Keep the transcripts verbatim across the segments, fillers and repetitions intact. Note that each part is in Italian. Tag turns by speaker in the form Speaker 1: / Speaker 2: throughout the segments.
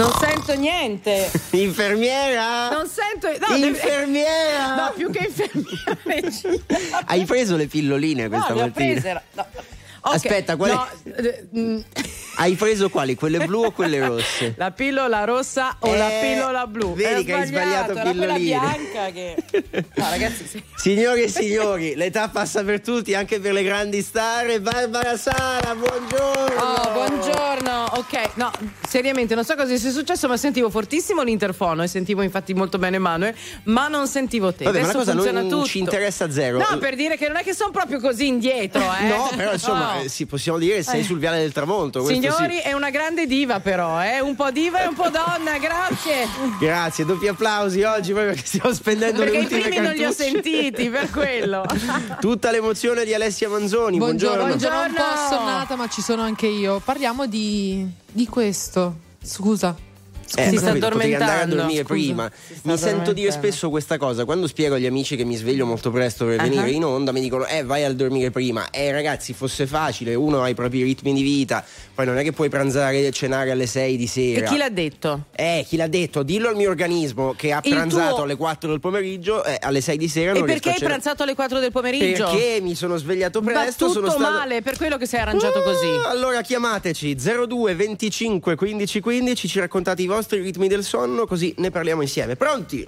Speaker 1: Non sento niente.
Speaker 2: Infermiera?
Speaker 1: Non sento. No,
Speaker 2: infermiera!
Speaker 1: Deve... No, più che infermiera.
Speaker 2: Hai preso le pilloline questa
Speaker 1: no,
Speaker 2: mattina?
Speaker 1: Le ho prese. No. Okay,
Speaker 2: Aspetta, quale...
Speaker 1: no,
Speaker 2: hai preso quali? Quelle blu o quelle rosse?
Speaker 1: La pillola rossa o
Speaker 2: eh,
Speaker 1: la pillola blu?
Speaker 2: Vedi che hai sbagliato
Speaker 1: era
Speaker 2: pilloline.
Speaker 1: quella bianca che... No, ragazzi, sì.
Speaker 2: Signori e signori, l'età passa per tutti, anche per le grandi star. Barbara Sala, buongiorno.
Speaker 1: Oh, buongiorno. Ok, no, seriamente, non so cosa sia successo, ma sentivo fortissimo l'interfono e sentivo infatti molto bene Manuel, ma non sentivo te.
Speaker 2: Vabbè,
Speaker 1: adesso
Speaker 2: ma la cosa
Speaker 1: funziona
Speaker 2: non
Speaker 1: tutto.
Speaker 2: Ci interessa zero.
Speaker 1: No, per dire che non è che sono proprio così indietro, eh.
Speaker 2: No, però insomma,
Speaker 1: no.
Speaker 2: Eh, sì, possiamo dire che sei
Speaker 1: Eh.
Speaker 2: sul viale del tramonto.
Speaker 1: Signori,
Speaker 2: sì.
Speaker 1: è una grande diva però, eh? Un po' diva e un po' donna, grazie.
Speaker 2: Grazie, doppi applausi oggi proprio perché stiamo spendendo
Speaker 1: perché
Speaker 2: le ultime
Speaker 1: i primi
Speaker 2: cartucce.
Speaker 1: non li ho sentiti, per quello.
Speaker 2: Tutta l'emozione di Alessia Manzoni.
Speaker 3: Buongiorno,
Speaker 2: Buongiorno.
Speaker 3: buongiorno. Un po' assonnata, ma ci sono anche io. Parliamo di, di questo. Scusa.
Speaker 2: Eh,
Speaker 1: si sta
Speaker 2: capito, potevi andare a
Speaker 1: addormentando.
Speaker 2: dormire
Speaker 1: Scusa,
Speaker 2: prima.
Speaker 1: si sta
Speaker 2: Mi sento dire
Speaker 1: addormentando.
Speaker 2: spesso questa cosa quando spiego agli amici che mi sveglio molto presto per
Speaker 1: Uh-huh.
Speaker 2: venire in onda. Mi dicono eh vai a dormire prima. Eh ragazzi, fosse facile, uno ha i propri ritmi di vita, poi non è che puoi pranzare e cenare alle sei di sera.
Speaker 1: E chi l'ha detto?
Speaker 2: Eh chi l'ha detto? Dillo al mio organismo che ha
Speaker 1: Il
Speaker 2: pranzato
Speaker 1: tuo-
Speaker 2: alle quattro del pomeriggio, eh, alle sei di sera
Speaker 1: E
Speaker 2: non
Speaker 1: perché
Speaker 2: riesco a
Speaker 1: hai
Speaker 2: cenare.
Speaker 1: pranzato alle quattro del pomeriggio?
Speaker 2: Perché mi sono svegliato
Speaker 1: Va
Speaker 2: presto,
Speaker 1: tutto
Speaker 2: sono stato
Speaker 1: male, per quello che sei arrangiato
Speaker 2: Ah,
Speaker 1: così.
Speaker 2: Allora chiamateci zero due venticinque quindici quindici, ci raccontate i vostri ritmi del sonno, così ne parliamo insieme. Pronti?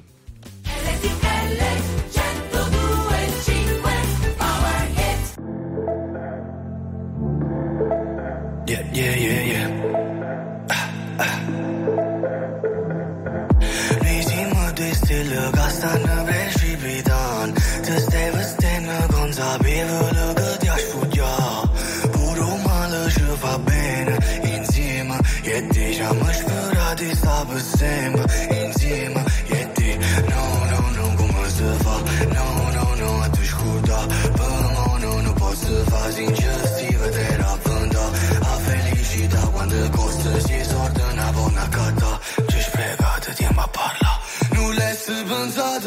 Speaker 4: Yeah, yeah, yeah, yeah. Ah, ah. Nisima de stille gastană precipitând. Te stai vestendo consapevole che ti aș putea. Puro male și va bene insieme. E deja mă spera de sta per sempre insieme. E te, no, no, no, come se fa? No, no, no, tu scuda. Per mo no, no posso fa sinceristica te raffronta. A felicità quando costa si sorda una buona carta. Ci spiegate tempo a parla. Non l'hai pensato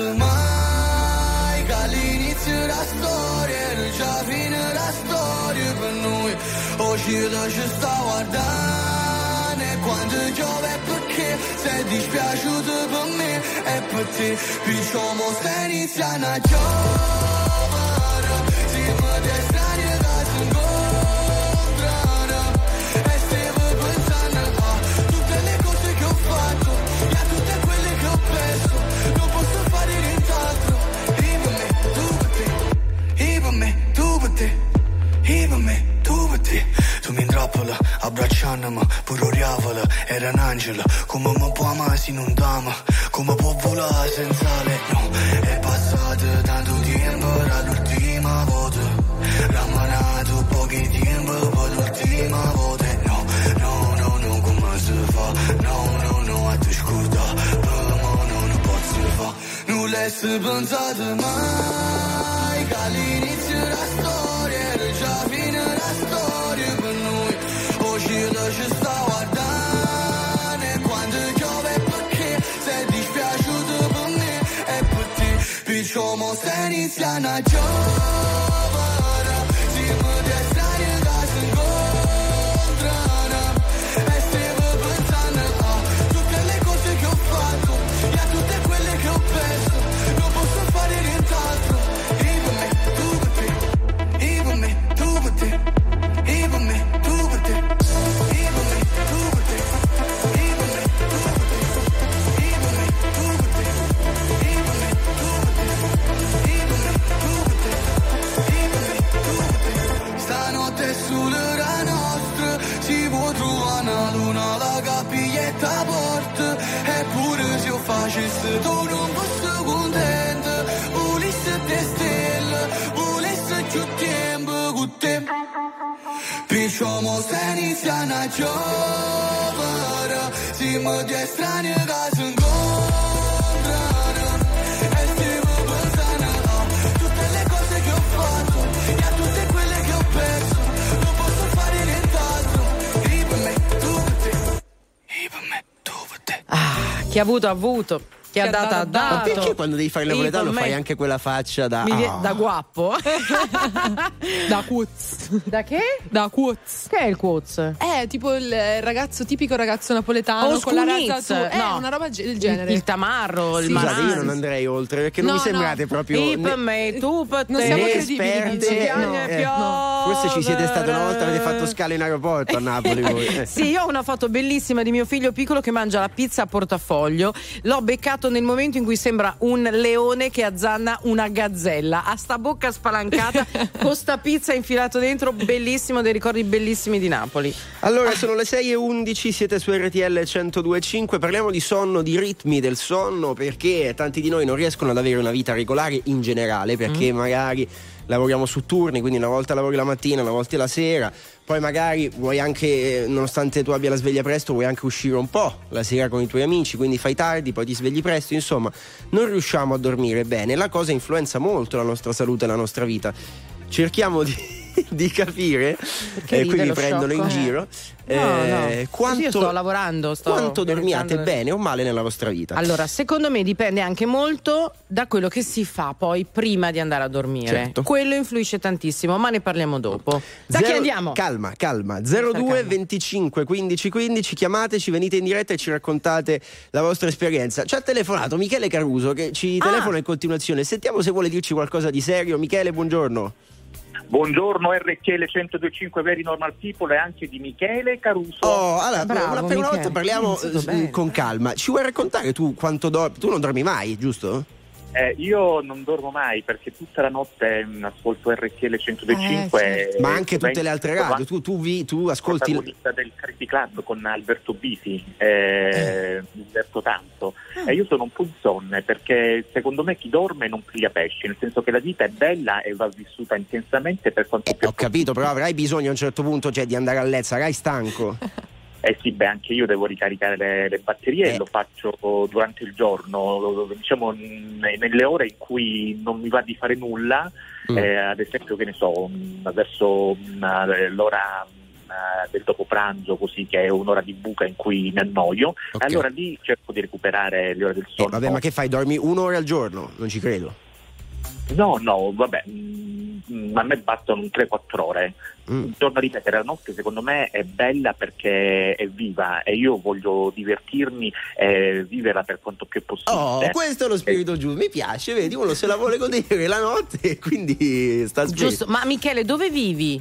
Speaker 4: mai che all'inizio della storia era già fine la storia per noi. Oggi la ci sta guardando e quando piove è perché sei dispiaciuto per me e per te. Perciò mo stai iniziando a giovere. Siamo dei strani che si incontrano e stavo pensando a tutte le cose che ho fatto e a tutte quelle che ho perso. Non posso fare nient'altro. E per me, tu per te. E per me, tu per te. E per me, tu per te. Tu mi intrappola, abbracciandomi, pure oriavola, era un angelo. Come mi può amare se non t'ama? Come può volare senza lei? No, è passato tanto tempo dall'ultima volta. Ramanato pochi tempo per l'ultima volta. No, no, no, no, come si fa? No, no, no, a te scusa. Per mo no, non posso fa. Non l'hai pensato mai che all'inizio della storia era già fine la storia per noi. Oggi la ci sta guardando e quando piove è perché sei dispiaciuto per me e per te. Perciò mo stai iniziando a giovere. Siamo dei strani che si incontrano e stavo pensando a tutte le cose che ho fatto e a tutte quelle che ho perso. Non posso fare nient'altro. E per me, tu per te. E per me, tu per te. E per me, tu per te. E per me, tu per te. E per me, tu per te. E per me, tu per te. E per me, tu per te. E per me, tu per te. E per me, tu per te. Stanotte sulla nostra si può trovare una luna alla capiglietta porta. Eppure se io facessi tu non fossi contento. Volessi te stelle, volessi più tempo con te. Perciò mo stai iniziando a giovere. Siamo due strani che si incontrano e stiamo pensando a tutte le cose che ho fatto e a tutte quelle che ho perso. Non posso fare nient'altro. E per me, tu per te. E per me, tu per te.
Speaker 1: Ah, chi ha avuto ha avuto. Chi Chi ha dato ha dato.
Speaker 2: Ma perché quando devi fare il napoletano fai anche quella faccia da...
Speaker 1: vie-
Speaker 2: oh.
Speaker 1: Da guappo.
Speaker 3: Da Quoz.
Speaker 1: Da che?
Speaker 3: Da Quoz.
Speaker 1: Che è il quoz?
Speaker 3: È tipo il ragazzo, tipico ragazzo napoletano
Speaker 1: Oh,
Speaker 3: con la
Speaker 1: Scunizz.
Speaker 3: razzatura. È
Speaker 1: No.
Speaker 3: una roba ge- del genere.
Speaker 1: Il, il tamarro, il
Speaker 3: Sì.
Speaker 2: Scusate,
Speaker 1: manano.
Speaker 2: io non andrei oltre perché non
Speaker 3: No,
Speaker 2: mi sembrate
Speaker 3: no.
Speaker 2: proprio
Speaker 1: Io per
Speaker 2: né-
Speaker 1: me, tu per te.
Speaker 3: Non siamo
Speaker 2: né
Speaker 3: credibili,
Speaker 2: esperte,
Speaker 3: dice.
Speaker 1: no,
Speaker 2: eh,
Speaker 1: no.
Speaker 2: forse ci siete state una volta, avete fatto scale in aeroporto a Napoli voi. Eh.
Speaker 1: Sì, io ho una foto bellissima di mio figlio piccolo che mangia la pizza a portafoglio. L'ho beccato nel momento in cui sembra un leone che azzanna una gazzella. Ha sta bocca spalancata con sta pizza infilato dentro, bellissimo, dei ricordi bellissimi di Napoli.
Speaker 2: Allora, sono le sei e undici, siete su R T L centodue e cinque, parliamo di sonno, di ritmi del sonno, perché tanti di noi non riescono ad avere una vita regolare in generale, perché mm. magari lavoriamo su turni, quindi una volta lavori la mattina, una volta la sera, poi magari vuoi anche, nonostante tu abbia la sveglia presto, vuoi anche uscire un po' la sera con i tuoi amici, quindi fai tardi, poi ti svegli presto, insomma non riusciamo a dormire bene. La cosa influenza molto la nostra salute e la nostra vita. Cerchiamo di di capire, e eh, qui mi prendono
Speaker 1: sciocco.
Speaker 2: in giro,
Speaker 1: No,
Speaker 2: eh,
Speaker 1: no.
Speaker 2: quanto,
Speaker 1: Io sto lavorando, sto
Speaker 2: quanto dormiate
Speaker 1: organizzando-
Speaker 2: bene o male nella vostra vita.
Speaker 1: Allora, secondo me dipende anche molto da quello che si fa poi prima di andare a dormire.
Speaker 2: Certo.
Speaker 1: Quello influisce tantissimo, ma ne parliamo dopo. Da
Speaker 2: Zero-
Speaker 1: chi andiamo?
Speaker 2: Calma, calma. zero due venticinque quindici quindici, chiamateci, venite in diretta e ci raccontate la vostra esperienza. Ci ha telefonato Michele Caruso che ci
Speaker 1: Ah.
Speaker 2: telefona in continuazione. Sentiamo se vuole dirci qualcosa di serio. Michele, buongiorno.
Speaker 5: Buongiorno R T L centodue e cinque Very Normal People e anche di Michele Caruso.
Speaker 2: Oh, allora,
Speaker 1: Bravo,
Speaker 2: per una volta
Speaker 1: Michele.
Speaker 2: parliamo
Speaker 1: Hai iniziato
Speaker 2: eh,
Speaker 1: bene.
Speaker 2: con calma. Ci vuoi raccontare tu quanto dormi? Tu non dormi mai, giusto?
Speaker 5: Eh, io non dormo mai perché tutta la notte mh, ascolto R T L centodue e cinque.
Speaker 3: Eh, certo.
Speaker 5: e-
Speaker 2: Ma anche tutte
Speaker 5: vengo-
Speaker 2: le altre radio. Tu, tu, vi, tu ascolti.
Speaker 5: protagonista del Crazy Club con Alberto Bisi, eh, mi diverto tanto. E io sono un po' insonne perché secondo me chi dorme non piglia pesci, nel senso che la vita è bella e va vissuta intensamente per quanto più
Speaker 2: Ho capito, però avrai bisogno a un certo punto, cioè, di andare a letto, sarai stanco.
Speaker 5: Eh sì, beh, anche io devo ricaricare le, le batterie
Speaker 2: Eh.
Speaker 5: e lo faccio durante il giorno, diciamo n- nelle ore in cui non mi va di fare nulla,
Speaker 2: Mm.
Speaker 5: eh, ad esempio, che ne so, mh, verso mh, l'ora mh, del dopo pranzo, così, che è un'ora di buca in cui mi annoio,
Speaker 2: Ok.
Speaker 5: allora lì cerco di recuperare le ore del
Speaker 2: Eh,
Speaker 5: sonno.
Speaker 2: vabbè, ma che fai? Dormi un'ora al giorno? Non ci credo.
Speaker 5: No, no, vabbè, mh, a me bastano tre quattro ore.
Speaker 2: Mm.
Speaker 5: Torno a ripetere, la notte secondo me è bella perché è viva e io voglio divertirmi e viverla per quanto più possibile.
Speaker 2: Oh, questo è lo spirito giusto, mi piace, vedi, uno se la vuole godere la notte e quindi sta sveglio.
Speaker 1: Giusto, ma Michele, dove vivi?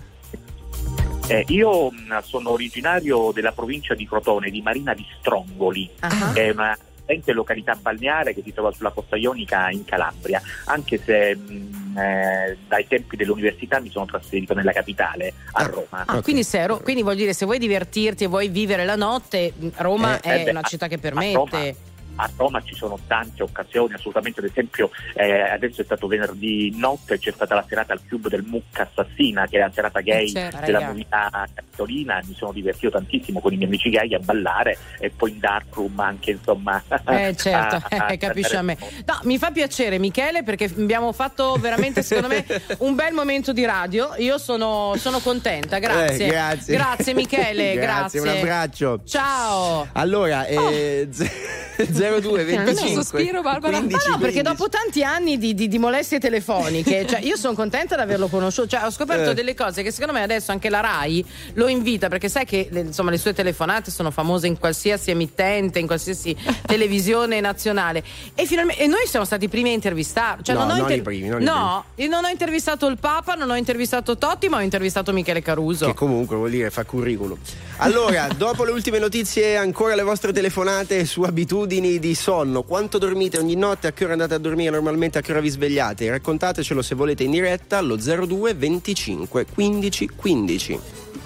Speaker 5: Eh, io mh, sono originario della provincia di Crotone, di Marina di Strongoli,
Speaker 1: Ah.
Speaker 5: che è una recente località balneare che si trova sulla costa ionica in Calabria, anche se mh, eh, dai tempi dell'università mi sono trasferito nella capitale, a
Speaker 2: Ah.
Speaker 5: Roma.
Speaker 1: Ah,
Speaker 2: Ok.
Speaker 1: quindi, se a Ro- quindi vuol dire, se vuoi divertirti e vuoi vivere la notte, Roma
Speaker 2: Eh,
Speaker 1: è
Speaker 5: Eh beh,
Speaker 1: una città che
Speaker 5: a
Speaker 1: permette.
Speaker 5: Roma- A Roma ci sono tante occasioni, assolutamente. Ad esempio, eh, adesso è stato venerdì notte, c'è stata la serata al Club del Mucca Assassina, che è la serata gay
Speaker 3: Eh, certo.
Speaker 5: della
Speaker 1: Raga.
Speaker 5: comunità cattolina. Mi sono divertito tantissimo con i miei amici gay a ballare e poi in darkroom anche, insomma.
Speaker 1: Eh certo,
Speaker 5: a- a-
Speaker 1: eh, capisci a me.
Speaker 5: prendere-
Speaker 1: No, mi fa piacere Michele perché abbiamo fatto veramente secondo me un bel momento di radio. Io sono, sono contenta, grazie.
Speaker 2: Eh, grazie.
Speaker 1: Grazie Michele, grazie.
Speaker 2: Grazie, un abbraccio.
Speaker 1: Ciao.
Speaker 2: Allora, eh, zero due venticinque
Speaker 3: Un sospiro, Barbara.
Speaker 2: quindici,
Speaker 1: Ma no, perché
Speaker 2: quindici.
Speaker 1: dopo tanti anni di, di- di molestie telefoniche, cioè io sono contenta di averlo conosciuto, cioè ho scoperto
Speaker 2: Eh.
Speaker 1: delle cose che secondo me adesso anche la Rai lo invita, perché sai che le, insomma le sue telefonate sono famose in qualsiasi emittente, in qualsiasi televisione nazionale, e finalmente e noi siamo stati i primi a intervistare, cioè
Speaker 2: No,
Speaker 1: non ho
Speaker 2: non
Speaker 1: inter-
Speaker 2: i primi, non i
Speaker 1: no, io non ho intervistato il Papa, non ho intervistato Totti, ma ho intervistato Michele Caruso.
Speaker 2: Che comunque vuol dire fa curriculum. Allora, dopo le ultime notizie, ancora le vostre telefonate su abitudini di sonno. Quanto dormite ogni notte? A che ora andate a dormire normalmente? A che ora vi svegliate? Raccontatecelo se volete in diretta allo zero due venticinque quindici quindici.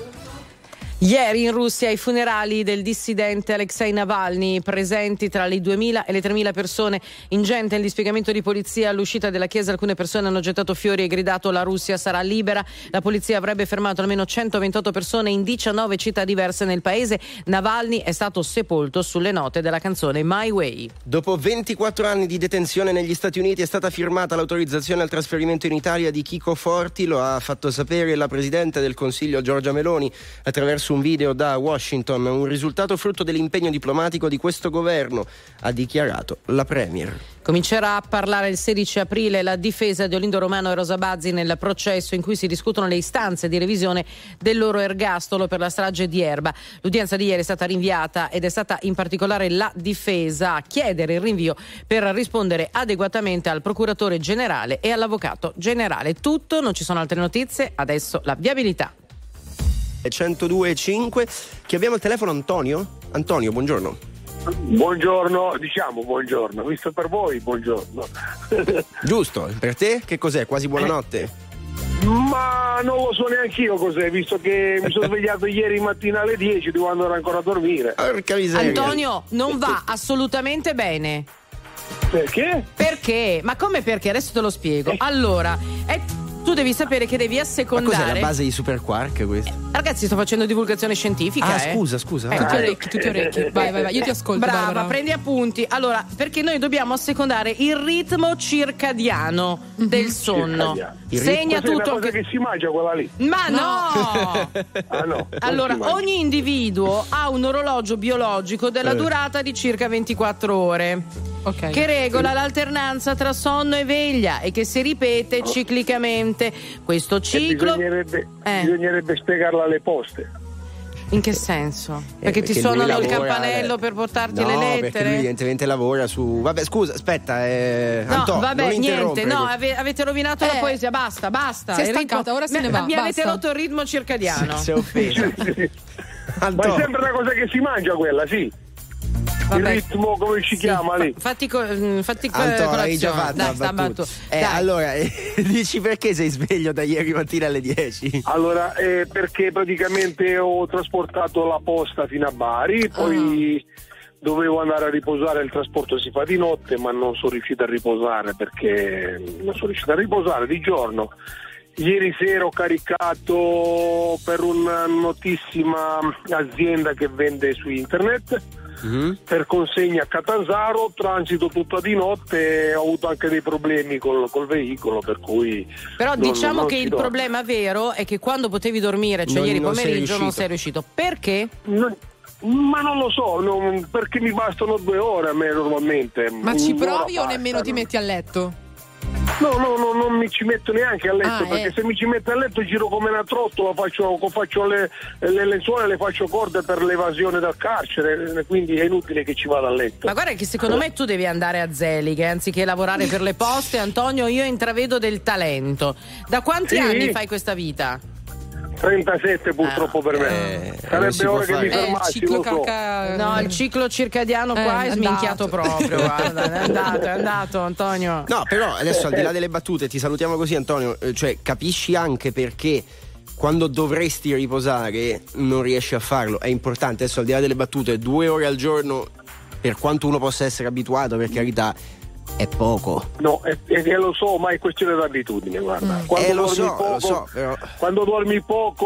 Speaker 1: Ieri in Russia i funerali del dissidente Alexei Navalny, presenti tra le duemila e le tremila persone, ingente il dispiegamento di polizia all'uscita della chiesa. Alcune persone hanno gettato fiori e gridato la Russia sarà libera. La polizia avrebbe fermato almeno centoventotto persone in diciannove città diverse nel paese. Navalny è stato sepolto sulle note della canzone My Way.
Speaker 2: Dopo ventiquattro anni di detenzione negli Stati Uniti è stata firmata l'autorizzazione al trasferimento in Italia di Chico Forti. Lo ha fatto sapere la Presidente del Consiglio Giorgia Meloni attraverso trasmesso un video da Washington, un risultato frutto dell'impegno diplomatico di questo governo, ha dichiarato la Premier.
Speaker 1: Comincerà a parlare il sedici aprile la difesa di Olindo Romano e Rosa Bazzi nel processo in cui si discutono le istanze di revisione del loro ergastolo per la strage di Erba. L'udienza di ieri è stata rinviata ed è stata in particolare la difesa a chiedere il rinvio per rispondere adeguatamente al procuratore generale e all'avvocato generale. Tutto, non ci sono altre notizie, adesso la viabilità.
Speaker 2: centodue e cinque, chi abbiamo al telefono? Antonio? Antonio, buongiorno.
Speaker 6: Buongiorno, diciamo buongiorno, visto per voi, buongiorno.
Speaker 2: Giusto, per te che cos'è? Quasi buonanotte?
Speaker 6: Ma non lo so neanche io cos'è, visto che mi sono svegliato ieri mattina alle dieci, devo andare ancora a dormire.
Speaker 2: Porca miseria.
Speaker 1: Antonio, non va assolutamente bene.
Speaker 6: Perché?
Speaker 1: Perché? Ma come perché? Adesso te lo spiego. Allora, è... tu devi sapere che devi
Speaker 2: Ma
Speaker 1: assecondare.
Speaker 2: cos'è la base di Super Quark questo?
Speaker 1: Ragazzi, sto facendo divulgazione scientifica.
Speaker 2: Ah,
Speaker 1: eh.
Speaker 2: scusa, scusa.
Speaker 1: Eh,
Speaker 2: vai.
Speaker 3: Tutti orecchi, tutti orecchi. Vai, vai, vai. Io ti ascolto.
Speaker 1: Brava,
Speaker 3: Barbara.
Speaker 1: prendi appunti. Allora, perché noi dobbiamo assecondare il ritmo circadiano
Speaker 3: Mm-hmm.
Speaker 1: del sonno.
Speaker 6: Il
Speaker 1: Segna
Speaker 6: Questa è una
Speaker 1: tutto.
Speaker 6: cosa che si mangia quella lì.
Speaker 1: Ma no!
Speaker 6: Ah no. non
Speaker 1: Allora,
Speaker 6: si mangia.
Speaker 1: ogni individuo ha un orologio biologico della
Speaker 2: Eh.
Speaker 1: durata di circa ventiquattro ore.
Speaker 3: Ok.
Speaker 1: Che regola l'alternanza tra sonno e veglia e che si ripete ciclicamente. Questo
Speaker 6: E
Speaker 1: ciclo.
Speaker 6: bisognerebbe,
Speaker 1: Eh.
Speaker 6: bisognerebbe spiegarla alle poste.
Speaker 1: In che senso?
Speaker 2: Eh,
Speaker 1: Perché ti
Speaker 2: perché
Speaker 1: suonano
Speaker 2: lui
Speaker 1: il
Speaker 2: lavora,
Speaker 1: campanello
Speaker 2: eh.
Speaker 1: per portarti
Speaker 2: no,
Speaker 1: le
Speaker 2: perché lui
Speaker 1: lettere?
Speaker 2: evidentemente lavora su. Vabbè, scusa, aspetta, eh...
Speaker 1: No,
Speaker 2: Anto,
Speaker 1: vabbè,
Speaker 2: non
Speaker 1: niente,
Speaker 2: interrompere.
Speaker 1: no, ave- avete rovinato la
Speaker 3: Eh.
Speaker 1: poesia, basta, basta.
Speaker 3: Si è
Speaker 1: Il ritmo-
Speaker 3: stancata, ora se ne va,
Speaker 1: Mi avete
Speaker 3: basta.
Speaker 1: rotto il ritmo circadiano.
Speaker 2: Si è offeso.
Speaker 6: Ma
Speaker 2: Anto,
Speaker 6: è sempre una cosa che si mangia quella, sì.
Speaker 1: Vabbè.
Speaker 6: Il ritmo, come si
Speaker 1: Sì,
Speaker 6: chiama lì?
Speaker 1: fa- Fatti, co- mm, fatti co-
Speaker 2: Anto, hai già
Speaker 1: colazione.
Speaker 2: fatto
Speaker 1: Dai,
Speaker 2: la
Speaker 1: sta
Speaker 2: battuta.
Speaker 1: battuta.
Speaker 2: Eh,
Speaker 1: Dai.
Speaker 2: allora, eh, dici perché sei sveglio da ieri mattina alle dieci?
Speaker 6: Allora, eh, perché praticamente ho trasportato la posta fino a Bari, poi dovevo andare a riposare, il trasporto si fa di notte, ma non sono riuscito a riposare perché non sono riuscito a riposare di giorno. Ieri sera ho caricato per una notissima azienda che vende su internet
Speaker 2: Mm-hmm.
Speaker 6: per consegna a Catanzaro, transito tutta di notte, ho avuto anche dei problemi col, col veicolo, per cui
Speaker 1: Però
Speaker 6: non-
Speaker 1: diciamo
Speaker 6: non
Speaker 1: che
Speaker 6: si
Speaker 1: il
Speaker 6: dorme.
Speaker 1: problema vero è che quando potevi dormire, cioè
Speaker 2: Non-
Speaker 1: ieri
Speaker 2: non sei
Speaker 1: pomeriggio, non
Speaker 2: riuscito.
Speaker 1: sei riuscito. Perché?
Speaker 6: Non- ma non lo so, non- perché mi bastano due ore a me normalmente.
Speaker 3: Ma ci
Speaker 6: Un'ora
Speaker 3: provi o
Speaker 6: basta,
Speaker 3: nemmeno ti
Speaker 6: no?
Speaker 3: metti a letto?
Speaker 6: No, no, no, non mi ci metto neanche a letto,
Speaker 3: Ah,
Speaker 6: perché
Speaker 3: eh.
Speaker 6: se mi ci metto a letto giro come una trottola, faccio, faccio le, le lenzuola, le faccio corde per l'evasione dal carcere, quindi è inutile che ci vada a letto.
Speaker 1: Ma guarda che secondo me tu devi andare a Zeliche anziché lavorare per le poste. Antonio, io intravedo del talento. Da quanti
Speaker 6: Sì.
Speaker 1: anni fai questa vita?
Speaker 6: trentasette purtroppo
Speaker 1: Ah,
Speaker 6: per me.
Speaker 2: eh, non si
Speaker 6: Sarebbe
Speaker 2: può
Speaker 6: ora che
Speaker 2: fare.
Speaker 6: mi
Speaker 3: Eh, il
Speaker 6: fermassi,
Speaker 3: ciclo
Speaker 6: lo so.
Speaker 3: calca...
Speaker 1: No, il ciclo circadiano
Speaker 3: Eh,
Speaker 1: qua è
Speaker 3: è
Speaker 1: sminchiato
Speaker 3: andato.
Speaker 1: proprio. Guarda, è andato, è andato, Antonio.
Speaker 2: No, però adesso al di là delle battute ti salutiamo così, Antonio, eh, cioè capisci anche perché quando dovresti riposare non riesci a farlo. È importante, adesso al di là delle battute, due ore al giorno, per quanto uno possa essere abituato, per carità, è poco.
Speaker 6: No, e, e lo so, ma è questione d'abitudine, guarda. Quando
Speaker 2: Eh, lo
Speaker 6: dormi
Speaker 2: so,
Speaker 6: poco,
Speaker 2: lo so, però-
Speaker 6: quando dormi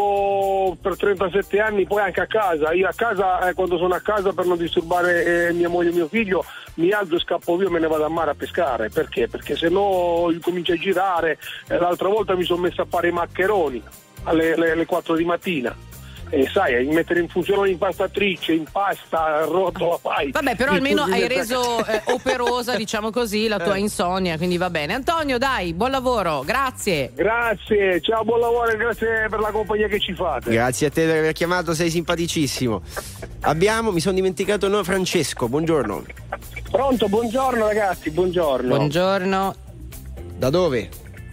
Speaker 6: poco per trentasette anni, poi anche a casa. Io a casa, eh, quando sono a casa per non disturbare eh, mia moglie e mio figlio, mi alzo e scappo via e me ne vado a mare a pescare. Perché? Perché se no comincio a girare. Eh, l'altra volta mi sono messo a fare i maccheroni alle, alle, alle quattro di mattina. E sai, mettere in funzione l'impastatrice, impasta, rotola, fai.
Speaker 1: Vabbè, però
Speaker 6: Il
Speaker 1: almeno
Speaker 6: tuo
Speaker 1: hai
Speaker 6: diventa-
Speaker 1: reso eh, operosa, diciamo così, la tua insonnia, quindi va bene. Antonio, dai, buon lavoro, grazie.
Speaker 6: Grazie, ciao, buon lavoro e grazie per la compagnia che ci fate.
Speaker 2: Grazie a te per aver chiamato, sei simpaticissimo. Abbiamo, mi sono dimenticato, no, Francesco, buongiorno.
Speaker 6: Pronto, buongiorno ragazzi, buongiorno.
Speaker 1: Buongiorno.
Speaker 2: Da dove?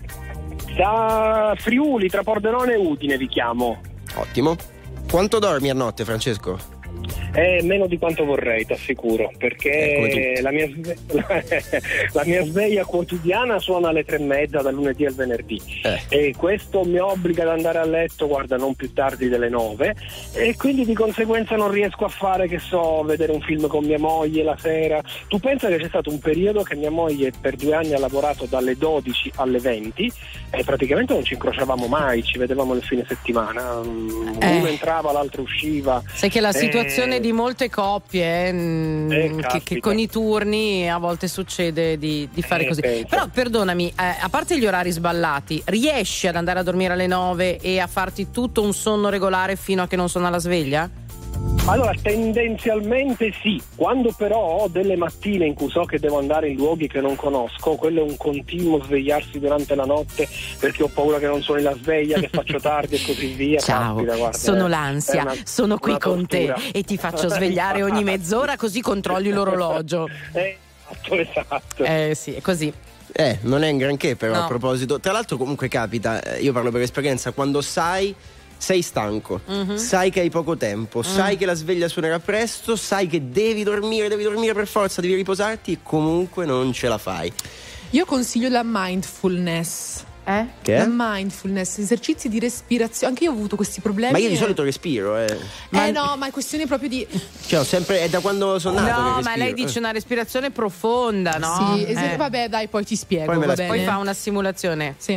Speaker 6: Da Friuli, tra Pordenone e Udine vi chiamo.
Speaker 2: Ottimo. Quanto dormi a notte, Francesco?
Speaker 6: È meno di quanto vorrei, ti assicuro,
Speaker 2: Eh, come
Speaker 6: perché
Speaker 2: tutti.
Speaker 6: la mia, sve- la mia sveglia quotidiana suona alle tre e mezza dal lunedì al venerdì
Speaker 2: Eh.
Speaker 6: e questo mi obbliga ad andare a letto, guarda, non più tardi delle nove, e quindi di conseguenza non riesco a fare, che so, vedere un film con mia moglie la sera. Tu pensa che c'è stato un periodo che mia moglie per due anni ha lavorato dalle dodici alle venti e praticamente non ci incrociavamo mai, ci vedevamo nel fine settimana. Mm,
Speaker 1: Eh.
Speaker 6: Uno entrava, l'altro usciva.
Speaker 1: Sai che la
Speaker 6: Eh,
Speaker 1: situazione di molte coppie eh, mh,
Speaker 6: Eh,
Speaker 1: che, che con i turni a volte succede di, di fare
Speaker 6: Eh,
Speaker 1: così.
Speaker 6: penso.
Speaker 1: Però perdonami, eh, a parte gli orari sballati, riesci ad andare a dormire alle nove e a farti tutto un sonno regolare fino a che non suona la sveglia?
Speaker 6: Allora, tendenzialmente sì, quando però ho delle mattine in cui so che devo andare in luoghi che non conosco, quello è un continuo svegliarsi durante la notte perché ho paura che non suoni la sveglia, che faccio tardi e così via.
Speaker 1: Ciao,
Speaker 6: Caspita, guarda,
Speaker 1: sono
Speaker 6: è-
Speaker 1: l'ansia,
Speaker 6: è una-
Speaker 1: sono qui
Speaker 6: una
Speaker 1: con
Speaker 6: tortura.
Speaker 1: te e ti faccio svegliare ogni mezz'ora così controlli l'orologio.
Speaker 6: Eh, esatto, esatto.
Speaker 1: Eh sì, è così.
Speaker 2: Eh, non è un granché però
Speaker 1: No.
Speaker 2: a proposito. Tra l'altro comunque capita, eh, io parlo per esperienza, quando sai sei stanco,
Speaker 1: Mhm.
Speaker 2: sai che hai poco tempo,
Speaker 1: Mm.
Speaker 2: sai che la sveglia suonerà presto, sai che devi dormire, devi dormire per forza, devi riposarti e comunque non ce la fai.
Speaker 3: Io consiglio la mindfulness.
Speaker 1: Eh?
Speaker 2: Che
Speaker 3: La
Speaker 2: è?
Speaker 3: mindfulness, esercizi di respirazione. Anche io ho avuto questi problemi.
Speaker 2: Ma io di
Speaker 3: e-
Speaker 2: solito respiro, eh.
Speaker 3: Eh no, ma è questione proprio di.
Speaker 2: Cioè, ho sempre, è da quando sono nato che
Speaker 1: No,
Speaker 2: respiro.
Speaker 1: ma lei dice una respirazione profonda, no?
Speaker 3: Sì, es-
Speaker 1: Eh.
Speaker 3: vabbè, dai, poi ti spiego.
Speaker 2: Poi me la
Speaker 3: va
Speaker 1: Poi
Speaker 3: bene?
Speaker 1: fa una simulazione.
Speaker 3: Sì.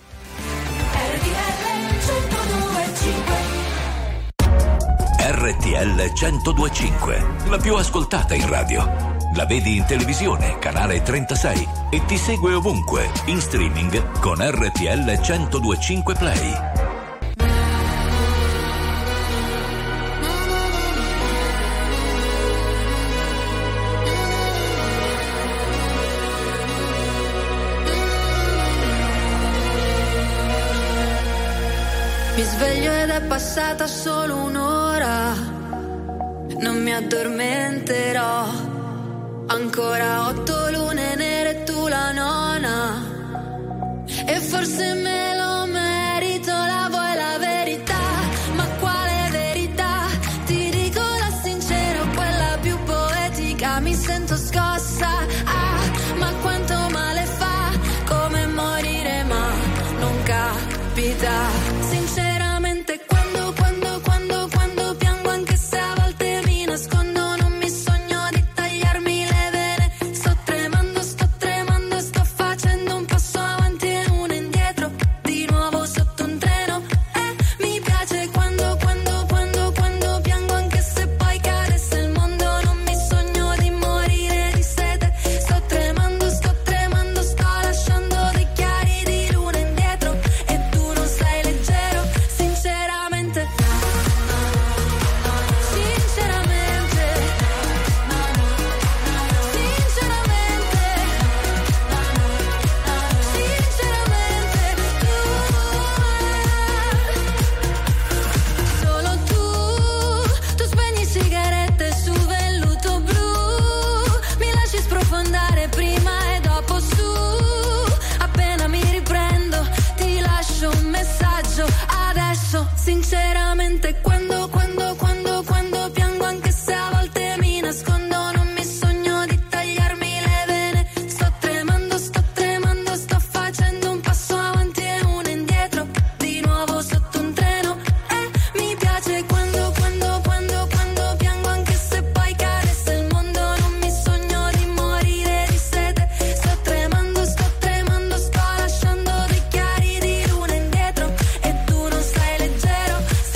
Speaker 7: R T L centodue e cinque, la più ascoltata in radio. La vedi in televisione, canale trentasei e ti segue ovunque, in streaming con R T L centodue e cinque Play.
Speaker 8: Mi sveglio ed è passata solo un'ora, non mi addormenterò. Ancora otto lune nere e tu la nona, e forse me lo merito, la vuoi la verità? Ma quale verità? Ti dico la sincera, quella più poetica, mi sento scossa. Ah, ma quanto male fa, come morire ma non capita. Sinceramente quando, quando, quando, quando piango, anche se a volte mi nascondo, non mi sogno di tagliarmi le vene. Sto tremando, sto tremando, sto facendo un passo avanti e uno indietro, di nuovo sotto un treno. E mi piace quando, quando, quando, quando piango, anche se poi cadesse il mondo, non mi sogno di morire di sete. Sto tremando, sto tremando, sto lasciando dei chiari di luna indietro, e tu non sei leggero. Sinceramente, sinceramente, sinceramente, sinceramente, tu, solo tu, tu spegni sigarette su velluto blu, mi lasci sprofondare prima e dopo su, appena mi riprendo ti lascio un messaggio adesso. Sinceramente quando, quando, quando, quando piango, anche se a volte mi nascondo, non mi sogno di tagliarmi le vene. Sto tremando, sto tremando, sto facendo un passo avanti e uno indietro, di nuovo sotto un treno. E mi piace quando, quando, quando, quando piango, anche se poi cadesse il mondo, non mi sogno di morire di sete. Sto tremando, sto tremando, sto lasciando dei chiari di luna indietro, e tu non sei leggero.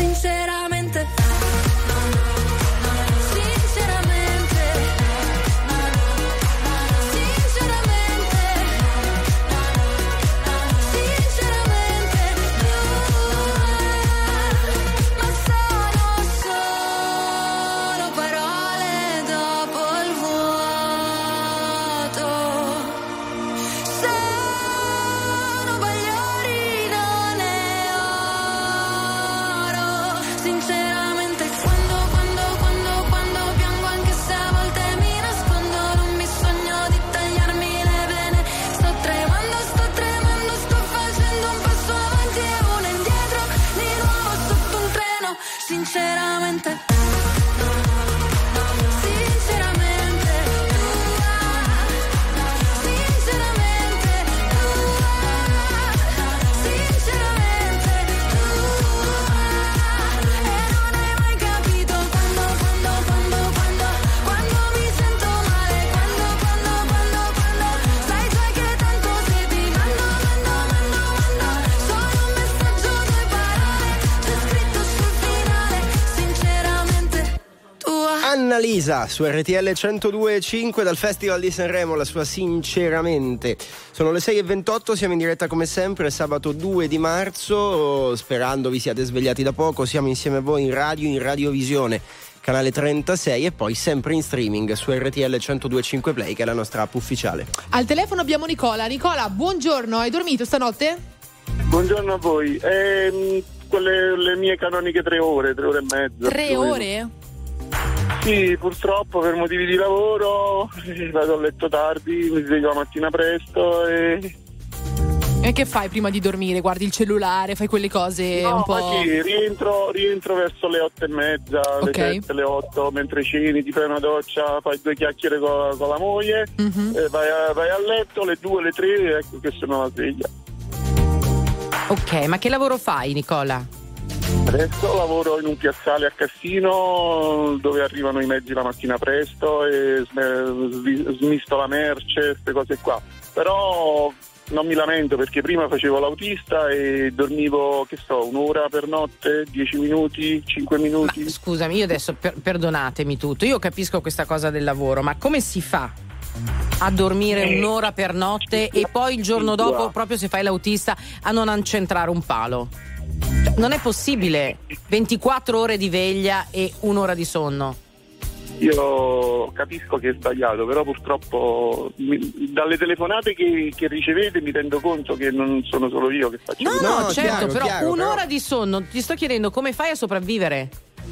Speaker 2: Annalisa su R T L centodue e cinque dal Festival di Sanremo, la sua Sinceramente. Sono le sei e ventotto, siamo in diretta come sempre, sabato due di marzo, sperando vi siate svegliati da poco. Siamo insieme a voi in radio, in radiovisione, canale trentasei, e poi sempre in streaming su R T L centodue e cinque Play, che è la nostra app ufficiale.
Speaker 3: Al telefono abbiamo Nicola. Nicola, buongiorno, hai dormito stanotte?
Speaker 6: Buongiorno a voi. Ehm, quelle le mie canoniche tre ore, tre ore e mezza.
Speaker 3: Tre ore?
Speaker 6: Sì, purtroppo per motivi di lavoro vado a letto tardi, mi sveglio la mattina presto e...
Speaker 3: E che fai prima di dormire? Guardi il cellulare, fai quelle cose
Speaker 6: no,
Speaker 3: un po'...
Speaker 6: ma sì, rientro, rientro verso le otto e mezza,
Speaker 3: Okay.
Speaker 6: le sette, le otto, mentre ceni, ti fai una doccia, fai due chiacchiere con, con la moglie,
Speaker 3: Mhm.
Speaker 6: eh, vai, a, vai a letto, le due, le tre, ecco che sono la sveglia.
Speaker 1: Ok, ma che lavoro fai, Nicola?
Speaker 6: Adesso lavoro in un piazzale a Cassino dove arrivano i mezzi la mattina presto e sm- smisto la merce, queste cose qua. Però non mi lamento perché prima facevo l'autista e dormivo, che so, un'ora per notte, dieci minuti, cinque minuti.
Speaker 1: Ma scusami, io adesso per- perdonatemi tutto, io capisco questa cosa del lavoro, ma come si fa a dormire un'ora per notte e poi il giorno dopo, proprio se fai l'autista, a non accentrare un palo? Cioè, non è possibile ventiquattro ore di veglia e un'ora di sonno.
Speaker 6: Io capisco che è sbagliato, però purtroppo mi- dalle telefonate che, che ricevete mi rendo conto che non sono solo io che faccio
Speaker 1: No,
Speaker 6: così.
Speaker 1: no,
Speaker 2: No,
Speaker 1: certo,
Speaker 2: chiaro,
Speaker 1: però
Speaker 2: chiaro,
Speaker 1: un'ora
Speaker 2: però-
Speaker 1: di sonno, ti sto chiedendo come fai a sopravvivere?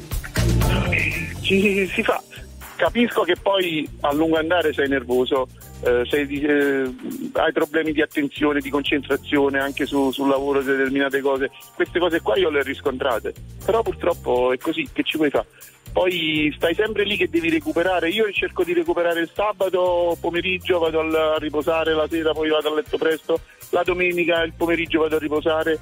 Speaker 6: Ci si fa. Capisco che poi a lungo andare sei nervoso, eh, sei di- eh, hai problemi di attenzione, di concentrazione anche su, sul lavoro di determinate cose. Queste cose qua io le ho riscontrate, però purtroppo è così, che ci puoi fare? Poi stai sempre lì che devi recuperare. Io cerco di recuperare il sabato pomeriggio, vado al- a riposare, la sera poi vado a letto presto, la domenica il pomeriggio vado a riposare.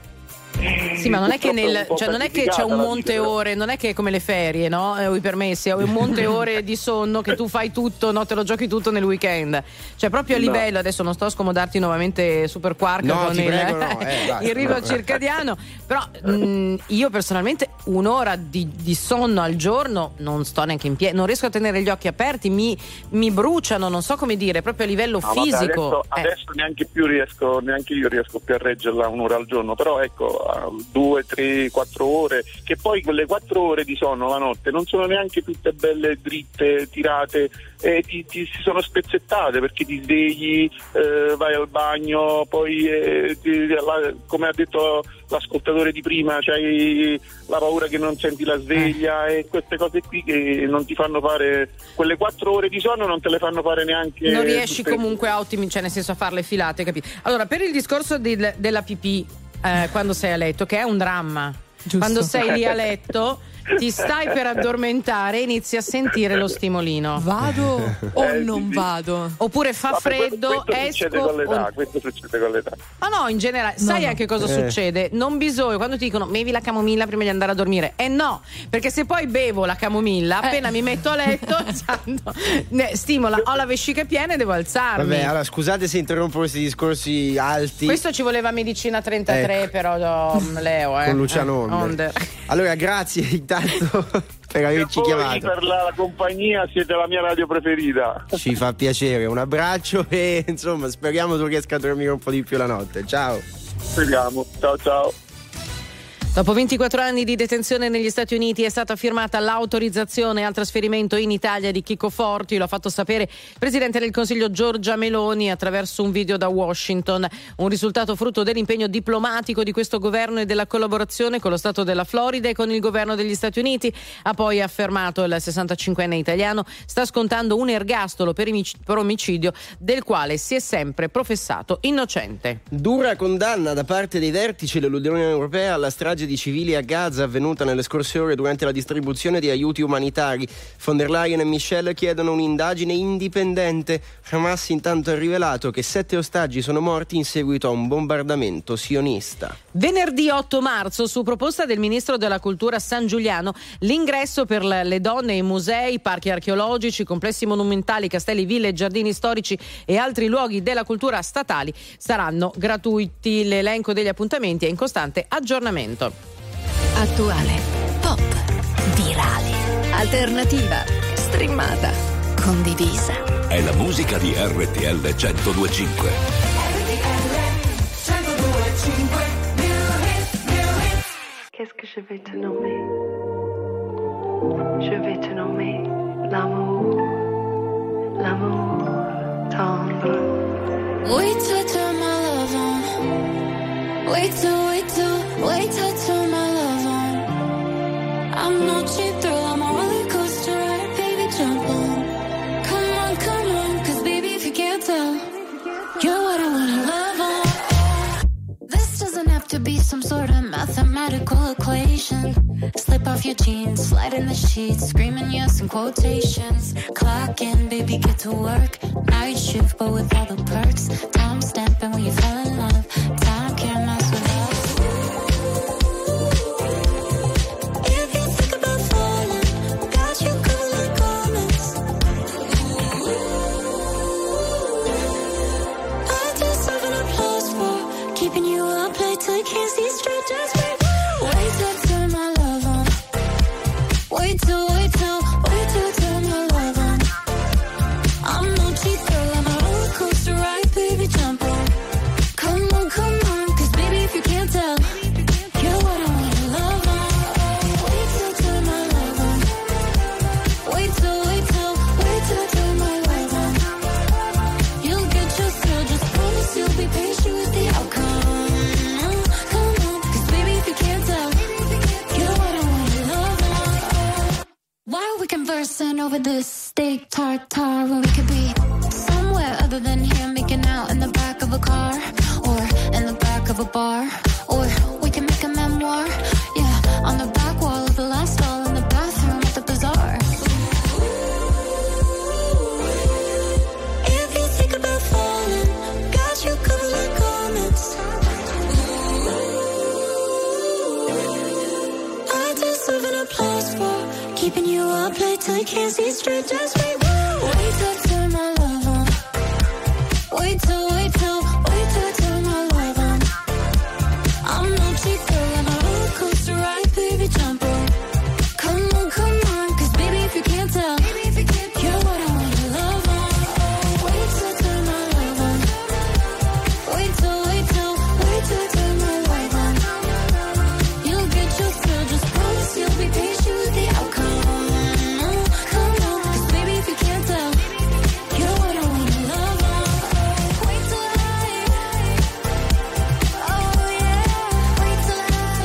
Speaker 1: Sì, ma non è che
Speaker 6: Purtroppo
Speaker 1: nel,
Speaker 6: un po'
Speaker 1: cioè non è che c'è
Speaker 6: sacrificata
Speaker 1: un
Speaker 6: la
Speaker 1: monte
Speaker 6: vita, però.
Speaker 1: ore, non è che è come le ferie, no? Eh, o i permessi, è un monte ore di sonno che tu fai tutto, no? Te lo giochi tutto nel weekend. Cioè proprio a
Speaker 6: No.
Speaker 1: livello, adesso non sto a scomodarti nuovamente Super Quark
Speaker 2: No,
Speaker 1: con
Speaker 2: ti
Speaker 1: il,
Speaker 2: prego, no, eh, dai.
Speaker 1: il ritmo circadiano, però mh, io personalmente un'ora di, di sonno al giorno non sto neanche in piedi, non riesco a tenere gli occhi aperti, mi, mi bruciano, non so come dire, proprio a livello
Speaker 6: No, vabbè,
Speaker 1: fisico.
Speaker 6: adesso,
Speaker 1: Eh.
Speaker 6: adesso neanche più riesco, neanche io riesco più a reggerla un'ora al giorno, però ecco, a due, tre, quattro ore, che poi quelle quattro ore di sonno la notte non sono neanche tutte belle dritte, tirate, e ti, ti si sono spezzettate perché ti svegli, eh, vai al bagno, poi eh, ti- la- come ha detto l'ascoltatore di prima, c'hai la paura che non senti la sveglia e queste cose qui che non ti fanno fare, quelle quattro ore di sonno non te le fanno fare neanche.
Speaker 1: Non riesci
Speaker 6: tutte-
Speaker 1: comunque a ottimi, cioè nel senso a farle filate, capito? Allora, per il discorso del- della pipì, eh, quando sei a letto, che è un dramma.
Speaker 3: Giusto.
Speaker 1: Quando sei lì a letto, ti stai per addormentare e inizi a sentire lo stimolino.
Speaker 3: Vado o
Speaker 6: Eh, sì,
Speaker 3: non
Speaker 6: sì.
Speaker 3: vado?
Speaker 1: Oppure fa
Speaker 6: Vabbè,
Speaker 1: freddo,
Speaker 6: questo, questo succede
Speaker 1: esco.
Speaker 6: con l'età,
Speaker 1: o-
Speaker 6: questo succede con l'età.
Speaker 1: Ma no, in generale, sai
Speaker 3: no.
Speaker 1: anche cosa
Speaker 2: Eh.
Speaker 1: succede? Non bisogna, quando ti dicono bevi la camomilla prima di andare a dormire, eh no, perché se poi bevo la camomilla, appena mi metto a letto, esatto, ne- stimola, ho la vescica piena e devo alzarmi.
Speaker 2: Vabbè, allora scusate se interrompo questi discorsi alti.
Speaker 1: Questo ci voleva medicina trentatré,
Speaker 2: Ecco.
Speaker 1: però um, Leo, eh.
Speaker 2: Con Luciano
Speaker 1: Eh,
Speaker 2: Onder.
Speaker 1: Onder.
Speaker 2: Allora, grazie intanto per averci
Speaker 6: Voi
Speaker 2: chiamato.
Speaker 6: per la compagnia siete la mia radio preferita.
Speaker 2: Ci fa piacere, un abbraccio e insomma speriamo tu riesca a dormire un po' di più la notte. Ciao.
Speaker 6: Speriamo. Ciao ciao.
Speaker 1: Dopo ventiquattro anni di detenzione negli Stati Uniti è stata firmata l'autorizzazione al trasferimento in Italia di Chico Forti, lo ha fatto sapere il Presidente del Consiglio Giorgia Meloni attraverso un video da Washington, un risultato frutto dell'impegno diplomatico di questo governo e della collaborazione con lo Stato della Florida e con il governo degli Stati Uniti. Ha poi affermato il sessantacinquenne italiano sta scontando un ergastolo per imic- per omicidio del quale si è sempre professato innocente.
Speaker 2: Dura condanna da parte dei vertici dell'Unione Europea alla strage di civili a Gaza avvenuta nelle scorse ore durante la distribuzione di aiuti umanitari. Von der Leyen e Michel chiedono un'indagine indipendente. Hamas intanto ha rivelato che sette ostaggi sono morti in seguito a un bombardamento sionista.
Speaker 1: Venerdì otto marzo, su proposta del ministro della cultura San Giuliano, l'ingresso per le donne in musei, parchi archeologici, complessi monumentali, castelli, ville, giardini storici e altri luoghi della cultura statali saranno gratuiti. L'elenco degli appuntamenti è in costante aggiornamento.
Speaker 8: Attuale, pop, virale, alternativa, streamata, condivisa.
Speaker 7: È la musica di R T L centodue e cinque.
Speaker 9: Qu'est-ce que je vais te nommer? Je vais te nommer l'amour, l'amour tendre.
Speaker 8: Wait till I turn my love on. Wait till, wait till, wait till I turn my love on. I'm no cheap thrill, I'm a roller coaster ride, baby, jump on. Come on, come on, cause baby, if you can't tell, you're what I wanna love on. This doesn't have to be some sort of mathematical equation. Slip off your jeans, slide in the sheets, screaming yes in quotations. Clock in, baby, get to work. Night shift, but with all the perks. Time stamping when you fall in love. Time can't mess with us. If you think about falling, got you covered like garments. I deserve an applause for keeping you up late till you can't see straight. Just wait, wait till I turn my love on. Wait till, wait till, wait till I turn my love on. I'm no cheap girl, I'm a roller coaster ride, baby, jump on. Come on, come on, cause baby, if you can't tell, you're what I wanna love on. Wait till I turn my love on. Wait till, wait till, wait till I turn my love on. You'll get your thrill, just promise you'll be patient with the outcome. Come on, cause baby, if you can't tell, you're what I wanna love on. Why are we conversing over this steak tartare when we could be somewhere other than here, making out in the back of a car or in the back of a bar, or we can make a memoir, yeah, on the back wall of the last stall in the bathroom at the bazaar. If you think about falling, got you covered like garments. I deserve an applause for keeping you up late till you can't see straight. Just wait, wait till I turn my love on. Wait till, wait till, wait till I turn my love on. I'm no cheap girl, I'm a roller coaster ride, baby, jump on. Come on, come on, cause baby, if you can't tell, you're what I wanna love on. Wait till I turn my love on. Wait till, wait till, wait till I turn my love on. You'll get your thrill, just promise you'll be patient with the outcome. Come on, cause baby, if you can't tell, you're what I wanna love on. Wait till I, oh yeah, wait till I.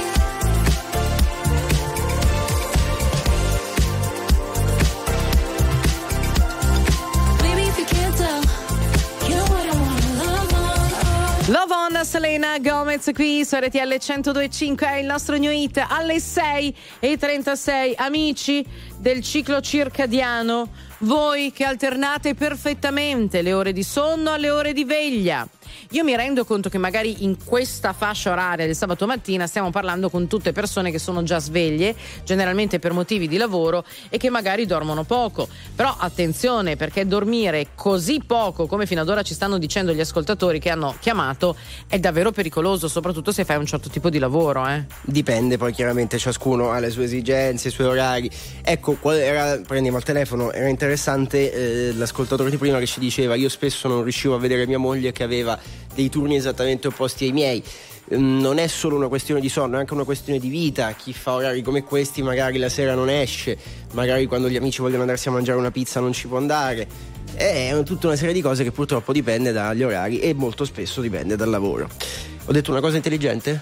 Speaker 8: Baby, if you can't tell, you're what I wanna love on.
Speaker 1: Love on, Selena Gomez qui su R T L centodue e cinque, è il nostro new hit alle sei e trentasei. Amici del ciclo circadiano, voi che alternate perfettamente le ore di sonno alle ore di veglia, io mi rendo conto che magari in questa fascia oraria del sabato mattina stiamo parlando con tutte persone che sono già sveglie, generalmente per motivi di lavoro, e che magari dormono poco. Però attenzione, perché dormire così poco come fino ad ora ci stanno dicendo gli ascoltatori che hanno chiamato è davvero pericoloso, soprattutto se fai un certo tipo di lavoro, eh.
Speaker 2: Dipende, poi chiaramente ciascuno ha le sue esigenze, i suoi orari. Ecco, qual era, prendiamo il telefono, era interessante eh, l'ascoltatore di prima che ci diceva: io spesso non riuscivo a vedere mia moglie che aveva dei turni esattamente opposti ai miei. Non è solo una questione di sonno, è anche una questione di vita. Chi fa orari come questi magari la sera non esce, magari quando gli amici vogliono andarsi a mangiare una pizza non ci può andare. È tutta una serie di cose che purtroppo dipende dagli orari e molto spesso dipende dal lavoro. Ho detto una cosa intelligente?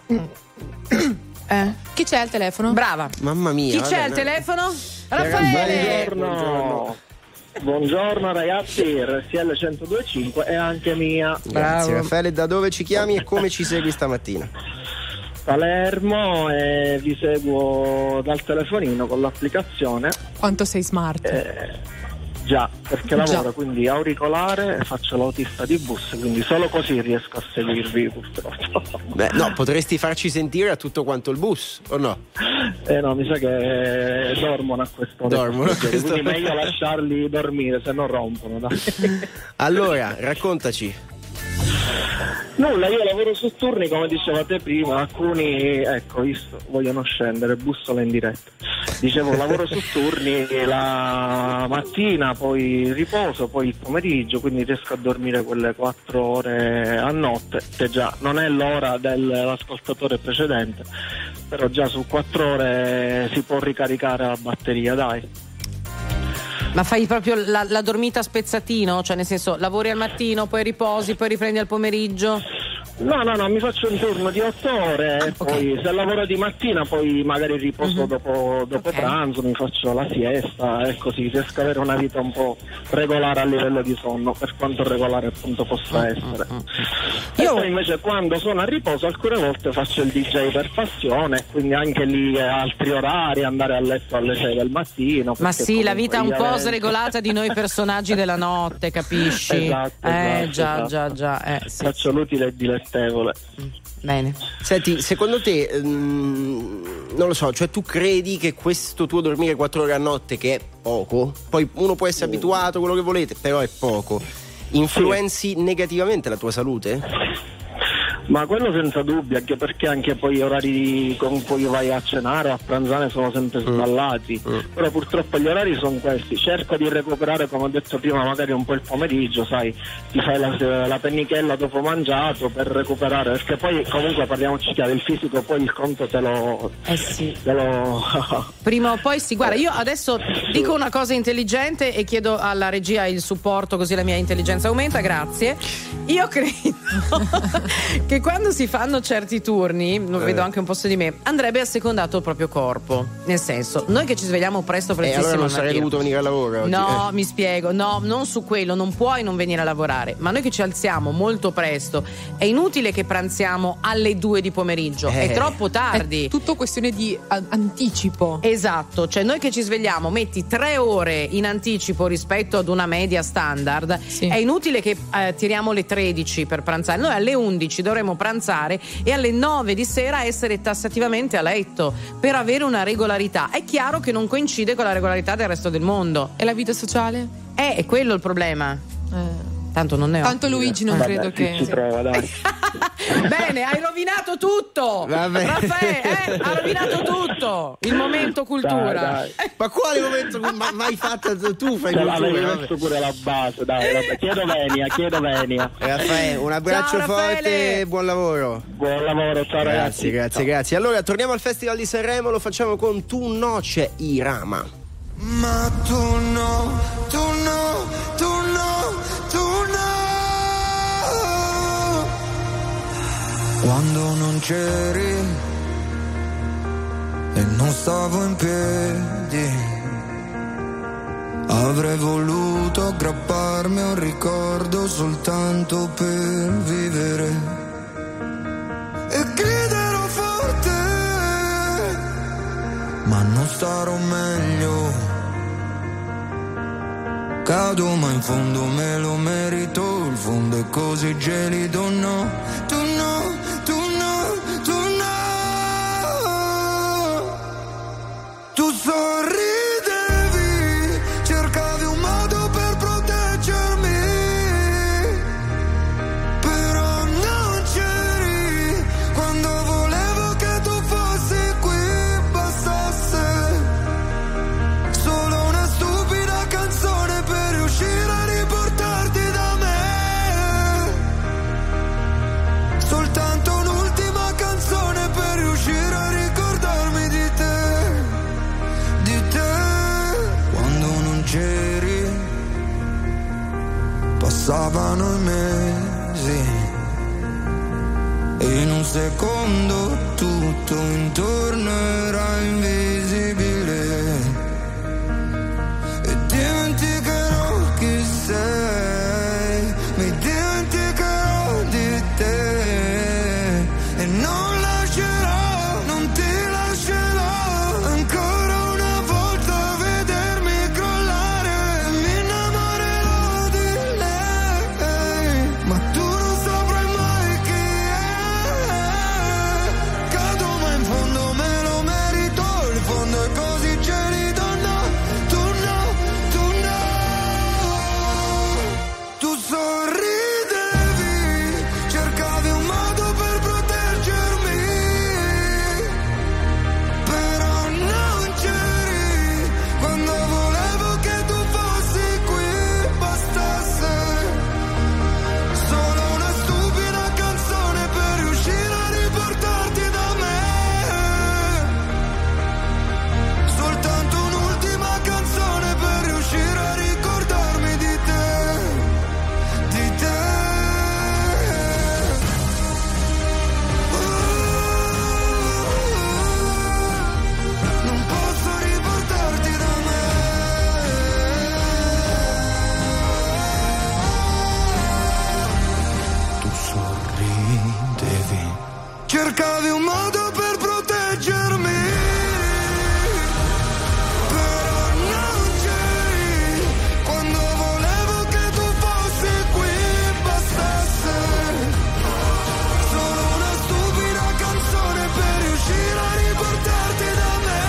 Speaker 3: Eh? Chi c'è al telefono?
Speaker 1: Brava.
Speaker 2: Mamma mia.
Speaker 1: Chi
Speaker 2: vabbè,
Speaker 1: c'è al
Speaker 2: no.
Speaker 1: telefono? Raffaele.
Speaker 6: Buongiorno. Buongiorno ragazzi, R T L centodue e cinque è anche mia.
Speaker 2: Grazie. Raffaele, da dove ci chiami e come ci segui stamattina?
Speaker 6: Palermo, e vi seguo dal telefonino con l'applicazione.
Speaker 3: Quanto sei smart.
Speaker 6: Eh, già, perché
Speaker 3: Già.
Speaker 6: lavoro, quindi auricolare, faccio l'autista di bus, quindi solo così riesco a seguirvi purtroppo.
Speaker 2: Beh, no, potresti farci sentire a tutto quanto il bus, o no?
Speaker 6: Eh no, mi sa che dormono a questo
Speaker 2: Dormono a questo-
Speaker 6: quindi meglio lasciarli dormire, se no rompono, dai.
Speaker 2: Allora, raccontaci.
Speaker 10: Nulla, io lavoro su turni come dicevate prima, alcuni ecco visto, vogliono scendere, bussola in diretta. Dicevo lavoro su turni la mattina, poi riposo, poi il pomeriggio, quindi riesco a dormire quelle quattro ore a notte, che già non è l'ora dell'ascoltatore precedente, però già su quattro ore si può ricaricare la batteria, dai.
Speaker 1: Ma fai proprio la, la dormita a spezzatino? Cioè nel senso, lavori al mattino, poi riposi, poi riprendi al pomeriggio?
Speaker 10: No, no, no, mi faccio un turno di otto ore e poi okay. se lavoro di mattina poi magari riposo uh-huh. dopo, dopo okay. pranzo, mi faccio la siesta e così riesco ad avere una vita un po' regolare a livello di sonno, per quanto regolare appunto possa uh-huh. essere. Uh-huh. E Io... poi invece quando sono a riposo alcune volte faccio il D J per passione, quindi anche lì altri orari, andare a letto alle sei del mattino.
Speaker 1: Ma sì, la vita è un po' sregolata di noi personaggi della notte, capisci?
Speaker 10: Esatto,
Speaker 1: eh
Speaker 10: esatto,
Speaker 1: già,
Speaker 10: esatto.
Speaker 1: già, già. Eh, sì.
Speaker 10: Faccio l'utile e dilettevole.
Speaker 1: Bene.
Speaker 2: Senti, secondo te, mh, non lo so, cioè tu credi che questo tuo dormire quattro ore a notte, che è poco, poi uno può essere abituato, quello che volete, però è poco, influenzi sì. negativamente la tua salute?
Speaker 10: Ma quello senza dubbio, anche perché anche poi gli orari con cui vai a cenare o a pranzare sono sempre sballati, mm. però purtroppo gli orari sono questi. Cerco di recuperare, come ho detto prima, magari un po' il pomeriggio, sai, ti fai la, la pennichella dopo mangiato per recuperare, perché poi comunque parliamoci chiaro, il fisico poi il conto te lo...
Speaker 1: Eh sì.
Speaker 10: Te lo...
Speaker 1: Prima o poi sì, guarda, io adesso dico una cosa intelligente e chiedo alla regia il supporto così la mia intelligenza aumenta, grazie. Io credo che quando si fanno certi turni, lo vedo anche un po' su di me, andrebbe assecondato il proprio corpo. Nel senso, noi che ci svegliamo presto, prestissimo,
Speaker 2: e allora non sarei dovuto venire a lavoro oggi.
Speaker 1: No, eh. mi spiego, no, non su quello, non puoi non venire a lavorare, ma noi che ci alziamo molto presto, è inutile che pranziamo alle due di pomeriggio, eh. è troppo tardi.
Speaker 3: È tutto questione di a- anticipo.
Speaker 1: Esatto, cioè noi che ci svegliamo, metti tre ore in anticipo rispetto ad una media standard, sì. è inutile che eh, tiriamo le tredici per pranzare, noi alle undici dovremmo pranzare e alle nove di sera essere tassativamente a letto per avere una regolarità. È chiaro che non coincide con la regolarità del resto del mondo.
Speaker 3: E la vita sociale?
Speaker 1: Eh, è quello il problema.
Speaker 3: Eh.
Speaker 1: Tanto non ne ho.
Speaker 3: Tanto Luigi non
Speaker 10: Vabbè,
Speaker 3: credo che
Speaker 10: ci trova, dai.
Speaker 1: Bene, hai rovinato tutto.
Speaker 2: Vabbè.
Speaker 1: Raffaele, eh, ha rovinato tutto. Il momento cultura.
Speaker 2: Dai, dai. Ma quale momento ma, mai fatta tu fai
Speaker 10: cioè,
Speaker 2: cultura?
Speaker 10: Avevi messo pure la base, dai, vabbè. Chiedo venia, chiedo venia.
Speaker 2: Raffaele, un abbraccio
Speaker 1: ciao,
Speaker 2: forte e buon lavoro.
Speaker 10: Buon lavoro, ciao ragazzi.
Speaker 2: Grazie, grazie,
Speaker 10: ciao.
Speaker 2: grazie. Allora, torniamo al Festival di Sanremo, lo facciamo con Tu Noce Irama.
Speaker 11: Ma tu no, tu no, tu no, tu no. Quando non c'eri e non stavo in piedi, avrei voluto aggrapparmi a un ricordo soltanto per vivere e griderò forte, ma non starò meglio. Cado ma in fondo me lo merito, il fondo è così gelido, no, tu no, tu no, tu no. Tu sorridevi, cercavi un modo per proteggermi, però non c'eri quando volevo che tu fossi qui, bastasse solo una stupida canzone per riuscire a riportarti da me, soltanto un'ultima canzone per riuscire a ricordarmi di te, di te. Quando non c'eri passavano i mesi e in un secondo tutto intorno era invisibile e dimenticherò chi sei, mi dimenticherò di te e non lascerò, non ti lascerò ancora una volta vedermi crollare, mi innamorerò di lei, ma tu non saprai mai chi è. Cado ma in fondo me lo merito, il fondo è così gelido, no, tu no, tu no. Tu sorridevi, cercavi un cercavi un modo per proteggermi, però non c'eri quando volevo che tu fossi qui. Bastasse solo una stupida canzone per riuscire a riportarti da me,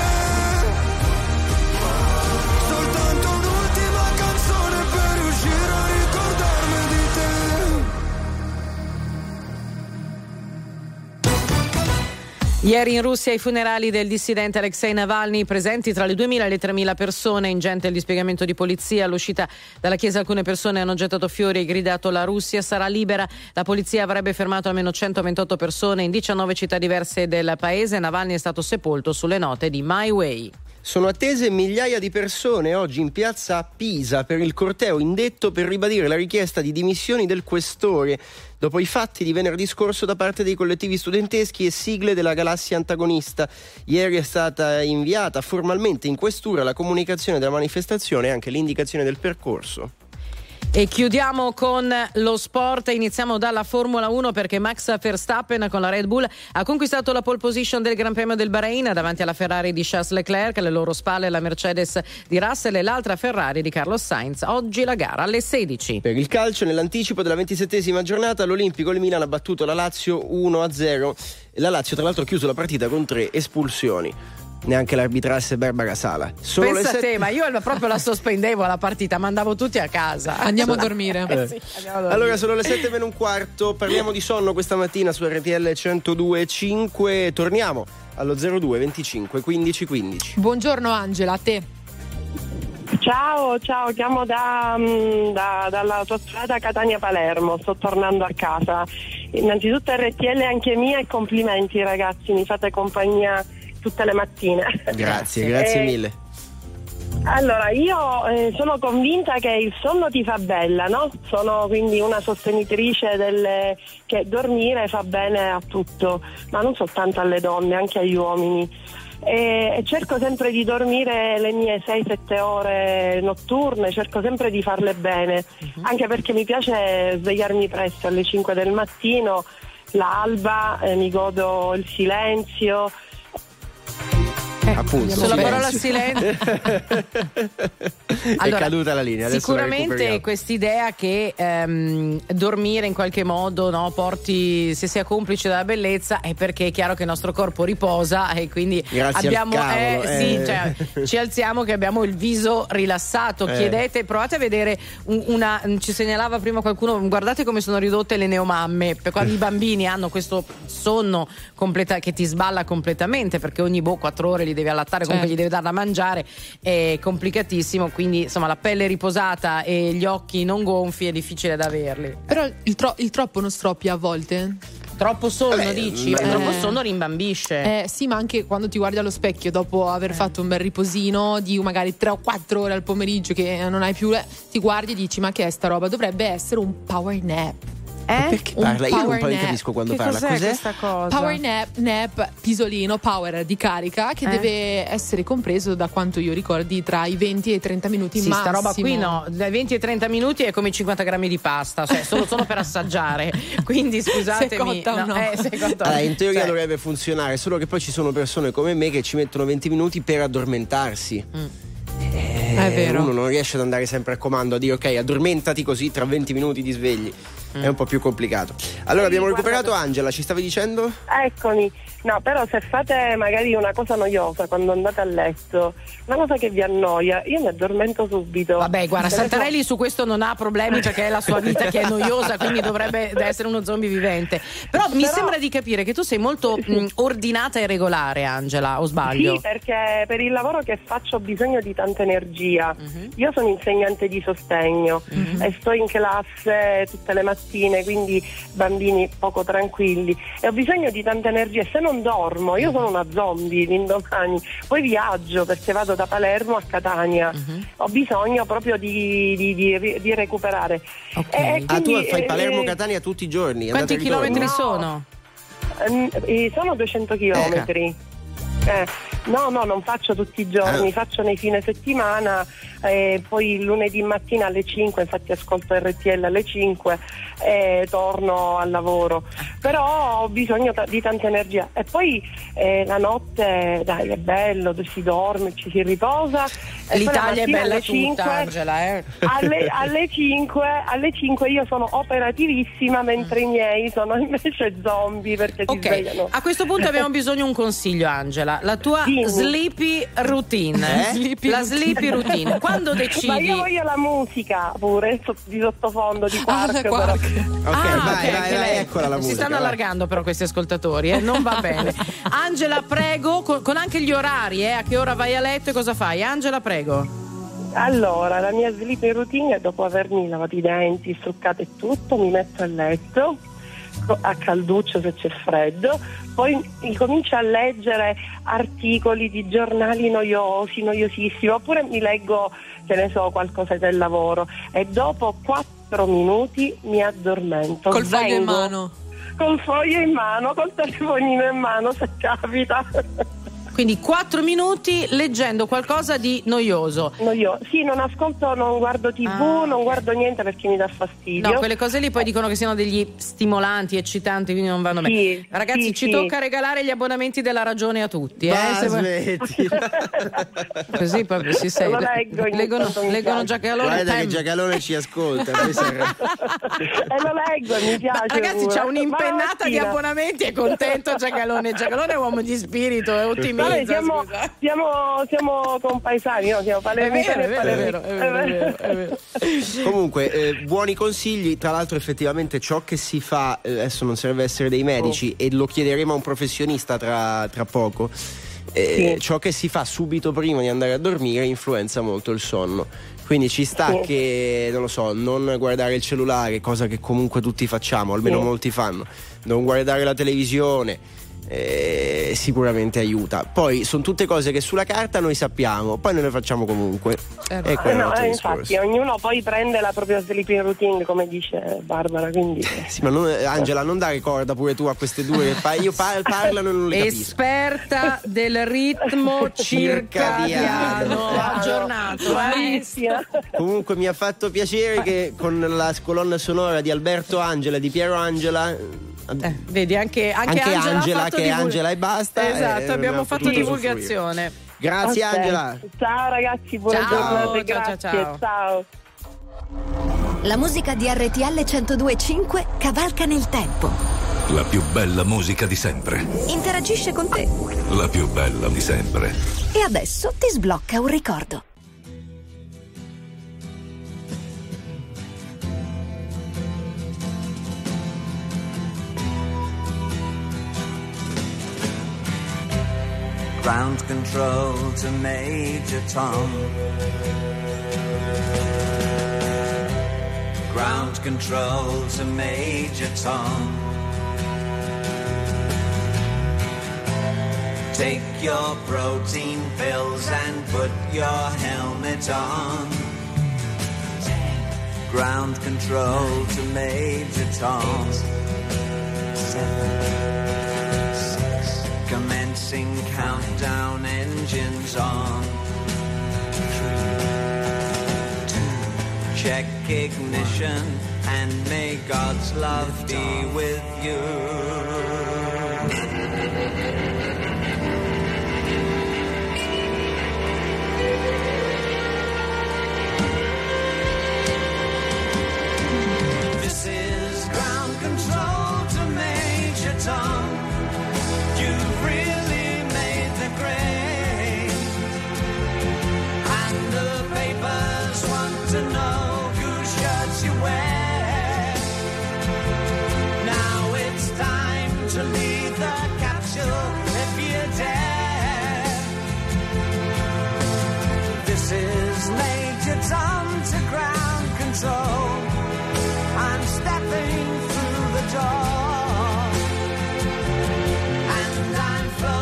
Speaker 11: soltanto un'ultima canzone per riuscire a ricordarmi di te.
Speaker 1: Ieri in Russia i funerali del dissidente Alexei Navalny, presenti tra le duemila e le tremila persone, ingente il dispiegamento di polizia. All'uscita dalla chiesa alcune persone hanno gettato fiori e gridato "la Russia sarà libera". La polizia avrebbe fermato almeno centoventotto persone in diciannove città diverse del paese. Navalny è stato sepolto sulle note di My Way.
Speaker 2: Sono attese migliaia di persone oggi in piazza a Pisa per il corteo indetto per ribadire la richiesta di dimissioni del questore dopo i fatti di venerdì scorso da parte dei collettivi studenteschi e sigle della galassia antagonista. Ieri è stata inviata formalmente in questura la comunicazione della manifestazione e anche l'indicazione del percorso.
Speaker 1: E chiudiamo con lo sport, iniziamo dalla Formula uno perché Max Verstappen con la Red Bull ha conquistato la pole position del Gran Premio del Bahrain davanti alla Ferrari di Charles Leclerc, alle loro spalle la Mercedes di Russell e l'altra Ferrari di Carlos Sainz. Oggi la gara alle sedici.
Speaker 2: Per il calcio, nell'anticipo della ventisettesima giornata, l'Olimpico il Milan ha battuto la Lazio uno a zero. La Lazio tra l'altro ha chiuso la partita con tre espulsioni. Neanche l'arbitrasse Barbara Sala. Sono
Speaker 1: Pensa
Speaker 2: le
Speaker 1: a
Speaker 2: sette...
Speaker 1: te, ma io proprio la sospendevo la partita, mandavo tutti a casa.
Speaker 3: Andiamo a dormire.
Speaker 1: Eh, sì, andiamo a dormire.
Speaker 2: Allora sono le sette meno un quarto, parliamo di sonno questa mattina su R T L centodue e cinque. Torniamo allo zero due venticinque quindici quindici.
Speaker 3: Buongiorno Angela, a te.
Speaker 12: Ciao, ciao, chiamo da, da, dall'autostrada Catania-Palermo, sto tornando a casa. Innanzitutto R T L anche mia e complimenti ragazzi, mi fate compagnia tutte le mattine.
Speaker 2: Grazie, grazie
Speaker 12: eh,
Speaker 2: mille.
Speaker 12: Allora, io eh, sono convinta che il sonno ti fa bella, no? Sono quindi una sostenitrice delle, che dormire fa bene a tutto, ma non soltanto alle donne, anche agli uomini. E, e cerco sempre di dormire le mie sei sette ore notturne, cerco sempre di farle bene, uh-huh. anche perché mi piace svegliarmi presto alle cinque del mattino, l'alba, eh, mi godo il silenzio.
Speaker 1: Eh,
Speaker 2: appunto
Speaker 1: sulla parola silenzio allora,
Speaker 2: è caduta la linea. Adesso
Speaker 1: sicuramente quest'idea che ehm, dormire in qualche modo, no, porti, se sia complice della bellezza, è perché è chiaro che il nostro corpo riposa e quindi
Speaker 2: grazie
Speaker 1: abbiamo
Speaker 2: al cavolo,
Speaker 1: eh, sì,
Speaker 2: eh.
Speaker 1: cioè, ci alziamo che abbiamo il viso rilassato. eh. Chiedete, provate a vedere un, una ci segnalava prima qualcuno, guardate come sono ridotte le neomamme per quando i bambini hanno questo sonno completa, che ti sballa completamente, perché ogni boh quattro ore li devi allattare, certo. comunque gli devi dare da mangiare, è complicatissimo, quindi insomma la pelle riposata e gli occhi non gonfi è difficile da averli.
Speaker 3: Però il, tro- il troppo non stroppia a volte?
Speaker 1: Troppo sonno, Vabbè, dici?
Speaker 3: Eh,
Speaker 1: troppo sonno rimbambisce.
Speaker 3: Eh, sì, ma anche quando ti guardi allo specchio dopo aver eh. fatto un bel riposino di magari tre o quattro ore al pomeriggio che non hai più, ti guardi e dici ma che è sta roba? Dovrebbe essere un power nap.
Speaker 1: Eh?
Speaker 2: Perché parla? Io non poi capisco quando
Speaker 1: che
Speaker 2: parla.
Speaker 1: Cos'è,
Speaker 2: cos'è
Speaker 1: questa cosa?
Speaker 3: Power nap, nap, pisolino, power di carica che eh? deve essere compreso, da quanto io ricordi, tra i venti e i trenta minuti
Speaker 1: sì,
Speaker 3: massimo.
Speaker 1: Sta roba qui no, dai venti ai trenta minuti è come cinquanta grammi di pasta, cioè solo, solo per assaggiare. Quindi scusatemi.
Speaker 3: Se cotta o no.
Speaker 1: Eh, se cotta
Speaker 2: allora, in teoria
Speaker 1: cioè.
Speaker 2: dovrebbe funzionare, solo che poi ci sono persone come me che ci mettono venti minuti per addormentarsi. Mm. Eh,
Speaker 3: è vero.
Speaker 2: Uno non riesce ad andare sempre a comando a dire ok, addormentati così tra venti minuti ti svegli. Mm. È un po' più complicato. Allora abbiamo recuperato Angela, ci stavi dicendo?
Speaker 12: Eccomi. No, però se fate magari una cosa noiosa quando andate a letto, una cosa che vi annoia, io mi addormento subito.
Speaker 1: Vabbè, guarda, Santarelli su questo non ha problemi perché è la sua vita che è noiosa, quindi dovrebbe essere uno zombie vivente. Però mi però, sembra di capire che tu sei molto sì. mh, ordinata e regolare, Angela, o sbaglio?
Speaker 12: Sì, perché per il lavoro che faccio ho bisogno di tanta energia. Uh-huh. Io sono insegnante di sostegno uh-huh. e sto in classe tutte le mattine, quindi bambini poco tranquilli, e ho bisogno di tanta energia. Se non dormo, io sono una zombie l'indomani, poi viaggio perché vado da Palermo a Catania, uh-huh. ho bisogno proprio di, di, di, di recuperare.
Speaker 2: Okay. E quindi, ah, tu fai Palermo-Catania tutti i giorni?
Speaker 1: Quanti chilometri no. sono?
Speaker 12: Eh, sono duecento chilometri.
Speaker 2: Eh.
Speaker 12: Eh, no, no, non faccio tutti i giorni,
Speaker 2: Ah.
Speaker 12: faccio nei fine settimana, eh, poi il lunedì mattina alle cinque, infatti ascolto R T L alle cinque e torno al lavoro. Però ho bisogno ta- di tanta energia. E poi eh, la notte, dai, è bello, si dorme, ci si riposa. E poi la
Speaker 1: L'Italia è
Speaker 12: mattina
Speaker 1: bella
Speaker 12: alle
Speaker 1: tutta,
Speaker 12: cinque,
Speaker 1: Angela, eh.
Speaker 12: alle, alle cinque, alle cinque io sono operativissima, mentre i miei sono invece zombie perché si
Speaker 1: Ok,
Speaker 12: svegliano.
Speaker 1: a questo punto abbiamo bisogno di un consiglio, Angela. La tua
Speaker 12: Dimmi.
Speaker 1: sleepy routine.
Speaker 2: Eh?
Speaker 3: Sleepy
Speaker 1: La
Speaker 3: routine.
Speaker 1: sleepy routine. Quando decidi?
Speaker 12: Ma io voglio la musica pure so- di sottofondo di
Speaker 3: Ah,
Speaker 12: Quark,
Speaker 3: Quark.
Speaker 12: però.
Speaker 2: Ok,
Speaker 1: Ah,
Speaker 2: vai,
Speaker 1: ok,
Speaker 2: vai,
Speaker 1: anche
Speaker 2: vai,
Speaker 1: lei.
Speaker 2: eccola la
Speaker 1: Si
Speaker 2: musica.
Speaker 1: stanno
Speaker 2: vai.
Speaker 1: allargando però questi ascoltatori, eh? Non va bene. Angela, prego, con, con anche gli orari, eh? A che ora vai a letto e cosa fai? Angela, prego.
Speaker 12: Allora, la mia sleeping routine è dopo avermi lavato i denti, struccato e tutto, mi metto a letto co- a calduccio se c'è freddo, poi comincio a leggere articoli di giornali noiosi, noiosissimi, oppure mi leggo, che ne so, qualcosa del lavoro e dopo quattro minuti mi addormento.
Speaker 3: Col foglio in
Speaker 12: Vengo
Speaker 3: mano.
Speaker 12: Col foglio in mano, col telefonino in mano se capita.
Speaker 1: Quindi quattro minuti leggendo qualcosa di noioso.
Speaker 12: No, io sì, non ascolto, non guardo tivù,
Speaker 1: Ah,
Speaker 12: non
Speaker 1: ok.
Speaker 12: guardo niente perché mi dà fastidio.
Speaker 1: No, quelle cose lì poi dicono che siano degli stimolanti, eccitanti, quindi non vanno bene.
Speaker 12: Sì,
Speaker 1: Ragazzi,
Speaker 12: sì,
Speaker 1: ci
Speaker 12: sì.
Speaker 1: tocca regalare gli abbonamenti della Ragione a tutti. Eh?
Speaker 2: Ma
Speaker 1: Se vuoi-
Speaker 2: smetti.
Speaker 1: Così proprio si sei.
Speaker 12: Lo leggo ogni
Speaker 1: leggono
Speaker 12: tanto, mi
Speaker 1: leggono
Speaker 12: piace.
Speaker 1: Giacalone.
Speaker 2: Guarda che
Speaker 1: Tem-
Speaker 2: Giacalone ci ascolta. poi si arra-
Speaker 12: E lo leggo e mi piace.
Speaker 1: Ragazzi,
Speaker 12: pure.
Speaker 1: c'ha un'impennata
Speaker 12: Ma
Speaker 1: di
Speaker 12: mattina.
Speaker 1: abbonamenti, è contento Giacalone. Giacalone è uomo di spirito, è
Speaker 12: Vabbè,
Speaker 1: ottimista.
Speaker 12: siamo,
Speaker 1: scusa.
Speaker 12: siamo, siamo compaesani, no? Siamo
Speaker 1: È vero,
Speaker 12: palermitani
Speaker 1: è
Speaker 12: e
Speaker 1: vero, è vero,
Speaker 12: palermitani.
Speaker 1: è vero, è vero, è vero.
Speaker 2: Comunque, eh, buoni consigli. Tra l'altro, effettivamente, ciò che si fa, eh, adesso non serve essere dei medici, e lo chiederemo a un professionista tra, tra poco. eh,
Speaker 12: Sì.
Speaker 2: Ciò che si fa subito prima di andare a dormire influenza molto il sonno. Quindi ci sta
Speaker 12: Sì.
Speaker 2: che, non lo so, non guardare il cellulare, cosa che comunque tutti facciamo, almeno
Speaker 12: Sì.
Speaker 2: molti fanno, non guardare la televisione. Eh, sicuramente aiuta. Poi sono tutte cose che sulla carta noi sappiamo, poi noi le facciamo comunque.
Speaker 3: Certo.
Speaker 2: E
Speaker 12: Eh,
Speaker 2: quello è un
Speaker 12: no,
Speaker 2: altro
Speaker 12: eh,
Speaker 2: discorso.
Speaker 12: infatti, ognuno poi prende la propria sleeping routine, come dice Barbara, quindi...
Speaker 2: Sì, ma non- Angela, non dare corda pure tu a queste due che pa- io par- parlano e non le capisco.
Speaker 1: Esperta del ritmo circadiano,
Speaker 2: Circadiano.
Speaker 1: aggiornato. Eh?
Speaker 12: Bravissima.
Speaker 2: Comunque mi ha fatto piacere che con la colonna sonora di Alberto Angela e di Piero Angela,
Speaker 1: Eh, vedi, anche, anche,
Speaker 2: anche
Speaker 1: Angela, ha
Speaker 2: Angela
Speaker 1: fatto
Speaker 2: che è
Speaker 1: divul-
Speaker 2: Angela e basta.
Speaker 1: Esatto,
Speaker 2: eh,
Speaker 1: abbiamo
Speaker 2: ne ha
Speaker 1: fatto
Speaker 2: potuto
Speaker 1: divulgazione.
Speaker 2: Grazie
Speaker 12: Ok.
Speaker 2: Angela.
Speaker 12: Ciao ragazzi, buona
Speaker 1: Ciao,
Speaker 12: giornata,
Speaker 1: ciao,
Speaker 12: grazie.
Speaker 1: ciao, ciao.
Speaker 12: ciao.
Speaker 13: La musica di R T L centodue e cinque cavalca nel tempo.
Speaker 7: La più bella musica di sempre.
Speaker 13: Interagisce con te.
Speaker 7: La più bella di sempre.
Speaker 13: E adesso ti sblocca un ricordo.
Speaker 14: Ground control to Major Tom. Ground control to Major Tom. Take your protein pills and put your helmet on. Ground control to Major Tom. Commencing countdown, engines on. Three, two, check ignition and may God's love be with you. This is ground control to Major Tom. You've really made the grade, and the papers want to know whose shirts you wear. Now it's time to leave the capsule if you dare. This is Major Tom to ground control. I'm stepping through the door, and I'm floating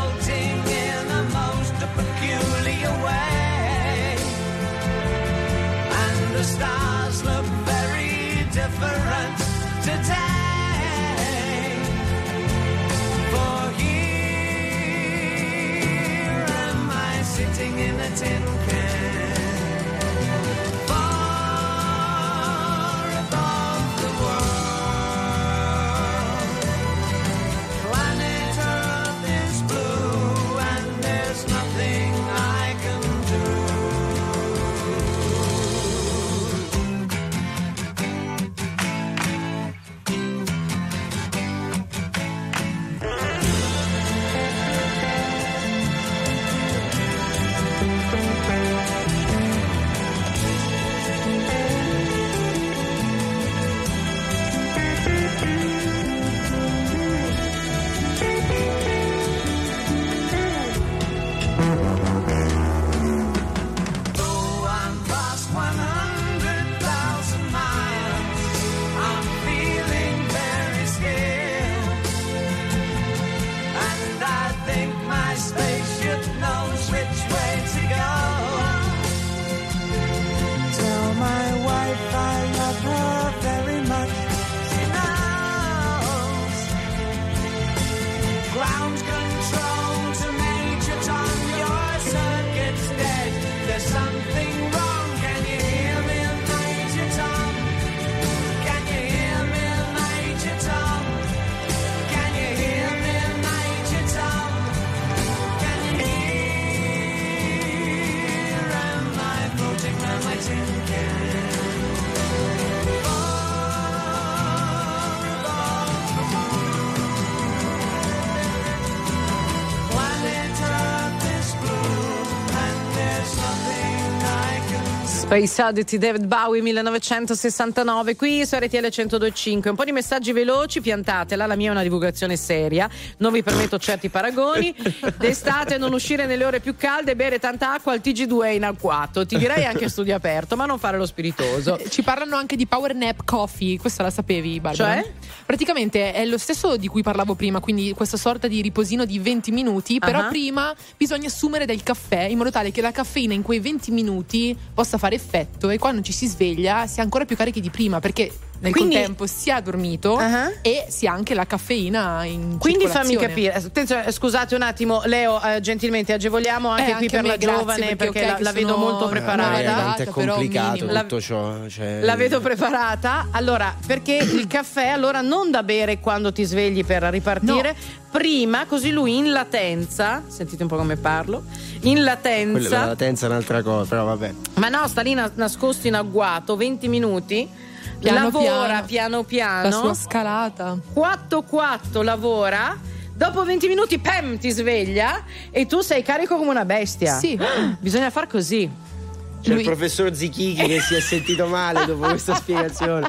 Speaker 14: tin can. Far above the world, planet Earth is blue and there's nothing I can do. Though I'm past one hundred thousand miles, I'm feeling very scared. And I think my spaceship knows which way to go. Tell my wife I love her very much. She knows. Ground control to Major Tom, your circuit's dead. There's something wrong. Can you hear me, Major Tom? Can you hear me, Major Tom? Can you hear me, Major Tom? Can you hear? Am I floating on my tin can? Planet Earth is blue and there's nothing I can
Speaker 1: Space Oddity, David Bowie, millenovecentosessantanove, qui su R T L centodue e cinque. Un po' di messaggi veloci, piantatela, la mia è una divulgazione seria, non vi permetto certi paragoni. D'estate non uscire nelle ore più calde, bere tanta acqua, al T G due in agguato, ti direi anche studio aperto, ma non fare lo spiritoso.
Speaker 3: Ci parlano anche di Power Nap Coffee, questa la sapevi, Barbara?
Speaker 1: Cioè?
Speaker 3: Praticamente è lo stesso di cui parlavo prima, quindi questa sorta di riposino di venti minuti, però
Speaker 1: Ah.
Speaker 3: prima bisogna assumere del caffè in modo tale che la caffeina in quei venti minuti possa fare effetto e quando ci si sveglia si è ancora più carichi di prima, perché nel
Speaker 1: Quindi-
Speaker 3: contempo si è addormito
Speaker 1: Ah.
Speaker 3: e si ha anche la caffeina in
Speaker 1: Quindi fammi
Speaker 3: circolazione.
Speaker 1: capire, attenzione, scusate un attimo, Leo, eh, gentilmente agevoliamo anche
Speaker 3: Eh,
Speaker 1: qui
Speaker 3: anche
Speaker 1: per
Speaker 3: a me,
Speaker 1: la
Speaker 3: grazie,
Speaker 1: giovane,
Speaker 3: perché,
Speaker 1: perché,
Speaker 3: ok,
Speaker 1: la,
Speaker 3: che
Speaker 1: la vedo
Speaker 3: sono
Speaker 1: molto preparata.
Speaker 3: nuova
Speaker 2: veramente è
Speaker 3: data, però
Speaker 2: complicato
Speaker 3: minimo.
Speaker 2: tutto ciò. Cioè...
Speaker 1: La vedo preparata. Allora, perché il caffè allora non da bere quando ti svegli per ripartire, prima, così lui in latenza, sentite un po' come parlo, in
Speaker 2: Quella,
Speaker 1: latenza,
Speaker 2: la latenza è un'altra cosa, però vabbè.
Speaker 1: ma no, sta lì na- nascosto in agguato venti minuti,
Speaker 3: Piano
Speaker 1: lavora
Speaker 3: piano.
Speaker 1: piano
Speaker 3: La sua
Speaker 1: piano,
Speaker 3: scalata.
Speaker 1: quattro quattro lavora. Dopo venti minuti, pam, ti sveglia e tu sei carico come una bestia.
Speaker 3: Sì.
Speaker 1: Bisogna far così.
Speaker 2: C'è
Speaker 3: Lui-
Speaker 2: il professor Zichichi che si è sentito male dopo questa spiegazione.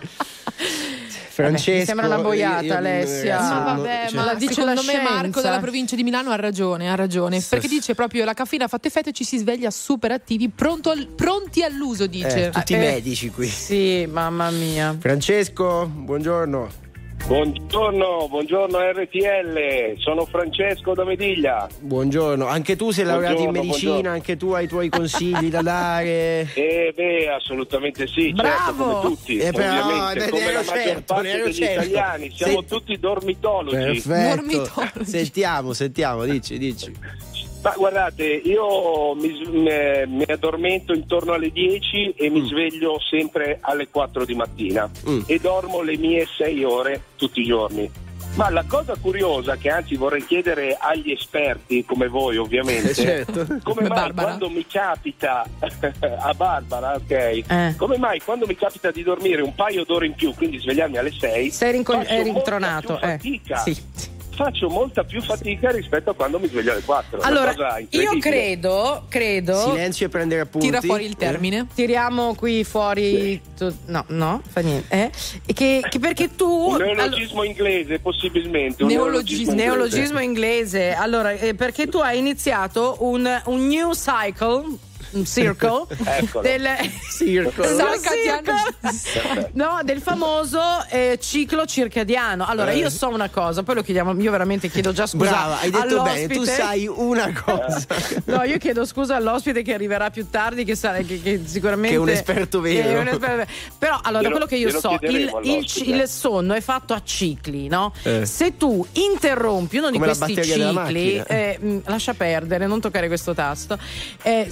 Speaker 2: Francesco,
Speaker 1: mi sembra una boiata,
Speaker 2: io- io-
Speaker 1: Alessia.
Speaker 2: ragazzi,
Speaker 3: Ah,
Speaker 2: non-
Speaker 3: vabbè,
Speaker 2: cioè-
Speaker 3: ma
Speaker 1: la dice
Speaker 3: secondo
Speaker 1: la
Speaker 3: me Marco
Speaker 1: scienza.
Speaker 3: dalla provincia di Milano ha ragione, ha ragione. Perché dice proprio la caffeina ha fatto effetto e ci si sveglia super attivi, pronto al- pronti all'uso, dice.
Speaker 2: eh, tutti
Speaker 1: Eh,
Speaker 2: i medici qui.
Speaker 1: Sì, mamma mia.
Speaker 2: Francesco, buongiorno.
Speaker 6: Buongiorno, buongiorno R T L, sono Francesco da Mediglia.
Speaker 2: Buongiorno, anche tu sei laureato in
Speaker 6: Buongiorno,
Speaker 2: medicina,
Speaker 6: buongiorno.
Speaker 2: anche tu hai i tuoi consigli da dare.
Speaker 6: Eh beh, assolutamente sì,
Speaker 1: Bravo!
Speaker 6: certo, come tutti,
Speaker 2: Eh, però,
Speaker 6: ovviamente,
Speaker 2: ne
Speaker 6: come
Speaker 2: ero
Speaker 6: la maggior
Speaker 2: certo, ne
Speaker 6: parte
Speaker 2: ero
Speaker 6: degli
Speaker 2: certo.
Speaker 6: italiani, siamo
Speaker 2: Sì.
Speaker 6: tutti dormitologi.
Speaker 2: Perfetto.
Speaker 3: Dormitologi.
Speaker 2: Sentiamo, sentiamo, dici, dici.
Speaker 6: Ma guardate, io mi, s- me- mi addormento intorno alle dieci e mi sveglio sempre alle quattro di mattina
Speaker 2: Mm.
Speaker 6: e dormo le mie sei ore tutti i giorni. Ma la cosa curiosa che anzi vorrei chiedere agli esperti come voi ovviamente,
Speaker 2: Eh, certo.
Speaker 6: come mai
Speaker 3: Barbara.
Speaker 6: quando mi capita a Barbara, ok,
Speaker 1: Eh.
Speaker 6: come mai quando mi capita di dormire un paio d'ore in più, quindi svegliarmi alle sei,
Speaker 1: Sei rincon-
Speaker 6: faccio
Speaker 1: è
Speaker 6: molta
Speaker 1: rintronato.
Speaker 6: più
Speaker 1: Eh.
Speaker 6: fatica.
Speaker 1: Sì.
Speaker 6: Faccio molta più fatica rispetto a quando mi sveglio alle quattro.
Speaker 1: Allora,
Speaker 6: Una cosa
Speaker 1: io
Speaker 6: incredibile.
Speaker 1: credo, credo.
Speaker 2: Silenzio e prendere appunti.
Speaker 3: Tira fuori il termine.
Speaker 1: Tiriamo qui fuori. tu- no, no, fa niente. Eh? E Che, che perché tu.
Speaker 6: Un
Speaker 1: allo-
Speaker 6: neologismo inglese, possibilmente. Un
Speaker 3: Neologismo.
Speaker 6: inglese.
Speaker 1: neologismo inglese. Allora, eh, perché tu hai iniziato un, un new cycle. Un circle
Speaker 6: Eccolo.
Speaker 1: del,
Speaker 2: Circle.
Speaker 3: Sacca, ti hanno-
Speaker 1: circle, no, del famoso eh, ciclo circadiano. Allora, io so una cosa, poi lo chiediamo. Io veramente chiedo già scusa.
Speaker 2: Brava, hai detto bene,
Speaker 1: all'ospite.
Speaker 2: tu sai una cosa.
Speaker 1: No, io chiedo scusa all'ospite che arriverà più tardi, che, sarà, che, che sicuramente
Speaker 2: Che è un esperto vero.
Speaker 1: che è un esperto- Però allora,
Speaker 6: Glielo-
Speaker 1: quello che io
Speaker 6: glielo
Speaker 1: so, il,
Speaker 6: chiederemo
Speaker 1: il,
Speaker 6: all'ospite.
Speaker 1: il sonno è fatto a cicli, no?
Speaker 2: Eh.
Speaker 1: Se tu interrompi uno di
Speaker 2: Come la
Speaker 1: questi
Speaker 2: batteria della
Speaker 1: cicli,
Speaker 2: macchina.
Speaker 1: eh, mh, lascia perdere, non toccare questo tasto. Eh, se tu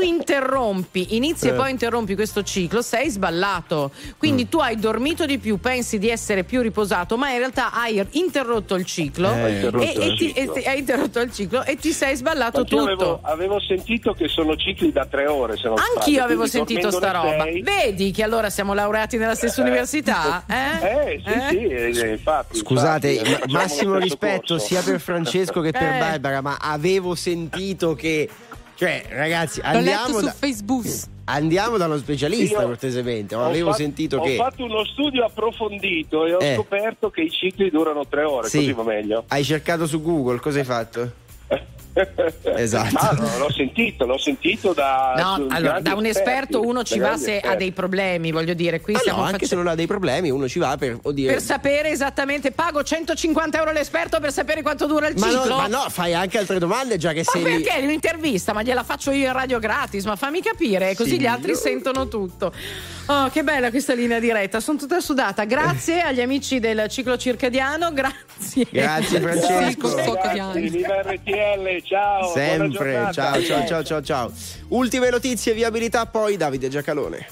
Speaker 1: interrompi, inizi
Speaker 2: Eh.
Speaker 1: e poi interrompi questo ciclo, sei sballato. Quindi
Speaker 2: Mm.
Speaker 1: tu hai dormito di più, pensi di essere più riposato, ma in realtà hai interrotto il ciclo
Speaker 2: Eh.
Speaker 1: e,
Speaker 6: interrotto
Speaker 1: e
Speaker 6: il
Speaker 1: ti,
Speaker 6: ciclo.
Speaker 1: e ti- hai interrotto il ciclo e ti sei sballato
Speaker 6: Perché io
Speaker 1: tutto.
Speaker 6: avevo, avevo sentito che sono cicli da tre ore, se non sbaglio,
Speaker 1: Anch'io avevo
Speaker 6: quindi
Speaker 1: sentito sta
Speaker 6: dormendo
Speaker 1: roba.
Speaker 6: alle sei-
Speaker 1: Vedi che allora siamo laureati nella stessa università? Eh?
Speaker 6: Eh, sì,
Speaker 1: Eh?
Speaker 6: sì, eh, infatti.
Speaker 2: Scusate,
Speaker 6: infatti,
Speaker 2: ma-
Speaker 6: facciamo
Speaker 2: massimo
Speaker 6: lo stesso
Speaker 2: rispetto
Speaker 6: corso.
Speaker 2: sia per Francesco che per
Speaker 1: Eh.
Speaker 2: Barbara, ma avevo sentito che, cioè, ragazzi,
Speaker 3: L'ho letto
Speaker 2: andiamo
Speaker 3: su
Speaker 2: da,
Speaker 3: Facebook.
Speaker 2: andiamo da uno specialista,
Speaker 6: Io
Speaker 2: cortesemente.
Speaker 6: Ho
Speaker 2: Avevo
Speaker 6: fatto-
Speaker 2: sentito
Speaker 6: ho
Speaker 2: che
Speaker 6: fatto uno studio approfondito e ho
Speaker 2: Eh.
Speaker 6: scoperto che i cicli durano tre ore,
Speaker 2: Sì.
Speaker 6: così va meglio.
Speaker 2: hai cercato su Google, cosa hai fatto? Esatto.
Speaker 6: Ma no, l'ho sentito, l'ho sentito da
Speaker 1: No,
Speaker 6: su-
Speaker 1: allora
Speaker 6: grandi
Speaker 1: da un
Speaker 6: esperti,
Speaker 1: esperto uno ci
Speaker 6: da
Speaker 1: va
Speaker 6: grandi
Speaker 1: se ha
Speaker 6: esperti.
Speaker 1: dei problemi, voglio dire. Qui
Speaker 2: Ah,
Speaker 1: stiamo
Speaker 2: no, anche
Speaker 1: facendo-
Speaker 2: se non ha dei problemi, uno ci va per oddio.
Speaker 1: per sapere esattamente, pago centocinquanta euro l'esperto per sapere quanto dura il
Speaker 2: ma,
Speaker 1: ciclo.
Speaker 2: no, ma no, fai anche altre domande già che
Speaker 1: Ma
Speaker 2: sei lì.
Speaker 1: perché un'intervista? Ma gliela faccio io in radio gratis, ma fammi capire, così
Speaker 2: Sì,
Speaker 1: gli altri
Speaker 2: io-
Speaker 1: sentono tutto. Oh, che bella questa linea diretta, sono tutta sudata. Grazie agli amici del ciclo circadiano, grazie.
Speaker 2: Grazie Francesco.
Speaker 3: Sì,
Speaker 6: Ragazzi, viva R T L, ciao. buona
Speaker 2: Sempre,
Speaker 6: giornata.
Speaker 2: ciao ciao ciao ciao ciao. Ultime notizie, viabilità, poi Davide Giacalone.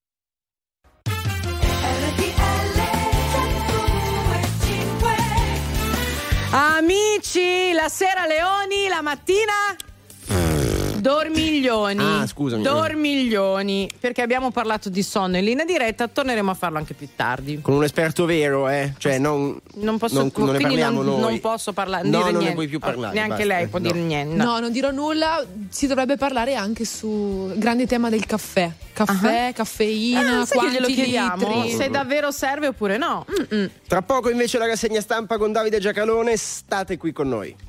Speaker 1: Amici, la sera leoni, la mattina dormiglioni.
Speaker 2: Ah, scusami.
Speaker 1: Dormiglioni, perché abbiamo parlato di sonno in linea diretta, torneremo a farlo anche più tardi.
Speaker 2: Con un esperto vero, eh? Cioè, non,
Speaker 1: Non posso,
Speaker 2: non, non ne
Speaker 1: quindi
Speaker 2: parliamo
Speaker 1: non,
Speaker 2: noi.
Speaker 1: non posso parlare,
Speaker 2: No,
Speaker 1: dire
Speaker 2: non ne
Speaker 1: niente.
Speaker 2: puoi più parlare,
Speaker 1: Neanche
Speaker 2: basta.
Speaker 1: lei può
Speaker 2: No.
Speaker 1: dire niente.
Speaker 3: No, non dirò nulla. Si dovrebbe parlare anche sul grande tema del caffè. Caffè, caffeina,
Speaker 1: Ah, sai che glielo
Speaker 3: quanti
Speaker 1: chiediamo?
Speaker 3: litri.
Speaker 1: Se davvero serve oppure no. Mm-mm.
Speaker 2: Tra poco invece la rassegna stampa con Davide Giacalone, state qui con noi.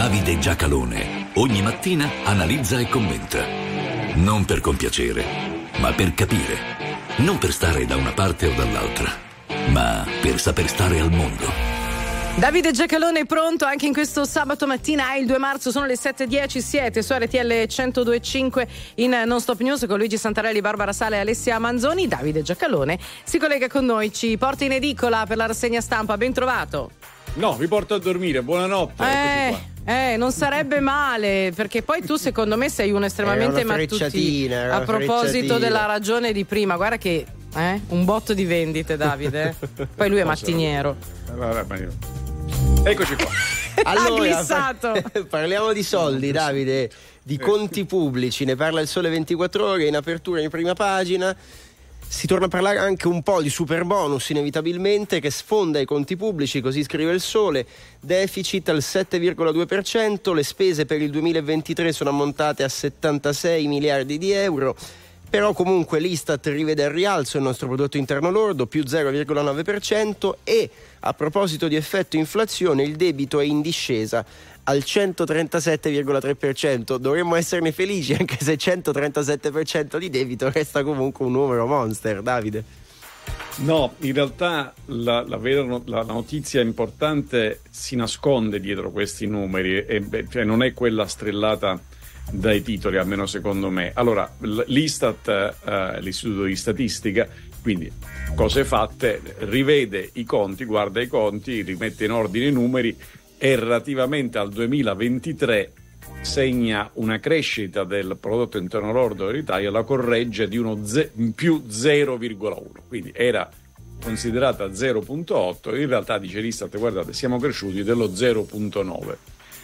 Speaker 7: Davide Giacalone ogni mattina analizza e commenta. Non per compiacere, ma per capire. Non per stare da una parte o dall'altra, ma per saper stare al mondo.
Speaker 1: Davide Giacalone è pronto anche in questo sabato mattina, è il due marzo, sono le sette e dieci, siete su R T L centodue e cinque in Non Stop News con Luigi Santarelli, Barbara Sala e Alessia Manzoni. Davide Giacalone si collega con noi, ci porta in edicola per la rassegna stampa, ben trovato.
Speaker 15: No, vi porto a dormire, buonanotte.
Speaker 1: Eh, eh, non sarebbe male, perché poi tu secondo me sei uno estremamente mattutino. A proposito della ragione di prima, guarda che eh, un botto di vendite, Davide. Poi lui è mattiniero.
Speaker 15: Vabbè, ma io... Eccoci qua.
Speaker 2: Allora, par- parliamo di soldi, Davide, di conti pubblici, ne parla il Sole ventiquattro Ore in apertura in prima pagina. Si torna a parlare anche un po' di super bonus, inevitabilmente, che sfonda i conti pubblici, così scrive il Sole. Deficit al sette virgola due per cento, le spese per il duemilaventitré sono ammontate a settantasei miliardi di euro. Però comunque l'Istat rivede al rialzo il nostro prodotto interno lordo, più zero virgola nove per cento, e a proposito di effetto inflazione il debito è in discesa al centotrentasette virgola tre per cento. Dovremmo esserne felici, anche se centotrentasette per cento di debito resta comunque un numero monster, Davide.
Speaker 15: No, in realtà la, la, vera, la notizia importante si nasconde dietro questi numeri, e, cioè non è quella strellata dai titoli, almeno secondo me. Allora, l'Istat, eh, l'Istituto di Statistica, quindi cose fatte, rivede i conti, guarda i conti, rimette in ordine i numeri e relativamente al duemilaventitré segna una crescita del prodotto interno lordo dell'Italia, la corregge di uno ze- più zero virgola uno, quindi era considerata zero virgola otto, in realtà dice l'Istat, guardate, siamo cresciuti dello zero virgola nove.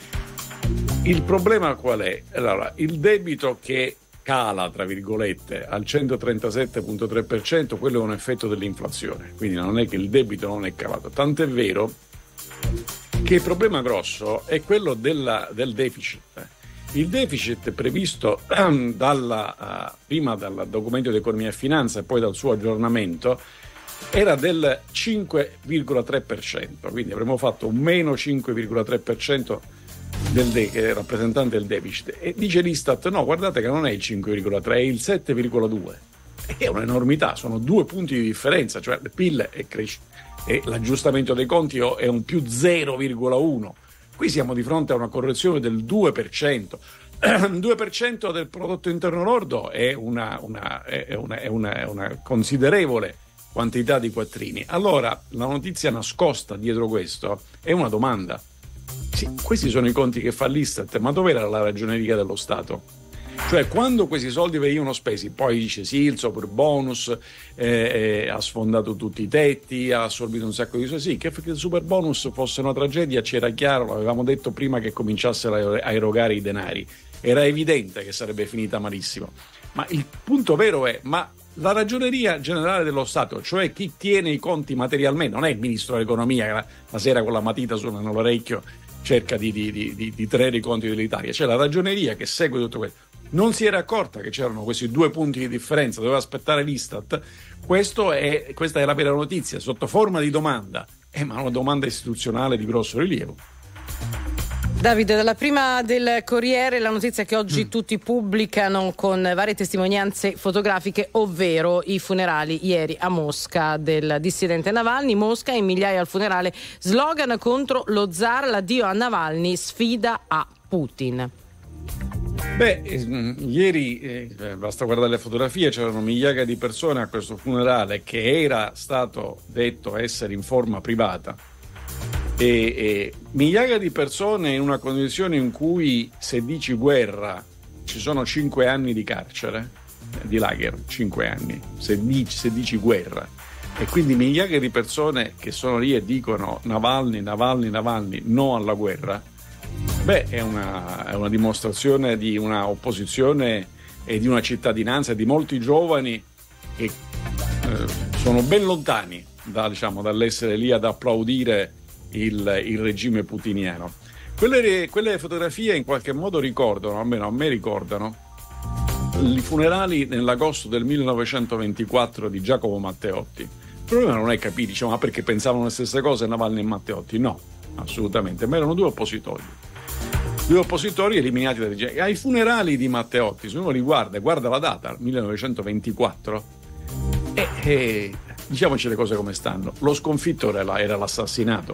Speaker 15: Il problema qual è? Allora, il debito che cala, tra virgolette, al centotrentasette virgola tre per cento, quello è un effetto dell'inflazione, quindi non è che il debito non è calato, tant'è vero che il problema grosso è quello della, del deficit. Il deficit previsto dalla, uh, prima dal documento di economia e finanza e poi dal suo aggiornamento era del cinque virgola tre per cento, quindi avremmo fatto un meno cinque virgola tre per cento del de- rappresentante del deficit, e dice l'Istat no, guardate che non è il cinque virgola tre, è il sette virgola due. È un'enormità, sono due punti di differenza, cioè il P I L è cresciuto e l'aggiustamento dei conti è un più zero virgola uno. Qui siamo di fronte a una correzione del due per cento. due per cento del prodotto interno lordo è una, una, è una, è una, è una considerevole quantità di quattrini. Allora la notizia nascosta dietro questo è una domanda. Sì, questi sono i conti che fa l'Istat, ma dov'era la ragioneria dello Stato? Cioè, quando questi soldi venivano spesi, poi dice sì, il super bonus eh, eh, ha sfondato tutti i tetti, ha assorbito un sacco di soldi. Sì, che il super bonus fosse una tragedia c'era chiaro, l'avevamo detto prima che cominciassero a erogare i denari. Era evidente che sarebbe finita malissimo. Ma il punto vero è, ma la ragioneria generale dello Stato, cioè chi tiene i conti materialmente, non è il ministro dell'economia che la, la sera con la matita sull'orecchio cerca di, di, di, di, di tenere i conti dell'Italia, c'è la ragioneria che segue tutto questo. Non si era accorta che c'erano questi due punti di differenza, doveva aspettare l'Istat. Questo è, questa è la vera notizia, sotto forma di domanda, eh, ma una domanda istituzionale di grosso rilievo.
Speaker 1: Davide, dalla prima del Corriere la notizia che oggi mm. tutti pubblicano con varie testimonianze fotografiche, ovvero i funerali ieri a Mosca del dissidente Navalny. Mosca in migliaia al funerale, slogan contro lo zar, l'addio a Navalny, sfida a Putin.
Speaker 15: Beh, eh, ieri, eh, basta guardare le fotografie, c'erano migliaia di persone a questo funerale che era stato detto essere in forma privata. E, e migliaia di persone in una condizione in cui se dici guerra ci sono cinque anni di carcere, di lager, cinque anni, se dici, se dici guerra, e quindi migliaia di persone che sono lì e dicono Navalny, Navalny, Navalny, no alla guerra. Beh, è una, è una dimostrazione di una opposizione e di una cittadinanza di molti giovani che eh, sono ben lontani da, diciamo, dall'essere lì ad applaudire il, il regime putiniano. Quelle, quelle fotografie in qualche modo ricordano, almeno a me ricordano, i funerali nell'agosto del millenovecentoventiquattro di Giacomo Matteotti. Il problema non è capire, diciamo, ma perché pensavano le stesse cose Navalny e Matteotti? No, assolutamente, ma erano due oppositori. due oppositori eliminati dal G. Ai funerali di Matteotti, se uno li guarda, guarda la data, millenovecentoventiquattro, e, e diciamoci le cose come stanno, lo sconfitto era, era l'assassinato,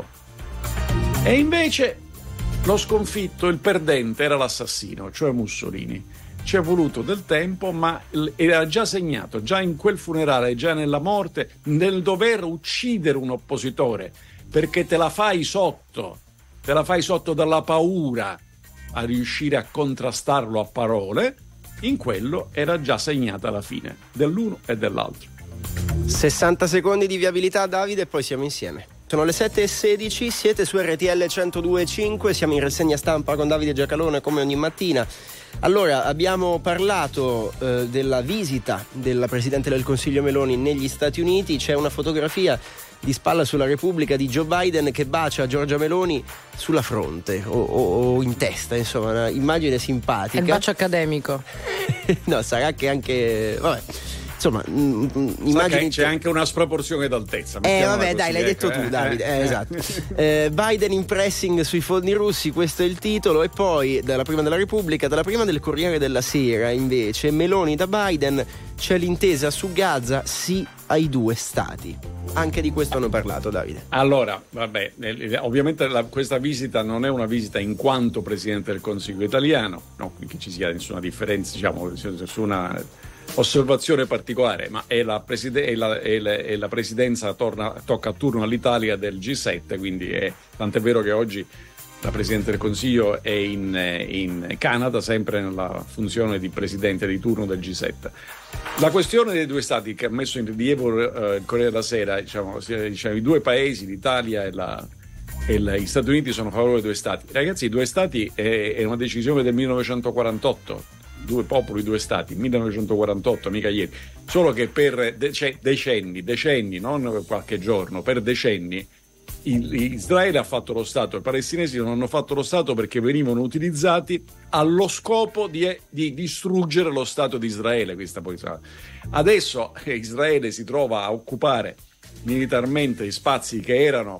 Speaker 15: e invece lo sconfitto, il perdente, era l'assassino, cioè Mussolini. Ci è voluto del tempo, ma era già segnato, già in quel funerale, già nella morte, nel dover uccidere un oppositore, perché te la fai sotto, te la fai sotto dalla paura a riuscire a contrastarlo a parole. In quello era già segnata la fine dell'uno e dell'altro.
Speaker 2: sessanta secondi di viabilità, Davide, e poi siamo insieme. Sono le sette e sedici, siete su R T L centodue e cinque, siamo in rassegna stampa con Davide Giacalone come ogni mattina. Allora, abbiamo parlato eh, della visita della Presidente del Consiglio Meloni negli Stati Uniti. C'è una fotografia di spalla sulla Repubblica di Joe Biden che bacia Giorgia Meloni sulla fronte o, o, o in testa, insomma, una immagine simpatica.
Speaker 1: È il bacio accademico.
Speaker 2: No, sarà che anche... vabbè. Insomma,
Speaker 15: immagini... c'è anche una sproporzione d'altezza.
Speaker 2: Eh vabbè, dai, l'hai detto tu, Davide. Eh, esatto. eh, Biden in pressing sui fondi russi, questo è il titolo. E poi dalla prima della Repubblica, dalla prima del Corriere della Sera, invece, Meloni da Biden, c'è l'intesa su Gaza, sì ai due stati. Anche di questo hanno parlato, Davide.
Speaker 15: Allora, vabbè, ovviamente la, questa visita non è una visita in quanto Presidente del Consiglio italiano, no, che ci sia nessuna differenza, diciamo, nessuna osservazione particolare, ma è la, preside- è la, è la, è la presidenza torna, tocca a turno all'Italia del G sette, quindi è, tant'è vero che oggi la Presidente del Consiglio è in, in Canada, sempre nella funzione di Presidente di turno del G sette. La questione dei due stati che ha messo in rilievo eh, il Corriere della Sera, diciamo, diciamo i due paesi, l'Italia e, la, e la, gli Stati Uniti, sono favorevoli ai due stati. Ragazzi, i due stati è, è una decisione del millenovecentoquarantotto. Due popoli, due stati, millenovecentoquarantotto, mica ieri. Solo che per dec- decenni, decenni, non qualche giorno, per decenni il, Israele ha fatto lo Stato, i palestinesi non hanno fatto lo Stato perché venivano utilizzati allo scopo di, di distruggere lo Stato di Israele. Questa poi sarà. Adesso Israele si trova a occupare militarmente gli spazi che erano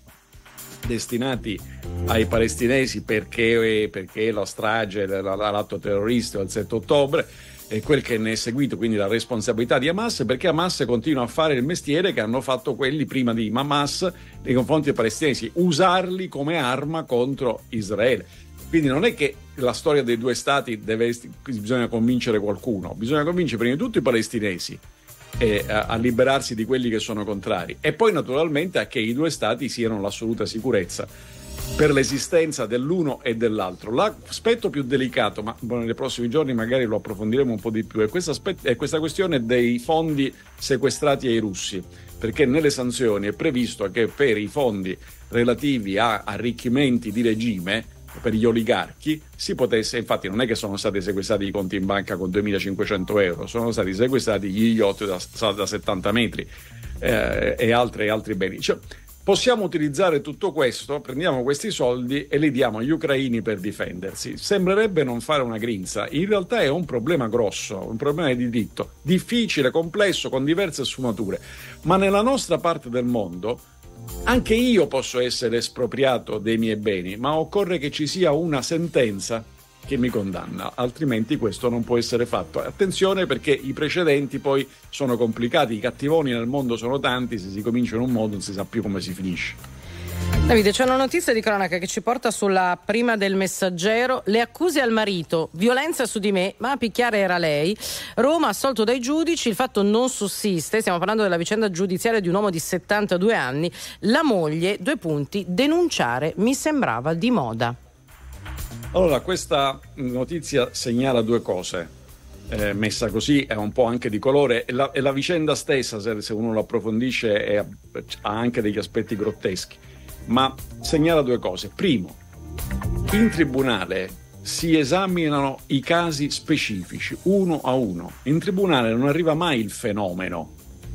Speaker 15: destinati ai palestinesi perché, perché la strage, l'atto terroristico del sette ottobre e quel che ne è seguito, quindi la responsabilità di Hamas, perché Hamas continua a fare il mestiere che hanno fatto quelli prima di Hamas nei confronti dei palestinesi, usarli come arma contro Israele. Quindi non è che la storia dei due stati deve, bisogna convincere qualcuno, bisogna convincere prima di tutto i palestinesi E a, a liberarsi di quelli che sono contrari, e poi naturalmente a che i due stati siano l'assoluta sicurezza per l'esistenza dell'uno e dell'altro. L'aspetto più delicato, ma nei prossimi giorni magari lo approfondiremo un po' di più, è questa, aspetto, è questa questione dei fondi sequestrati ai russi, perché nelle sanzioni è previsto che per i fondi relativi a arricchimenti di regime, per gli oligarchi, si potesse, infatti non è che sono stati sequestrati i conti in banca con duemilacinquecento euro, sono stati sequestrati gli yacht da, da settanta metri eh, e altri, altri beni. Cioè, possiamo utilizzare tutto questo, prendiamo questi soldi e li diamo agli ucraini per difendersi. Sembrerebbe non fare una grinza, in realtà è un problema grosso, un problema di diritto, difficile, complesso, con diverse sfumature, ma nella nostra parte del mondo anche io posso essere espropriato dei miei beni, ma occorre che ci sia una sentenza che mi condanna, altrimenti questo non può essere fatto. Attenzione, perché i precedenti poi sono complicati, i cattivoni nel mondo sono tanti, se si comincia in un modo non si sa più come si finisce.
Speaker 1: Davide, c'è una notizia di cronaca che ci porta sulla prima del Messaggero. Le accuse al marito, violenza su di me, ma a picchiare era lei. Roma assolto dai giudici, il fatto non sussiste. Stiamo parlando della vicenda giudiziaria di un uomo di settantadue anni. La moglie, due punti, denunciare mi sembrava di moda.
Speaker 15: Allora, questa notizia segnala due cose. Eh, messa così è un po' anche di colore, e la, e la vicenda stessa, se, se uno lo approfondisce, è, ha anche degli aspetti grotteschi. Ma segnala due cose. Primo, in tribunale si esaminano i casi specifici, uno a uno. In tribunale non arriva mai il fenomeno,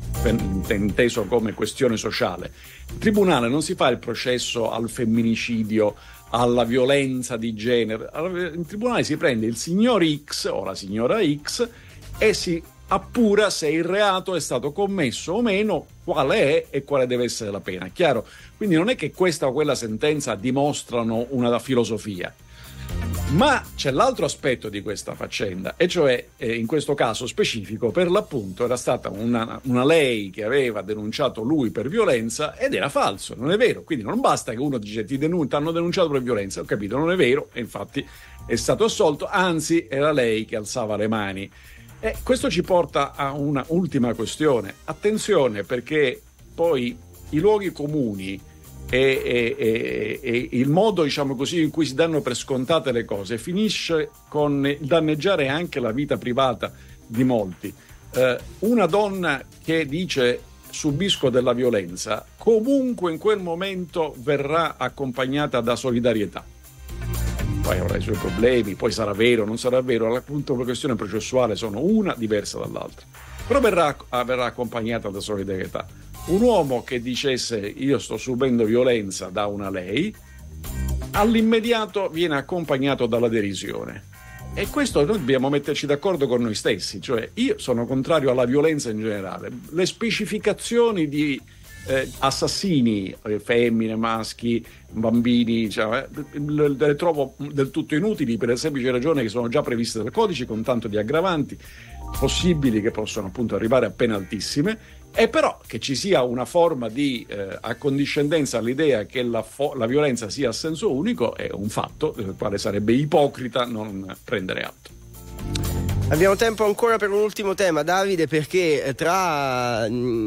Speaker 15: inteso come questione sociale. In tribunale non si fa il processo al femminicidio, alla violenza di genere. In tribunale si prende il signor X o la signora X e si appura se il reato è stato commesso o meno, quale è e quale deve essere la pena. Chiaro? Quindi non è che questa o quella sentenza dimostrano una filosofia. Ma c'è l'altro aspetto di questa faccenda, e cioè eh, in questo caso specifico, per l'appunto, era stata una, una lei che aveva denunciato lui per violenza ed era falso, non è vero. Quindi non basta che uno dice ti denun- hanno denunciato per violenza, ho capito, non è vero, e infatti è stato assolto, anzi era lei che alzava le mani. E questo ci porta a una ultima questione. Attenzione, perché poi i luoghi comuni E, e, e, e il modo, diciamo così, in cui si danno per scontate le cose finisce con il danneggiare anche la vita privata di molti. Eh, una donna che dice subisco della violenza comunque in quel momento verrà accompagnata da solidarietà. Poi avrà i suoi problemi, poi sarà vero, non sarà vero, appunto le questioni processuali sono una diversa dall'altra, però verrà, verrà accompagnata da solidarietà. Un uomo che dicesse io sto subendo violenza da una lei, all'immediato viene accompagnato dalla derisione. E questo noi dobbiamo metterci d'accordo con noi stessi, cioè io sono contrario alla violenza in generale. Le specificazioni di eh, assassini, eh, femmine, maschi, bambini, cioè, le, le trovo del tutto inutili per la semplice ragione che sono già previste dal codice con tanto di aggravanti possibili che possono appunto arrivare a pene altissime. E però che ci sia una forma di eh, accondiscendenza all'idea che la, fo- la violenza sia a senso unico è un fatto del quale sarebbe ipocrita non prendere atto.
Speaker 2: Abbiamo tempo ancora per un ultimo tema, Davide, perché tra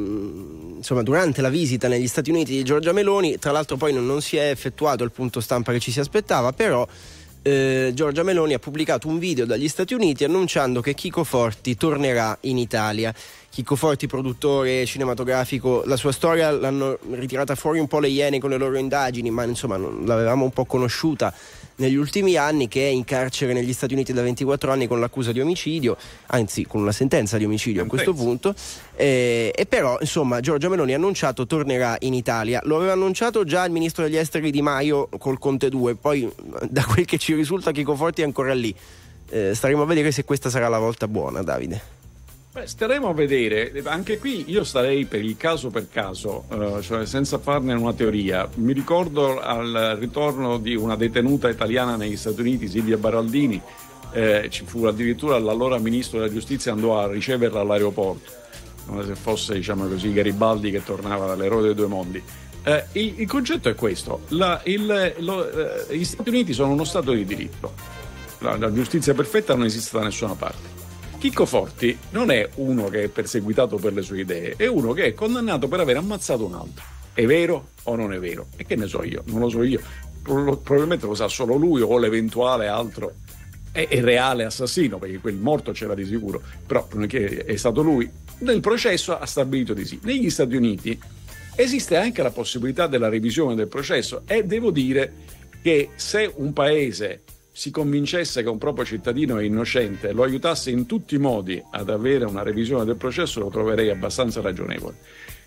Speaker 2: insomma durante la visita negli Stati Uniti di Giorgia Meloni, tra l'altro poi non, non si è effettuato il punto stampa che ci si aspettava, però eh, Giorgia Meloni ha pubblicato un video dagli Stati Uniti annunciando che Chico Forti tornerà in Italia. Chico Forti, produttore cinematografico, la sua storia l'hanno ritirata fuori un po' le Iene con le loro indagini, ma insomma non l'avevamo un po' conosciuta negli ultimi anni, che è in carcere negli Stati Uniti da ventiquattro anni con l'accusa di omicidio, anzi con una sentenza di omicidio a questo punto, eh, e però insomma Giorgia Meloni ha annunciato tornerà in Italia. Lo aveva annunciato già il ministro degli esteri Di Maio col Conte due, poi da quel che ci risulta Chico Forti è ancora lì. Eh, staremo a vedere se questa sarà la volta buona, Davide.
Speaker 15: Beh, staremo a vedere. Anche qui io starei per il caso per caso, eh, cioè senza farne una teoria. Mi ricordo al ritorno di una detenuta italiana negli Stati Uniti, Silvia Baraldini, eh, ci fu addirittura l'allora ministro della giustizia andò a riceverla all'aeroporto, come se fosse, diciamo così, Garibaldi che tornava dall'eroe dei due mondi. Eh, il, il concetto è questo: la, il, lo, eh, gli Stati Uniti sono uno stato di diritto, la, la giustizia perfetta non esiste da nessuna parte. Chico Forti non è uno che è perseguitato per le sue idee, è uno che è condannato per aver ammazzato un altro. È vero o non è vero? E che ne so io? Non lo so io. Pro- probabilmente lo sa solo lui o l'eventuale altro è, è reale assassino, perché quel morto c'era di sicuro, però che è stato lui. Nel processo ha stabilito di sì. Negli Stati Uniti esiste anche la possibilità della revisione del processo, e devo dire che se un paese si convincesse che un proprio cittadino è innocente e lo aiutasse in tutti i modi ad avere una revisione del processo, lo troverei abbastanza ragionevole.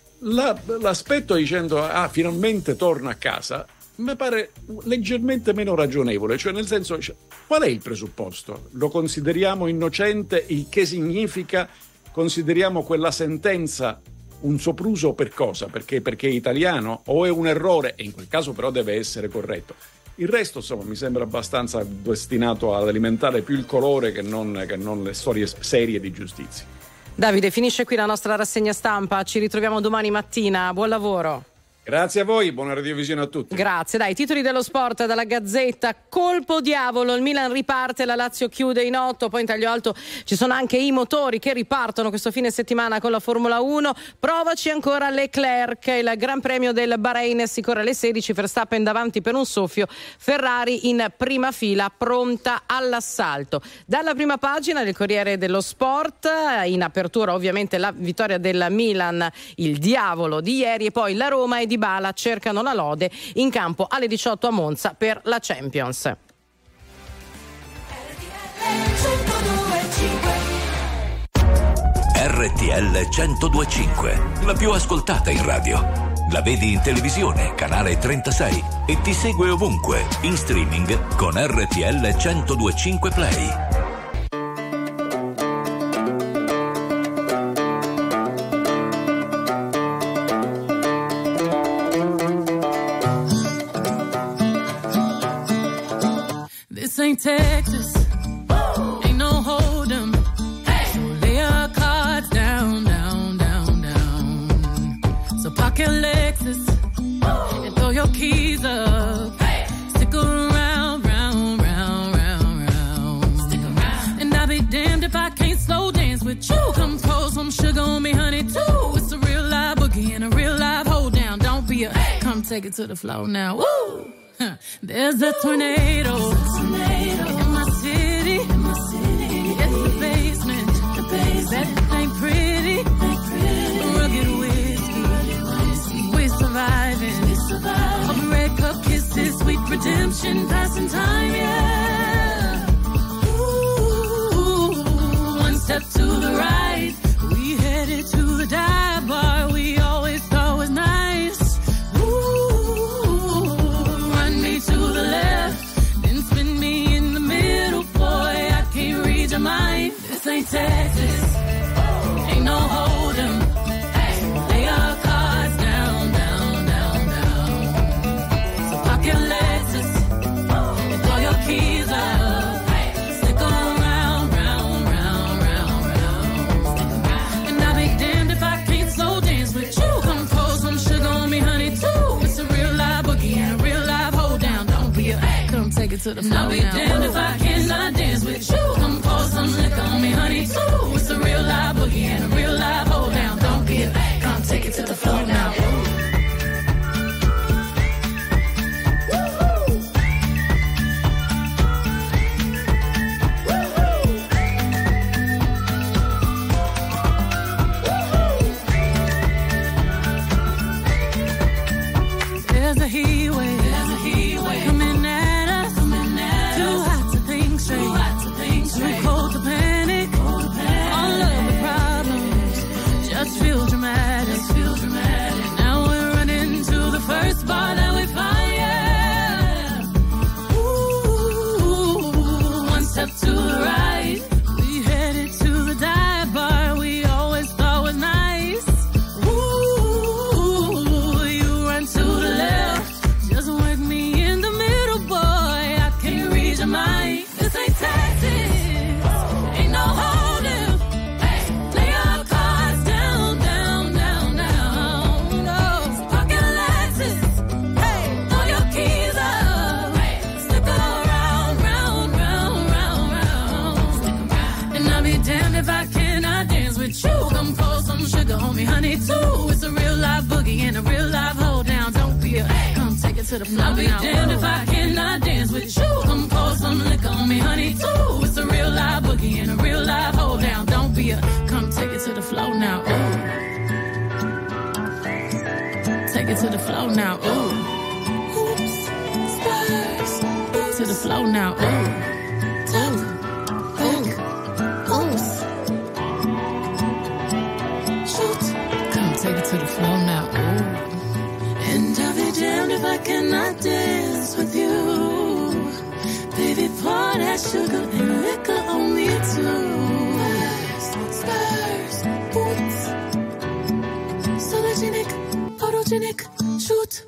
Speaker 15: La, l'aspetto dicendo ah finalmente torna a casa mi pare leggermente meno ragionevole, cioè nel senso, cioè, qual è il presupposto? Lo consideriamo innocente, il che significa consideriamo quella sentenza un sopruso per cosa? Perché, perché è italiano o è un errore, e in quel caso però deve essere corretto. Il resto, insomma, mi sembra abbastanza destinato ad alimentare più il colore che non, che non le storie serie di giustizia.
Speaker 1: Davide, finisce qui la nostra rassegna stampa. Ci ritroviamo domani mattina. Buon lavoro.
Speaker 15: Grazie a voi, buona radiovisione a tutti.
Speaker 1: Grazie. Dai, titoli dello sport dalla Gazzetta. Colpo diavolo, il Milan riparte, la Lazio chiude in otto. Poi in taglio alto ci sono anche i motori che ripartono questo fine settimana con la Formula uno. Provaci ancora Leclerc, il Gran Premio del Bahrain si corre alle sedici, Verstappen davanti per un soffio, Ferrari in prima fila pronta all'assalto. Dalla prima pagina del Corriere dello Sport, in apertura ovviamente la vittoria del Milan, il diavolo di ieri, e poi la Roma e Dybala cercano la lode in campo alle diciotto a Monza per la Champions.
Speaker 7: R T L centodue e cinque, la più ascoltata in radio. La vedi in televisione, canale trentasei, e ti segue ovunque, in streaming con R T L centodue e cinque Play.
Speaker 16: This ain't ain't Texas. Ain't no hold 'em. So lay your cards down, down, down, down. So park your Lexus and throw your keys up. Stick around, round, round, round, round. Stick around. And I'll be damned if I can't slow dance with you. Come pour some sugar on me, honey, too. It's a real live boogie and a real live hold down. Don't be a come take it to the floor now. Woo! Huh. There's a tornado, tornado in my city. In my city. It's the basement. The basement. That ain't pretty. Ain't pretty. Rugged whiskey. whiskey. We're surviving. We're surviving. All the red cup kisses, sweet redemption, passing time, yeah. Ooh, one step to the right. We headed to the dive bar we always thought was nice. To the left, then spin me in the middle, boy, I can't read your mind. This ain't Texas, ain't no hold 'em. Lay your cards down, down, down, down. So park your Lexus and throw your keys up. Stick around, round, round, round, round. And I'll be damned if I can't slow dance with you. Come pour some sugar on me, honey, too. It's a real live boogie and a real live hold down. Don't be a come take it to the floor. I'll be damned if I cannot dance with you. Come pour some liquor on me, honey, too. It's a real live boogie and a real live hold down. Don't be a come take it to the floor now. There's a heat wave. There's a heat wave coming at us. Coming at Too us. hot to think straight. Too hot to think straight. Too cold to panic. Cold to panic. All of the problems just feel dramatic. Just feel dramatic. Now we're running to the first bar that we find. Yeah. Ooh, one step to the right. We headed to the dive bar we always thought was nice. Ooh, you run to the left. Just work me in the middle, boy. I can't read your mind. This ain't Texas. Ain't no holding. Lay your cards down, down, down, down. No, pocket Lexus. Hey, throw your keys up. Stick around, round, round, round, round. Stick around. And I'll be damned if I cannot dance with you. Come pour some sugar on me, honey, too. It's a real live boogie and a real live hold down. Don't be a come take it to the floor. I'll be now. damned if I cannot dance with you. Come pour some liquor on me, honey, too. It's a real live boogie and a real live hold down. Don't be a come take it to the floor now. Ooh. Take it to the floor now. Ooh. Oops. Spurs. To the floor now. Ooh. Ooh. Ooh. Oops. Shoot. Come take it to the floor now. Ooh. And I'll be damned if I cannot dance with you. Baby, pour that sugar and liquor on me too. Spurs, boots, sologenic, photogenic, shoot.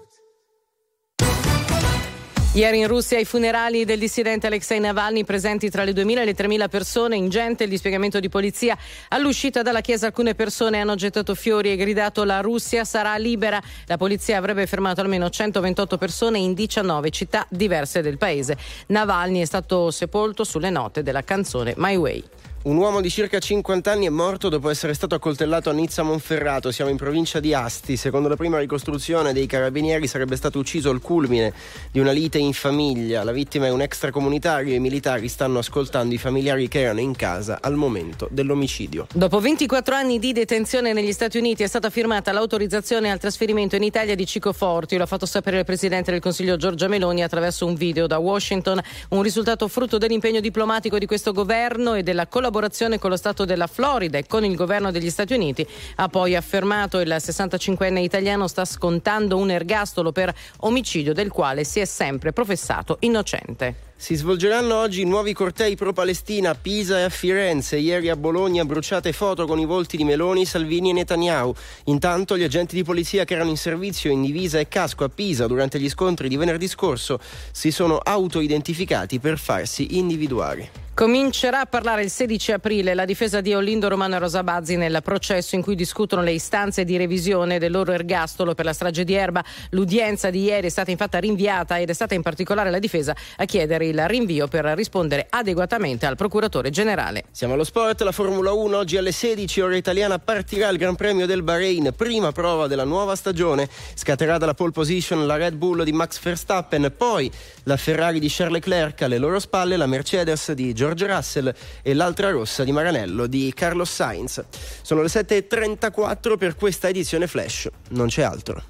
Speaker 1: Ieri in Russia ai funerali del dissidente Alexei Navalny, presenti tra le duemila e le tremila persone, ingente il dispiegamento di polizia. All'uscita dalla chiesa alcune persone hanno gettato fiori e gridato "La Russia sarà libera". La polizia avrebbe fermato almeno centoventotto persone in diciannove città diverse del paese. Navalny è stato sepolto sulle note della canzone My Way.
Speaker 2: Un uomo di circa cinquanta anni è morto dopo essere stato accoltellato a Nizza Monferrato, siamo in provincia di Asti. Secondo la prima ricostruzione dei carabinieri sarebbe stato ucciso al culmine di una lite in famiglia. La vittima è un extracomunitario e i militari stanno ascoltando i familiari che erano in casa al momento dell'omicidio.
Speaker 1: Dopo ventiquattro anni di detenzione negli Stati Uniti è stata firmata l'autorizzazione al trasferimento in Italia di Chico Forti. Lo ha fatto sapere il Presidente del Consiglio Giorgia Meloni attraverso un video da Washington, un risultato frutto dell'impegno diplomatico di questo governo e della collaborazione collaborazione con lo Stato della Florida e con il governo degli Stati Uniti. Ha poi affermato il sessantacinquenne italiano sta scontando un ergastolo per omicidio del quale si è sempre professato innocente.
Speaker 2: Si svolgeranno oggi nuovi cortei pro-Palestina a Pisa e a Firenze. Ieri a Bologna bruciate foto con i volti di Meloni, Salvini e Netanyahu. Intanto gli agenti di polizia che erano in servizio in divisa e casco a Pisa durante gli scontri di venerdì scorso si sono auto-identificati per farsi individuare.
Speaker 1: Comincerà a parlare il sedici aprile la difesa di Olindo Romano e Rosa Bazzi nel processo in cui discutono le istanze di revisione del loro ergastolo per la strage di Erba. L'udienza di ieri è stata infatti rinviata ed è stata in particolare la difesa a chiedere il rinvio per rispondere adeguatamente al procuratore generale.
Speaker 2: Siamo allo sport, la Formula uno oggi alle sedici ora italiana partirà il Gran Premio del Bahrain, prima prova della nuova stagione. Scatterà dalla pole position la Red Bull di Max Verstappen, poi la Ferrari di Charles Leclerc, alle loro spalle la Mercedes di George Russell e l'altra rossa di Maranello di Carlos Sainz. Sono le sette e trentaquattro per questa edizione Flash, non c'è altro.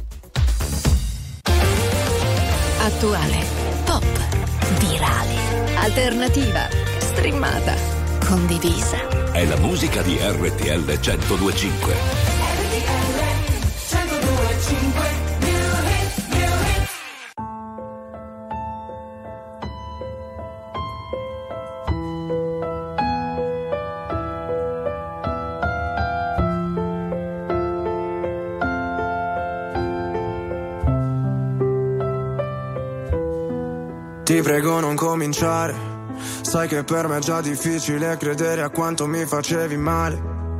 Speaker 13: Attuale, pop, virale, alternativa, streamata, condivisa.
Speaker 7: È la musica di R T L centodue e cinque.
Speaker 14: R T L centodue e cinque.
Speaker 17: Ti prego non cominciare, sai che per me è già difficile credere a quanto mi facevi male.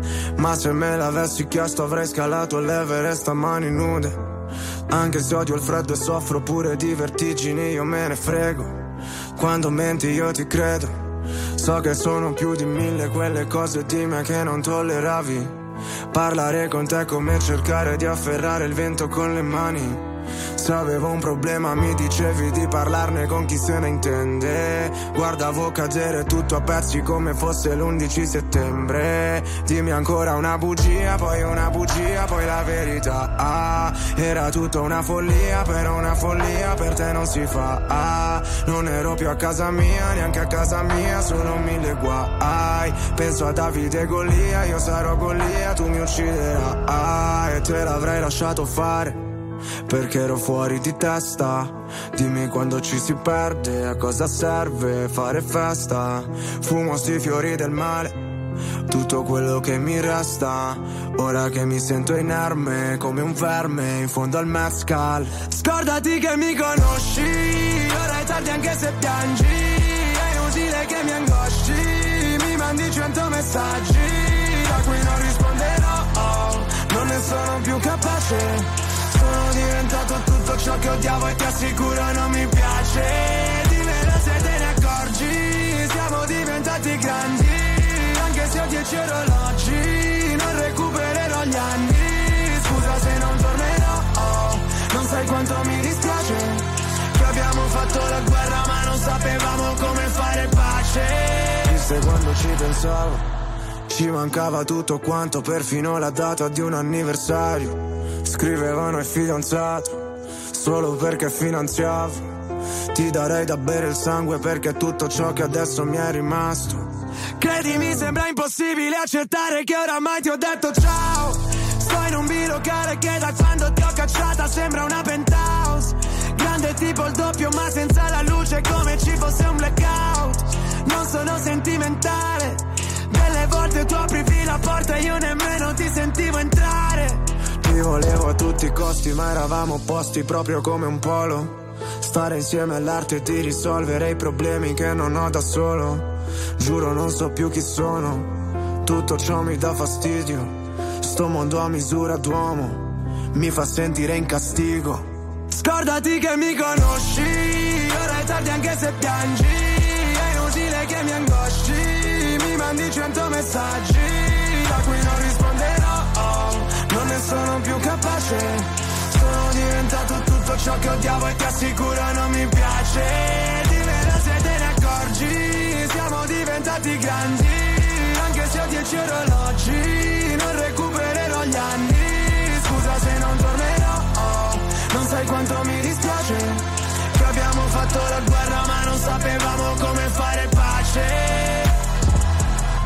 Speaker 17: Ma se me l'avessi chiesto avrei scalato l'Everest a mani nude. Anche se odio il freddo e soffro pure di vertigini, io me ne frego. Quando menti io ti credo. So che sono più di mille quelle cose di me che non tolleravi. Parlare con te è come cercare di afferrare il vento con le mani. Se avevo un problema mi dicevi di parlarne con chi se ne intende. Guardavo cadere tutto a pezzi come fosse l'undici settembre. Dimmi ancora una bugia, poi una bugia, poi la verità. Ah, era tutto una follia, però una follia per te non si fa. Ah, non ero più a casa mia, neanche a casa mia, sono mille guai. Penso a Davide e Golia, io sarò Golia, tu mi ucciderai. Ah, e te l'avrei lasciato fare perché ero fuori di testa. Dimmi quando ci si perde, a cosa serve fare festa. Fumo sti fiori del male, tutto quello che mi resta. Ora che mi sento inerme come un verme in fondo al mezcal. Scordati che mi conosci, ora è tardi anche se piangi. È inutile che mi angosci, mi mandi cento messaggi a cui non risponderò, oh, non ne sono più capace. Sono diventato tutto ciò che odiavo e ti assicuro non mi piace. Dimmelo se te ne accorgi, siamo diventati grandi. Anche se ho dieci orologi, non recupererò gli anni. Scusa se non tornerò, oh, non sai quanto mi dispiace che abbiamo fatto la guerra ma non sapevamo come fare pace. Viste quando ci pensavo, ci mancava tutto quanto, perfino la data di un anniversario. Scrivevano il fidanzato solo perché finanziavo. Ti darei da bere il sangue perché è tutto ciò che adesso mi è rimasto. Credimi sembra impossibile accettare che oramai ti ho detto ciao. Sto in un bilocale che da quando ti ho cacciata sembra una penthouse. Grande tipo il doppio ma senza la luce, come ci fosse un blackout. Non sono sentimentale, delle volte tu aprivi la porta e io nemmeno ti sentivo entrare. Ti volevo a tutti i costi ma eravamo opposti proprio come un polo. Stare insieme all'arte di risolvere i problemi che non ho da solo. Giuro non so più chi sono, tutto ciò mi dà fastidio. Sto mondo a misura d'uomo mi fa sentire in castigo. Scordati che mi conosci, ora è tardi anche se piangi. È inutile che mi angosci, mi mandi cento messaggi da cui non risponderò, oh, non ne sono più capace. Sono diventato tutto ciò che odiavo e ti assicuro non mi piace. Dimmelo se te ne accorgi, siamo diventati grandi. Anche se ho dieci orologi, non recupererò gli anni. Scusa se non tornerò, oh, non sai quanto mi dispiace che abbiamo fatto la guerra ma non sapevamo come fare pace.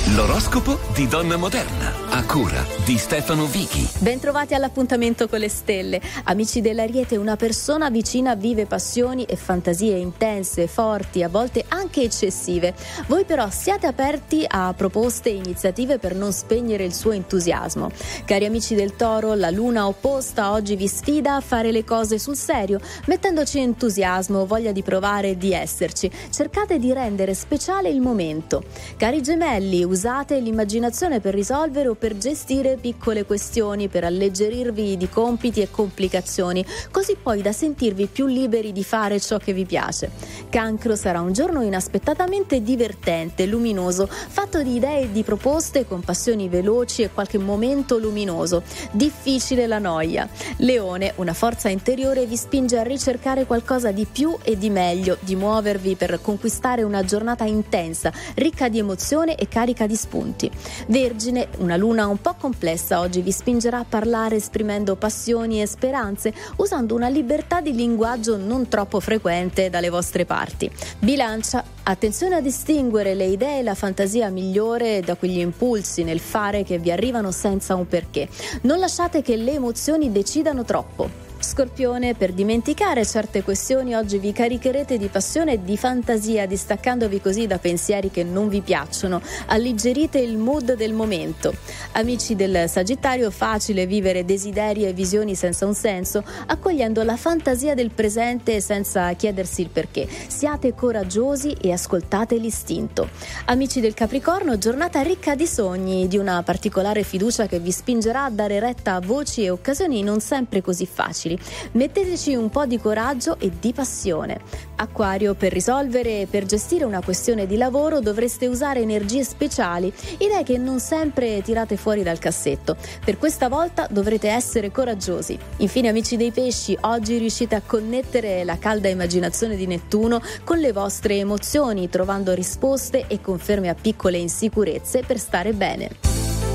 Speaker 18: L'oroscopo di Donna Moderna, a cura di Stefano Vichi.
Speaker 19: Bentrovati all'appuntamento con le stelle. Amici dell'Ariete, una persona vicina vive passioni e fantasie intense, forti, a volte anche eccessive. Voi però siate aperti a proposte e iniziative per non spegnere il suo entusiasmo. Cari amici del Toro, la luna opposta oggi vi sfida a fare le cose sul serio, mettendoci entusiasmo, voglia di provare e di esserci. Cercate di rendere speciale il momento. Cari Gemelli, usate l'immaginazione per risolvere o per gestire piccole questioni, per alleggerirvi di compiti e complicazioni, così poi da sentirvi più liberi di fare ciò che vi piace. Cancro, sarà un giorno inaspettatamente divertente, luminoso, fatto di idee e di proposte, con passioni veloci e qualche momento luminoso. Difficile la noia. Leone, una forza interiore vi spinge a ricercare qualcosa di più e di meglio, di muovervi per conquistare una giornata intensa, ricca di emozione e carica di spunti. Vergine, una luna un po' complessa oggi vi spingerà a parlare esprimendo passioni e speranze, usando una libertà di linguaggio non troppo frequente dalle vostre parti. Bilancia, attenzione a distinguere le idee e la fantasia migliore da quegli impulsi nel fare che vi arrivano senza un perché. Non lasciate che le emozioni decidano troppo. Scorpione, per dimenticare certe questioni oggi vi caricherete di passione e di fantasia, distaccandovi così da pensieri che non vi piacciono. Alleggerite il mood del momento. Amici del Sagittario, facile vivere desideri e visioni senza un senso, accogliendo la fantasia del presente senza chiedersi il perché. Siate coraggiosi e ascoltate l'istinto. Amici del Capricorno, giornata ricca di sogni, di una particolare fiducia che vi spingerà a dare retta a voci e occasioni non sempre così facili. Metteteci un po' di coraggio e di passione. Acquario, per risolvere e per gestire una questione di lavoro dovreste usare energie speciali, idee che non sempre tirate fuori dal cassetto. Per questa volta dovrete essere coraggiosi. Infine, amici dei Pesci, oggi riuscite a connettere la calda immaginazione di Nettuno con le vostre emozioni, trovando risposte e conferme a piccole insicurezze per stare bene.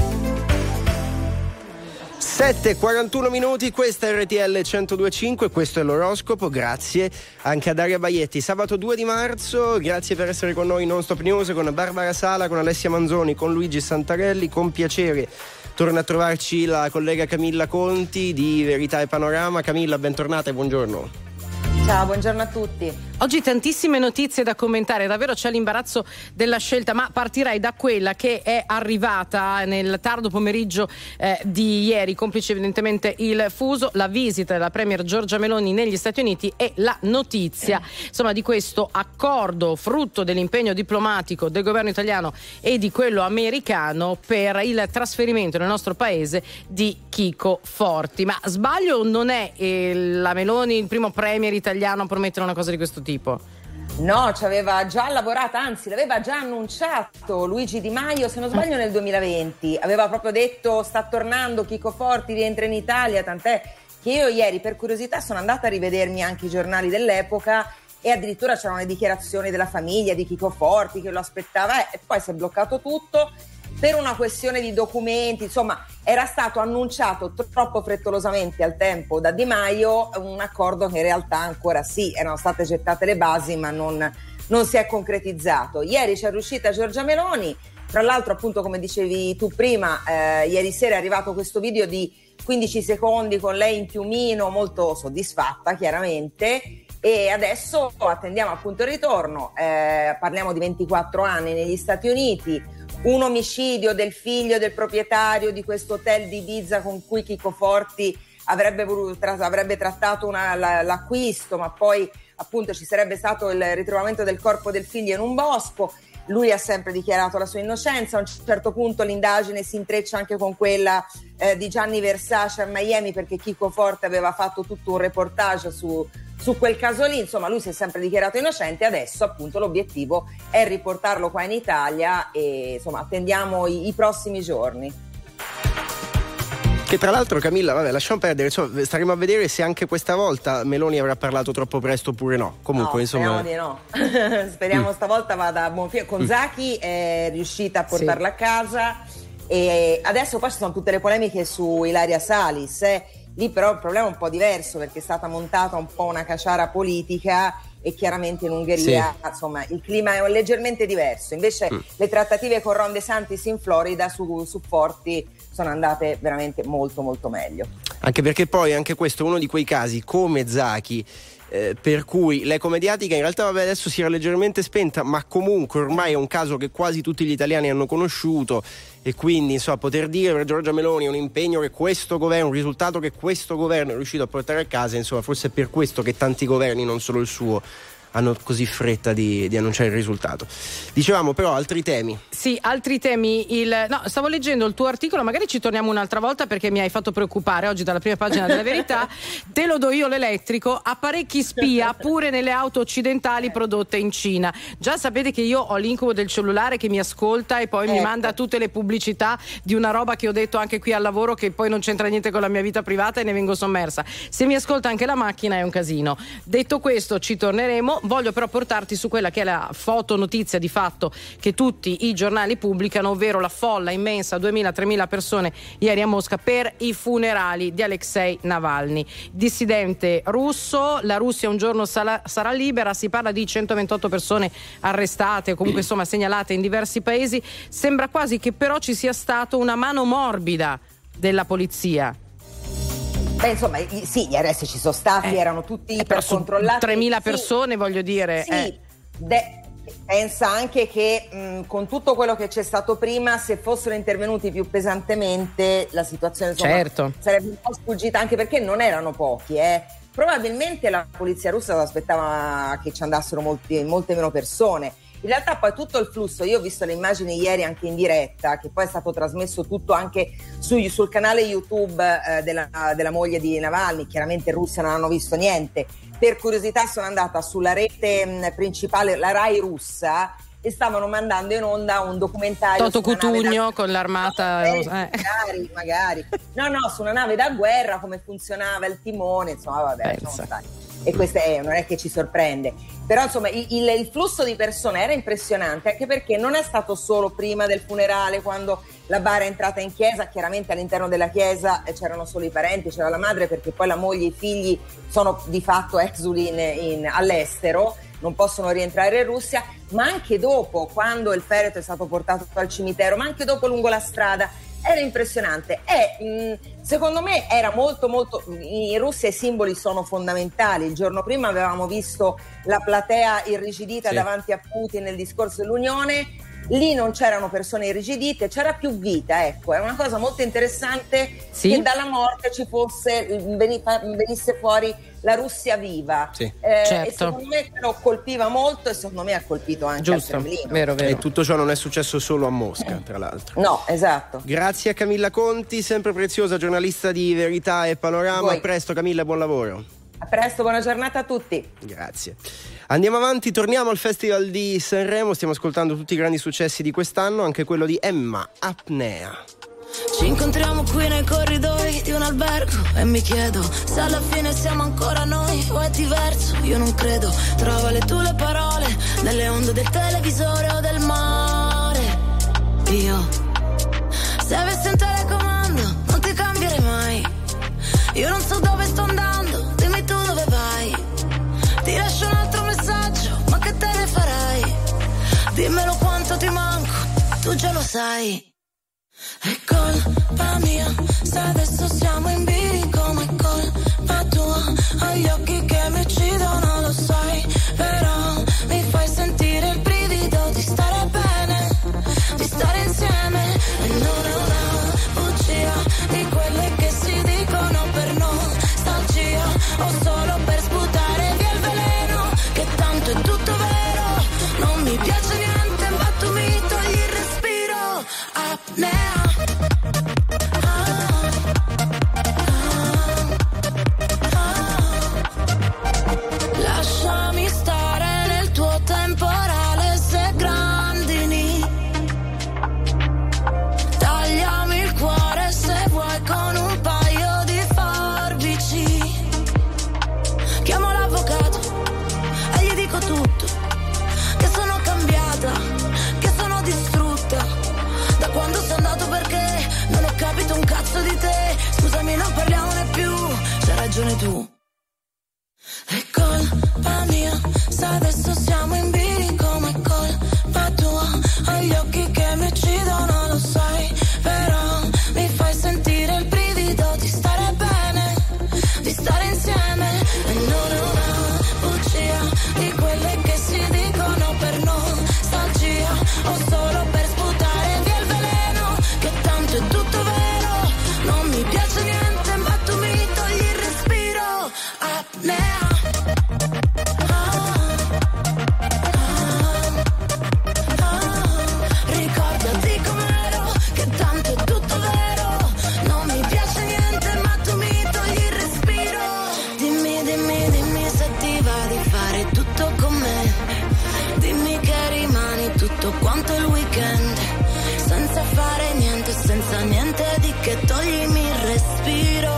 Speaker 2: sette e quarantuno minuti, questa è R T L centodue e cinque, questo è l'oroscopo. Grazie anche a Daria Baietti. Sabato due di marzo, grazie per essere con noi in Non Stop News, con Barbara Sala, con Alessia Manzoni, con Luigi Santarelli. Con piacere torna a trovarci la collega Camilla Conti di Verità e Panorama. Camilla, bentornata e buongiorno.
Speaker 20: Ciao, buongiorno a tutti.
Speaker 1: Oggi tantissime notizie da commentare, davvero c'è l'imbarazzo della scelta, ma partirei da quella che è arrivata nel tardo pomeriggio eh, di ieri, complice evidentemente il fuso, la visita della premier Giorgia Meloni negli Stati Uniti e la notizia insomma di questo accordo frutto dell'impegno diplomatico del governo italiano e di quello americano per il trasferimento nel nostro paese di Chico Forti. Ma sbaglio o non è eh, la Meloni il primo premier italiano a promettere una cosa di questo tipo?
Speaker 20: No, ci aveva già lavorato, anzi l'aveva già annunciato Luigi Di Maio, se non sbaglio nel duemilaventi, aveva proprio detto sta tornando Chico Forti, rientra in Italia, tant'è che io ieri per curiosità sono andata a rivedermi anche i giornali dell'epoca e addirittura c'erano le dichiarazioni della famiglia di Chico Forti che lo aspettava e poi si è bloccato tutto per una questione di documenti, insomma era stato annunciato troppo frettolosamente al tempo da Di Maio un accordo che in realtà ancora sì, erano state gettate le basi ma non, non si è concretizzato. Ieri c'è riuscita Giorgia Meloni, tra l'altro appunto come dicevi tu prima, eh, ieri sera è arrivato questo video di quindici secondi con lei in piumino, molto soddisfatta chiaramente, e adesso attendiamo appunto il ritorno, eh, parliamo di ventiquattro anni negli Stati Uniti, un omicidio del figlio del proprietario di questo hotel di Ibiza con cui Chico Forti avrebbe, voluto, tra, avrebbe trattato una, la, l'acquisto, ma poi appunto ci sarebbe stato il ritrovamento del corpo del figlio in un bosco. Lui ha sempre dichiarato la sua innocenza, a un certo punto l'indagine si intreccia anche con quella eh, di Gianni Versace a Miami perché Chico Forte aveva fatto tutto un reportage su, su quel caso lì, insomma lui si è sempre dichiarato innocente, adesso appunto l'obiettivo è riportarlo qua in Italia e insomma attendiamo i, i prossimi giorni.
Speaker 2: Che tra l'altro Camilla, vabbè lasciamo perdere, insomma, staremo a vedere se anche questa volta Meloni avrà parlato troppo presto oppure no. Comunque
Speaker 20: no,
Speaker 2: insomma
Speaker 20: speriamo di no. Speriamo mm. stavolta vada a buon fine. Con Zaki è riuscita a portarla sì. a casa e adesso poi ci sono tutte le polemiche su Ilaria Salis, eh. Lì però il problema è un po' diverso perché è stata montata un po' una caciara politica e chiaramente in Ungheria sì. insomma il clima è leggermente diverso. Invece mm. le trattative con Ron DeSantis in Florida su, su Forti sono andate veramente molto molto meglio.
Speaker 2: Anche perché poi anche questo è uno di quei casi come Zaki, eh, per cui l'eco mediatica in realtà vabbè, adesso si era leggermente spenta, ma comunque ormai è un caso che quasi tutti gli italiani hanno conosciuto, e quindi insomma poter dire per Giorgia Meloni è un impegno che questo governo, un risultato che questo governo è riuscito a portare a casa, insomma forse è per questo che tanti governi, non solo il suo, hanno così fretta di, di annunciare il risultato. Dicevamo però altri temi.
Speaker 1: Sì, altri temi. Il, no, stavo leggendo il tuo articolo, magari ci torniamo un'altra volta perché mi hai fatto preoccupare oggi dalla prima pagina della Verità. Te lo do io l'elettrico, apparecchi spia pure nelle auto occidentali prodotte in Cina. Già sapete che io ho l'incubo del cellulare che mi ascolta e poi ecco. mi manda tutte le pubblicità di una roba che ho detto anche qui al lavoro che poi non c'entra niente con la mia vita privata e ne vengo sommersa. Se mi ascolta anche la macchina è un casino. Detto questo ci torneremo. Voglio però portarti su quella che è la foto notizia di fatto che tutti i giornali pubblicano, ovvero la folla immensa, duemila tremila persone ieri a Mosca per i funerali di Alexei Navalny, dissidente russo. La Russia un giorno sarà, sarà libera, si parla di centoventotto persone arrestate o comunque insomma segnalate in diversi paesi. Sembra quasi che però ci sia stata una mano morbida della polizia.
Speaker 20: Beh, insomma, sì, gli arresti ci sono stati, eh, erano tutti
Speaker 1: eh,
Speaker 20: ipercontrollati.
Speaker 1: tremila
Speaker 20: sì,
Speaker 1: persone, voglio dire.
Speaker 20: Sì,
Speaker 1: eh.
Speaker 20: de- pensa anche che mh, con tutto quello che c'è stato prima, se fossero intervenuti più pesantemente, la situazione insomma,
Speaker 1: certo.
Speaker 20: sarebbe un po' sfuggita, anche perché non erano pochi, eh. Probabilmente la polizia russa lo aspettava che ci andassero molti, molte meno persone. In realtà poi tutto il flusso, io ho visto le immagini ieri anche in diretta, che poi è stato trasmesso tutto anche su, sul canale YouTube eh, della, della moglie di Navalny. Chiaramente in Russia non hanno visto niente. Per curiosità sono andata sulla rete mh, principale, la Rai russa, e stavano mandando in onda un documentario
Speaker 1: Toto Cutugno da... con l'armata
Speaker 20: no, eh, magari, magari no no su una nave da guerra, come funzionava il timone, insomma vabbè, e questo è, non è che ci sorprende, però insomma il, il, il flusso di persone era impressionante, anche perché non è stato solo prima del funerale, quando la bara è entrata in chiesa. Chiaramente all'interno della chiesa c'erano solo i parenti, c'era la madre, perché poi la moglie e i figli sono di fatto esuli in, in, all'estero, non possono rientrare in Russia, ma anche dopo, quando il feretro è stato portato al cimitero, ma anche dopo lungo la strada, era impressionante. E mh, secondo me era molto molto, in Russia i simboli sono fondamentali. Il giorno prima avevamo visto la platea irrigidita sì. davanti a Putin nel discorso dell'Unione. Lì non c'erano persone irrigidite, c'era più vita, ecco, è una cosa molto interessante sì. che dalla morte ci fosse, venisse fuori la Russia viva.
Speaker 2: Sì.
Speaker 20: Eh,
Speaker 1: certo.
Speaker 20: E secondo me lo colpiva molto, e secondo me ha colpito anche
Speaker 1: Giusto.
Speaker 20: al Cremlino.
Speaker 1: Vero, vero.
Speaker 2: E tutto ciò non è successo solo a Mosca, tra l'altro.
Speaker 20: No, esatto.
Speaker 2: Grazie a Camilla Conti, sempre preziosa, giornalista di Verità e Panorama.
Speaker 20: Voi.
Speaker 2: A presto Camilla, buon lavoro.
Speaker 20: A presto, buona giornata a tutti.
Speaker 2: Grazie. Andiamo avanti, torniamo al Festival di Sanremo, stiamo ascoltando tutti i grandi successi di quest'anno, anche quello di Emma, Apnea.
Speaker 8: Ci incontriamo qui nei corridoi di un albergo e mi chiedo se alla fine siamo ancora noi o è diverso. Io non credo, trova le tue parole nelle onde del televisore o del mare. Io, se avessi un telecomando non ti cambierei mai. Io non so dove sto andando, dimmi tu dove vai. Ti lascio un altro messaggio, ma che te ne farai? Dimmelo quanto ti manco, tu già lo sai. È colpa mia, se adesso siamo in bilico, ma è colpa tua. Ho gli occhi che mi uccidono, lo sai, però mi fai sentire il brivido di stare bene, di stare insieme. E non è una bugia di quelle che si dicono per nostalgia, o solo per sputare via il veleno, che tanto è tutto vero. Non mi piace niente, ma tu mi togli il respiro. Apnea. Lasciami stare nel tuo tempo che toglimi il respiro.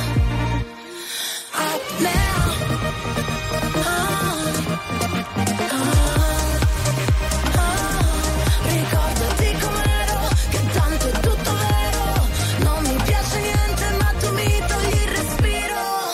Speaker 8: Apnea. Ah, ah, ah. Ricordati com'ero, che tanto è tutto vero. Non mi piace niente ma tu mi togli il respiro.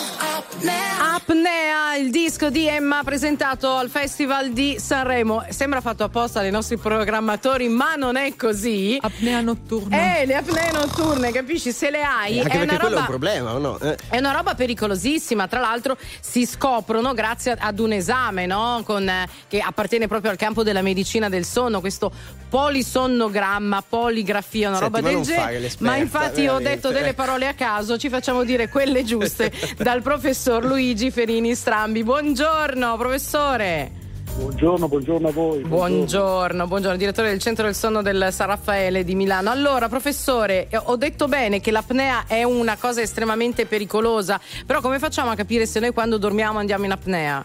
Speaker 8: Apnea.
Speaker 1: Apnea, il disco di Emma presentato al Festival di Sanremo. Sembra fatto apposta dai nostri programmatori, ma non è così.
Speaker 3: Apnea notturna.
Speaker 1: Eh, le apnee notturne, capisci? Se le hai,
Speaker 2: Eh, anche
Speaker 1: è
Speaker 2: perché
Speaker 1: una
Speaker 2: quello
Speaker 1: roba,
Speaker 2: è un problema, o no? Eh.
Speaker 1: è una roba pericolosissima. Tra l'altro si scoprono grazie ad un esame, no? Con, eh, che appartiene proprio al campo della medicina del sonno, questo polisonnogramma, poligrafia, una
Speaker 2: Senti,
Speaker 1: roba
Speaker 2: ma
Speaker 1: del
Speaker 2: non fare
Speaker 1: genere.
Speaker 2: l'esperta,
Speaker 1: Ma infatti ho
Speaker 2: veramente.
Speaker 1: detto delle parole a caso, ci facciamo dire quelle giuste dal professor Luigi Ferini Strambi. Buongiorno professore.
Speaker 6: Buongiorno, buongiorno a voi.
Speaker 1: Buongiorno, buongiorno, direttore del Centro del Sonno del San Raffaele di Milano. Allora, professore, eh, ho detto bene che l'apnea è una cosa estremamente pericolosa, però come facciamo a capire se noi quando dormiamo andiamo in apnea?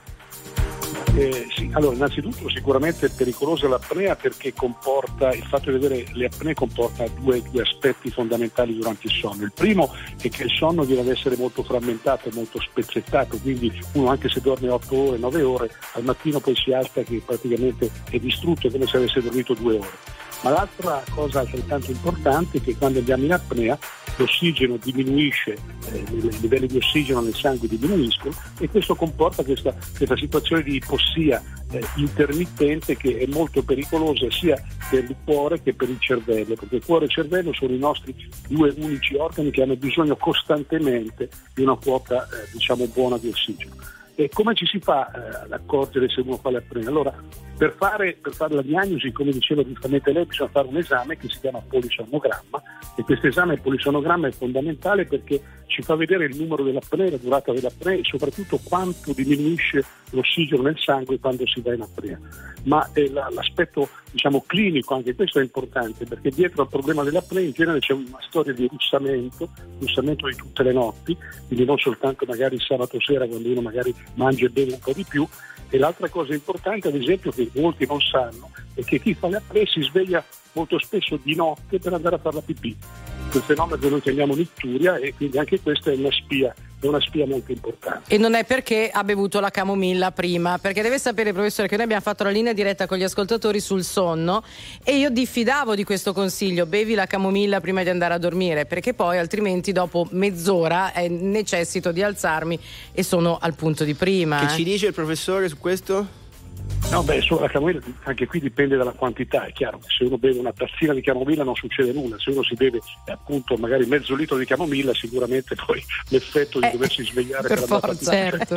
Speaker 6: Eh, sì, allora innanzitutto sicuramente è pericolosa l'apnea perché comporta, il fatto di avere le apnee comporta due, due aspetti fondamentali durante il sonno. Il primo è che il sonno deve essere molto frammentato, molto spezzettato, quindi uno anche se dorme otto ore, nove ore, al mattino poi si alza che praticamente è distrutto, è come se avesse dormito due ore. Ma l'altra cosa altrettanto importante è che quando andiamo in apnea l'ossigeno diminuisce, eh, i livelli di ossigeno nel sangue diminuiscono e questo comporta questa, questa situazione di ipossia eh, intermittente che è molto pericolosa sia per il cuore che per il cervello, perché il cuore e il cervello sono i nostri due unici organi che hanno bisogno costantemente di una quota eh, diciamo buona di ossigeno. E come ci si fa eh, ad accorgere se uno fa l'apnea? Allora, per fare, per fare la diagnosi, come diceva giustamente lei, bisogna fare un esame che si chiama polisonnogramma e questo esame polisonnogramma è fondamentale perché ci fa vedere il numero dell'apnea, la durata dell'apnea e soprattutto quanto diminuisce l'ossigeno nel sangue quando si va in apnea. Ma eh, la, l'aspetto diciamo clinico, anche questo è importante perché dietro al problema dell'apnea in genere c'è una storia di russamento, russamento di tutte le notti, quindi non soltanto magari il sabato sera quando uno magari mangia e beve un po' di più. E l'altra cosa importante, ad esempio, che molti non sanno, è che chi fa l'apnea si sveglia molto spesso di notte per andare a fare la pipì. Quel fenomeno che noi chiamiamo nicturia e quindi anche questa è una spia, è una spia molto importante.
Speaker 1: E non è perché ha bevuto la camomilla prima, perché deve sapere, professore, che noi abbiamo fatto la linea diretta con gli ascoltatori sul sonno e io diffidavo di questo consiglio, bevi la camomilla prima di andare a dormire, perché poi altrimenti dopo mezz'ora eh, necessito di alzarmi e sono al punto di prima.
Speaker 2: Che
Speaker 1: eh.
Speaker 2: ci dice il professore su questo?
Speaker 6: No, beh, sulla camomilla anche qui dipende dalla quantità, è chiaro che se uno beve una tazzina di camomilla non succede nulla, se uno si beve eh, appunto magari mezzo litro di camomilla sicuramente poi l'effetto di
Speaker 3: Eh,
Speaker 6: doversi svegliare
Speaker 3: per
Speaker 6: per andare a
Speaker 3: forza,
Speaker 6: pipì.
Speaker 3: certo.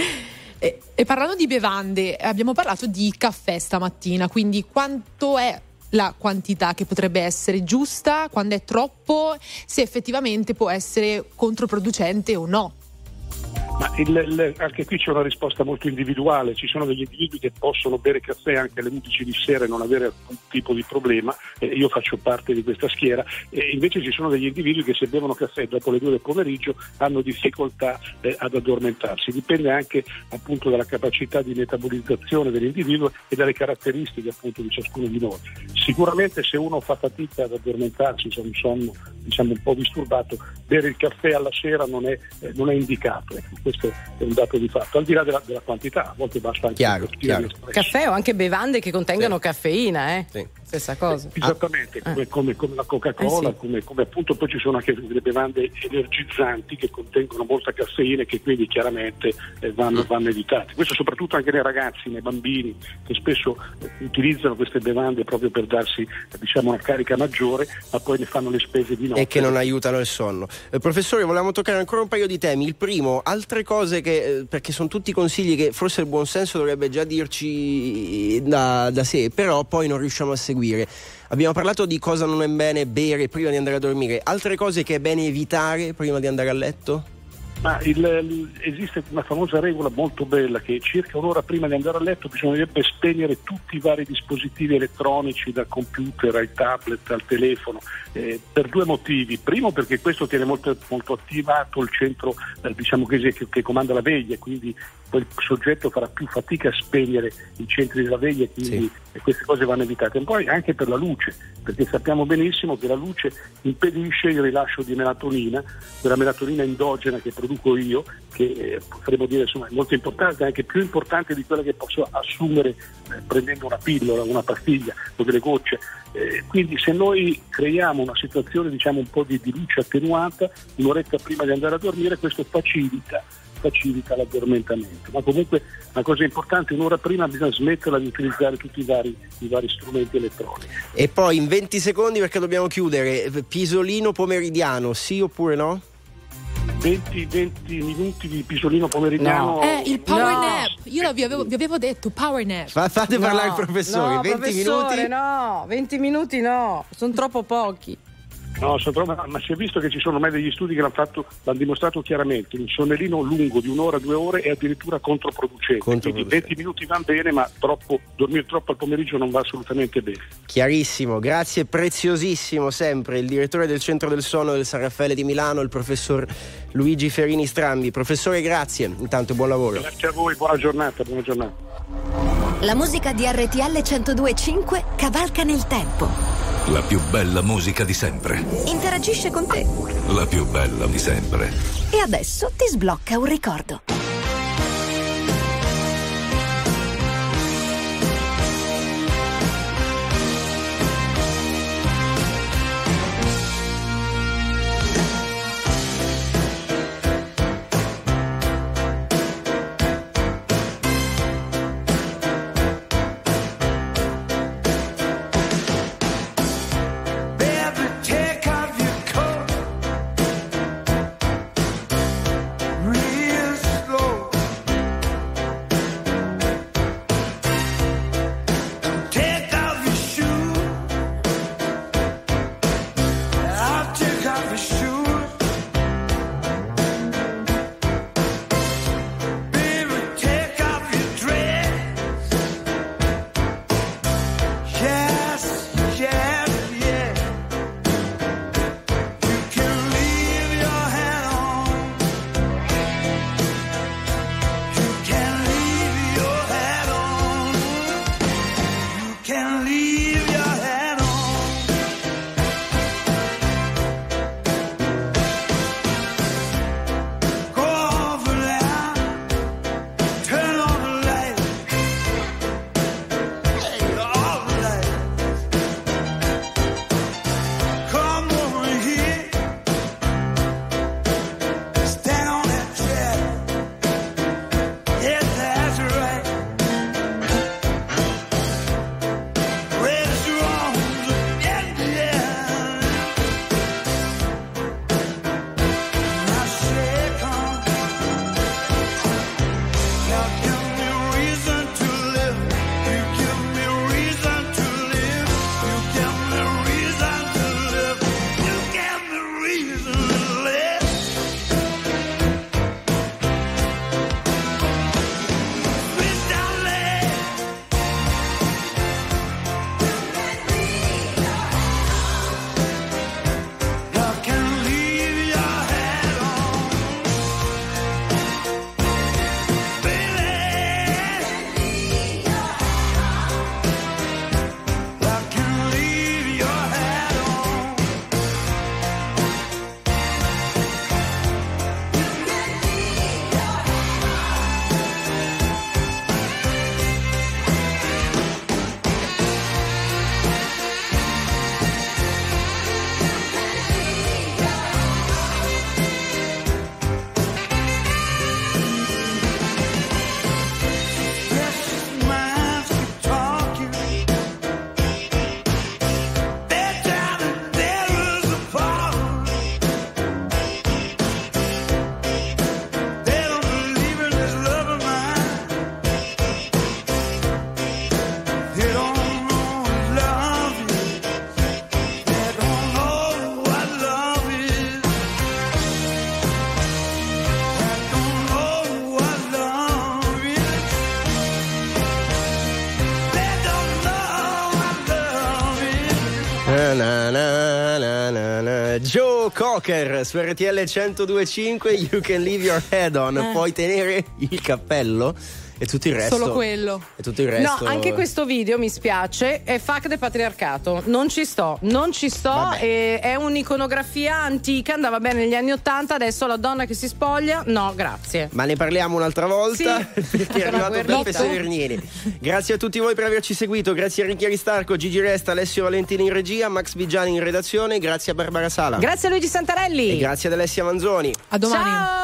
Speaker 3: e, e parlando di bevande, abbiamo parlato di caffè stamattina, quindi quanto è la quantità che potrebbe essere giusta, quando è troppo, se effettivamente può essere controproducente o no?
Speaker 6: Ma il, il, anche qui c'è una risposta molto individuale, ci sono degli individui che possono bere caffè anche alle undici di sera e non avere alcun tipo di problema, eh, io faccio parte di questa schiera, e invece ci sono degli individui che se bevono caffè dopo le due del pomeriggio hanno difficoltà eh, ad addormentarsi, dipende anche appunto dalla capacità di metabolizzazione dell'individuo e dalle caratteristiche appunto di ciascuno di noi. Sicuramente se uno fa fatica ad addormentarsi, se ha un sonno diciamo un po' disturbato, bere il caffè alla sera non è, eh, non è indicato, ecco. Questo è un dato di fatto, al di là della, della quantità, a volte basta anche
Speaker 2: chiaro,
Speaker 6: un
Speaker 2: chiaro.
Speaker 6: di espresso.
Speaker 1: Caffè o anche bevande che contengono
Speaker 2: Sì.
Speaker 1: caffeina, eh?
Speaker 2: Sì.
Speaker 1: Stessa cosa.
Speaker 6: Esattamente, come, come, come la Coca-Cola,
Speaker 1: Eh sì.
Speaker 6: come, come appunto poi ci sono anche delle bevande energizzanti che contengono molta caffeina e che quindi chiaramente eh, vanno, vanno evitate. Questo soprattutto anche nei ragazzi, nei bambini che spesso eh, utilizzano queste bevande proprio per darsi eh, diciamo una carica maggiore, ma poi ne fanno le spese di notte.
Speaker 2: E che non aiutano il sonno. Eh, professore, volevamo toccare ancora un paio di temi. Il primo, altre cose che, eh, perché sono tutti consigli che forse il buon senso dovrebbe già dirci da, da sé, però poi non riusciamo a seguire. Abbiamo parlato di cosa non è bene bere prima di andare a dormire, altre cose che è bene evitare prima di andare a letto?
Speaker 6: Ma il, il, esiste una famosa regola molto bella che circa un'ora prima di andare a letto bisognerebbe spegnere tutti i vari dispositivi elettronici, dal computer ai tablet al telefono, eh, per due motivi. Primo perché questo tiene molto, molto attivato il centro eh, diciamo che, che, che comanda la veglia, quindi poi il soggetto farà più fatica a spegnere i centri della veglia, e quindi
Speaker 2: Sì.
Speaker 6: e queste cose vanno evitate. E poi anche per la luce, perché sappiamo benissimo che la luce impedisce il rilascio di melatonina, quella melatonina endogena che produco io, che eh, potremmo dire insomma è molto importante, anche più importante di quella che posso assumere eh, prendendo una pillola, una pastiglia o delle gocce. Eh, quindi se noi creiamo una situazione diciamo un po' di, di luce attenuata un'oretta prima di andare a dormire, questo facilita facilita l'addormentamento. Ma comunque una cosa importante, un'ora prima bisogna smetterla di utilizzare tutti i vari, i vari strumenti elettronici.
Speaker 2: E poi in venti secondi, perché dobbiamo chiudere, pisolino pomeridiano, sì oppure no?
Speaker 6: venti, venti minuti di pisolino pomeridiano.
Speaker 3: Eh, il power
Speaker 1: No.
Speaker 3: nap. Io vi avevo, vi avevo detto power nap.
Speaker 2: Fa- fate
Speaker 1: No,
Speaker 2: parlare il professore,
Speaker 1: no,
Speaker 2: venti
Speaker 1: professore,
Speaker 2: minuti.
Speaker 1: no, venti minuti no, sono troppo pochi.
Speaker 6: No, sono troppo- ma si è visto che ci sono ormai degli studi che l'hanno fatto, l'hanno dimostrato chiaramente. Un sonnellino lungo di un'ora, due ore è addirittura controproducente.
Speaker 2: Controproducente.
Speaker 6: Quindi venti minuti va bene, ma troppo, dormire troppo al pomeriggio non va assolutamente bene.
Speaker 2: Chiarissimo, grazie, preziosissimo sempre il direttore del Centro del Sonno del San Raffaele di Milano, il professor Luigi Ferini Strambi. Professore, grazie, intanto buon lavoro.
Speaker 6: Grazie a voi, buona giornata, buona giornata.
Speaker 13: La musica di R T L centodue e cinque cavalca nel tempo.
Speaker 7: La più bella musica di sempre.
Speaker 13: Interagisce con te.
Speaker 7: La più bella di sempre.
Speaker 13: E adesso ti sblocca un ricordo.
Speaker 11: Baby, take off your coat real slow. Take off your shoes. I'll take off your shoes. Baby, take off your dress. Yes, yes, yes. You can leave your hat on. You can leave your hat on. You can leave your hat on. Go over there. Turn on the light. Hey, all the light. Come over here. Stand on that chair. Yes, that's right. Raise your arms up in the air. Now shake on. You give me reason to live. You give me reason to live. You give me reason to live. You give me reason to live. Sweet darling. You can leave your hat on, baby. You can leave your hat on. Precious minds keep talking. They're trying to tear us apart. They don't believe in this love of mine. They don't know what love is. They don't know what love is. They don't know what love is. They don't know what love is.
Speaker 2: Na, na, na, na, na, Joe Cocker su R T L centodue e cinque. You can leave your head on.
Speaker 1: Eh.
Speaker 2: Puoi tenere il cappello e tutto il resto.
Speaker 3: Solo quello.
Speaker 2: E tutto il resto.
Speaker 1: No, anche questo video mi spiace, è fuck de patriarcato. Non ci sto, non ci sto. E è un'iconografia antica, andava bene negli anni Ottanta, adesso la donna che si spoglia, no, grazie.
Speaker 2: Ma ne parliamo un'altra volta,
Speaker 1: Sì.
Speaker 2: perché è arrivato
Speaker 1: Guerrotto.
Speaker 2: Beppe Severnieri. Grazie a tutti voi per averci seguito, grazie a Ricchi Aristarco, Gigi Resta, Alessio Valentini in regia, Max Bigiani in redazione, grazie a Barbara Sala.
Speaker 1: Grazie a Luigi Santarelli.
Speaker 2: E grazie ad Alessia Manzoni.
Speaker 3: A domani.
Speaker 1: Ciao.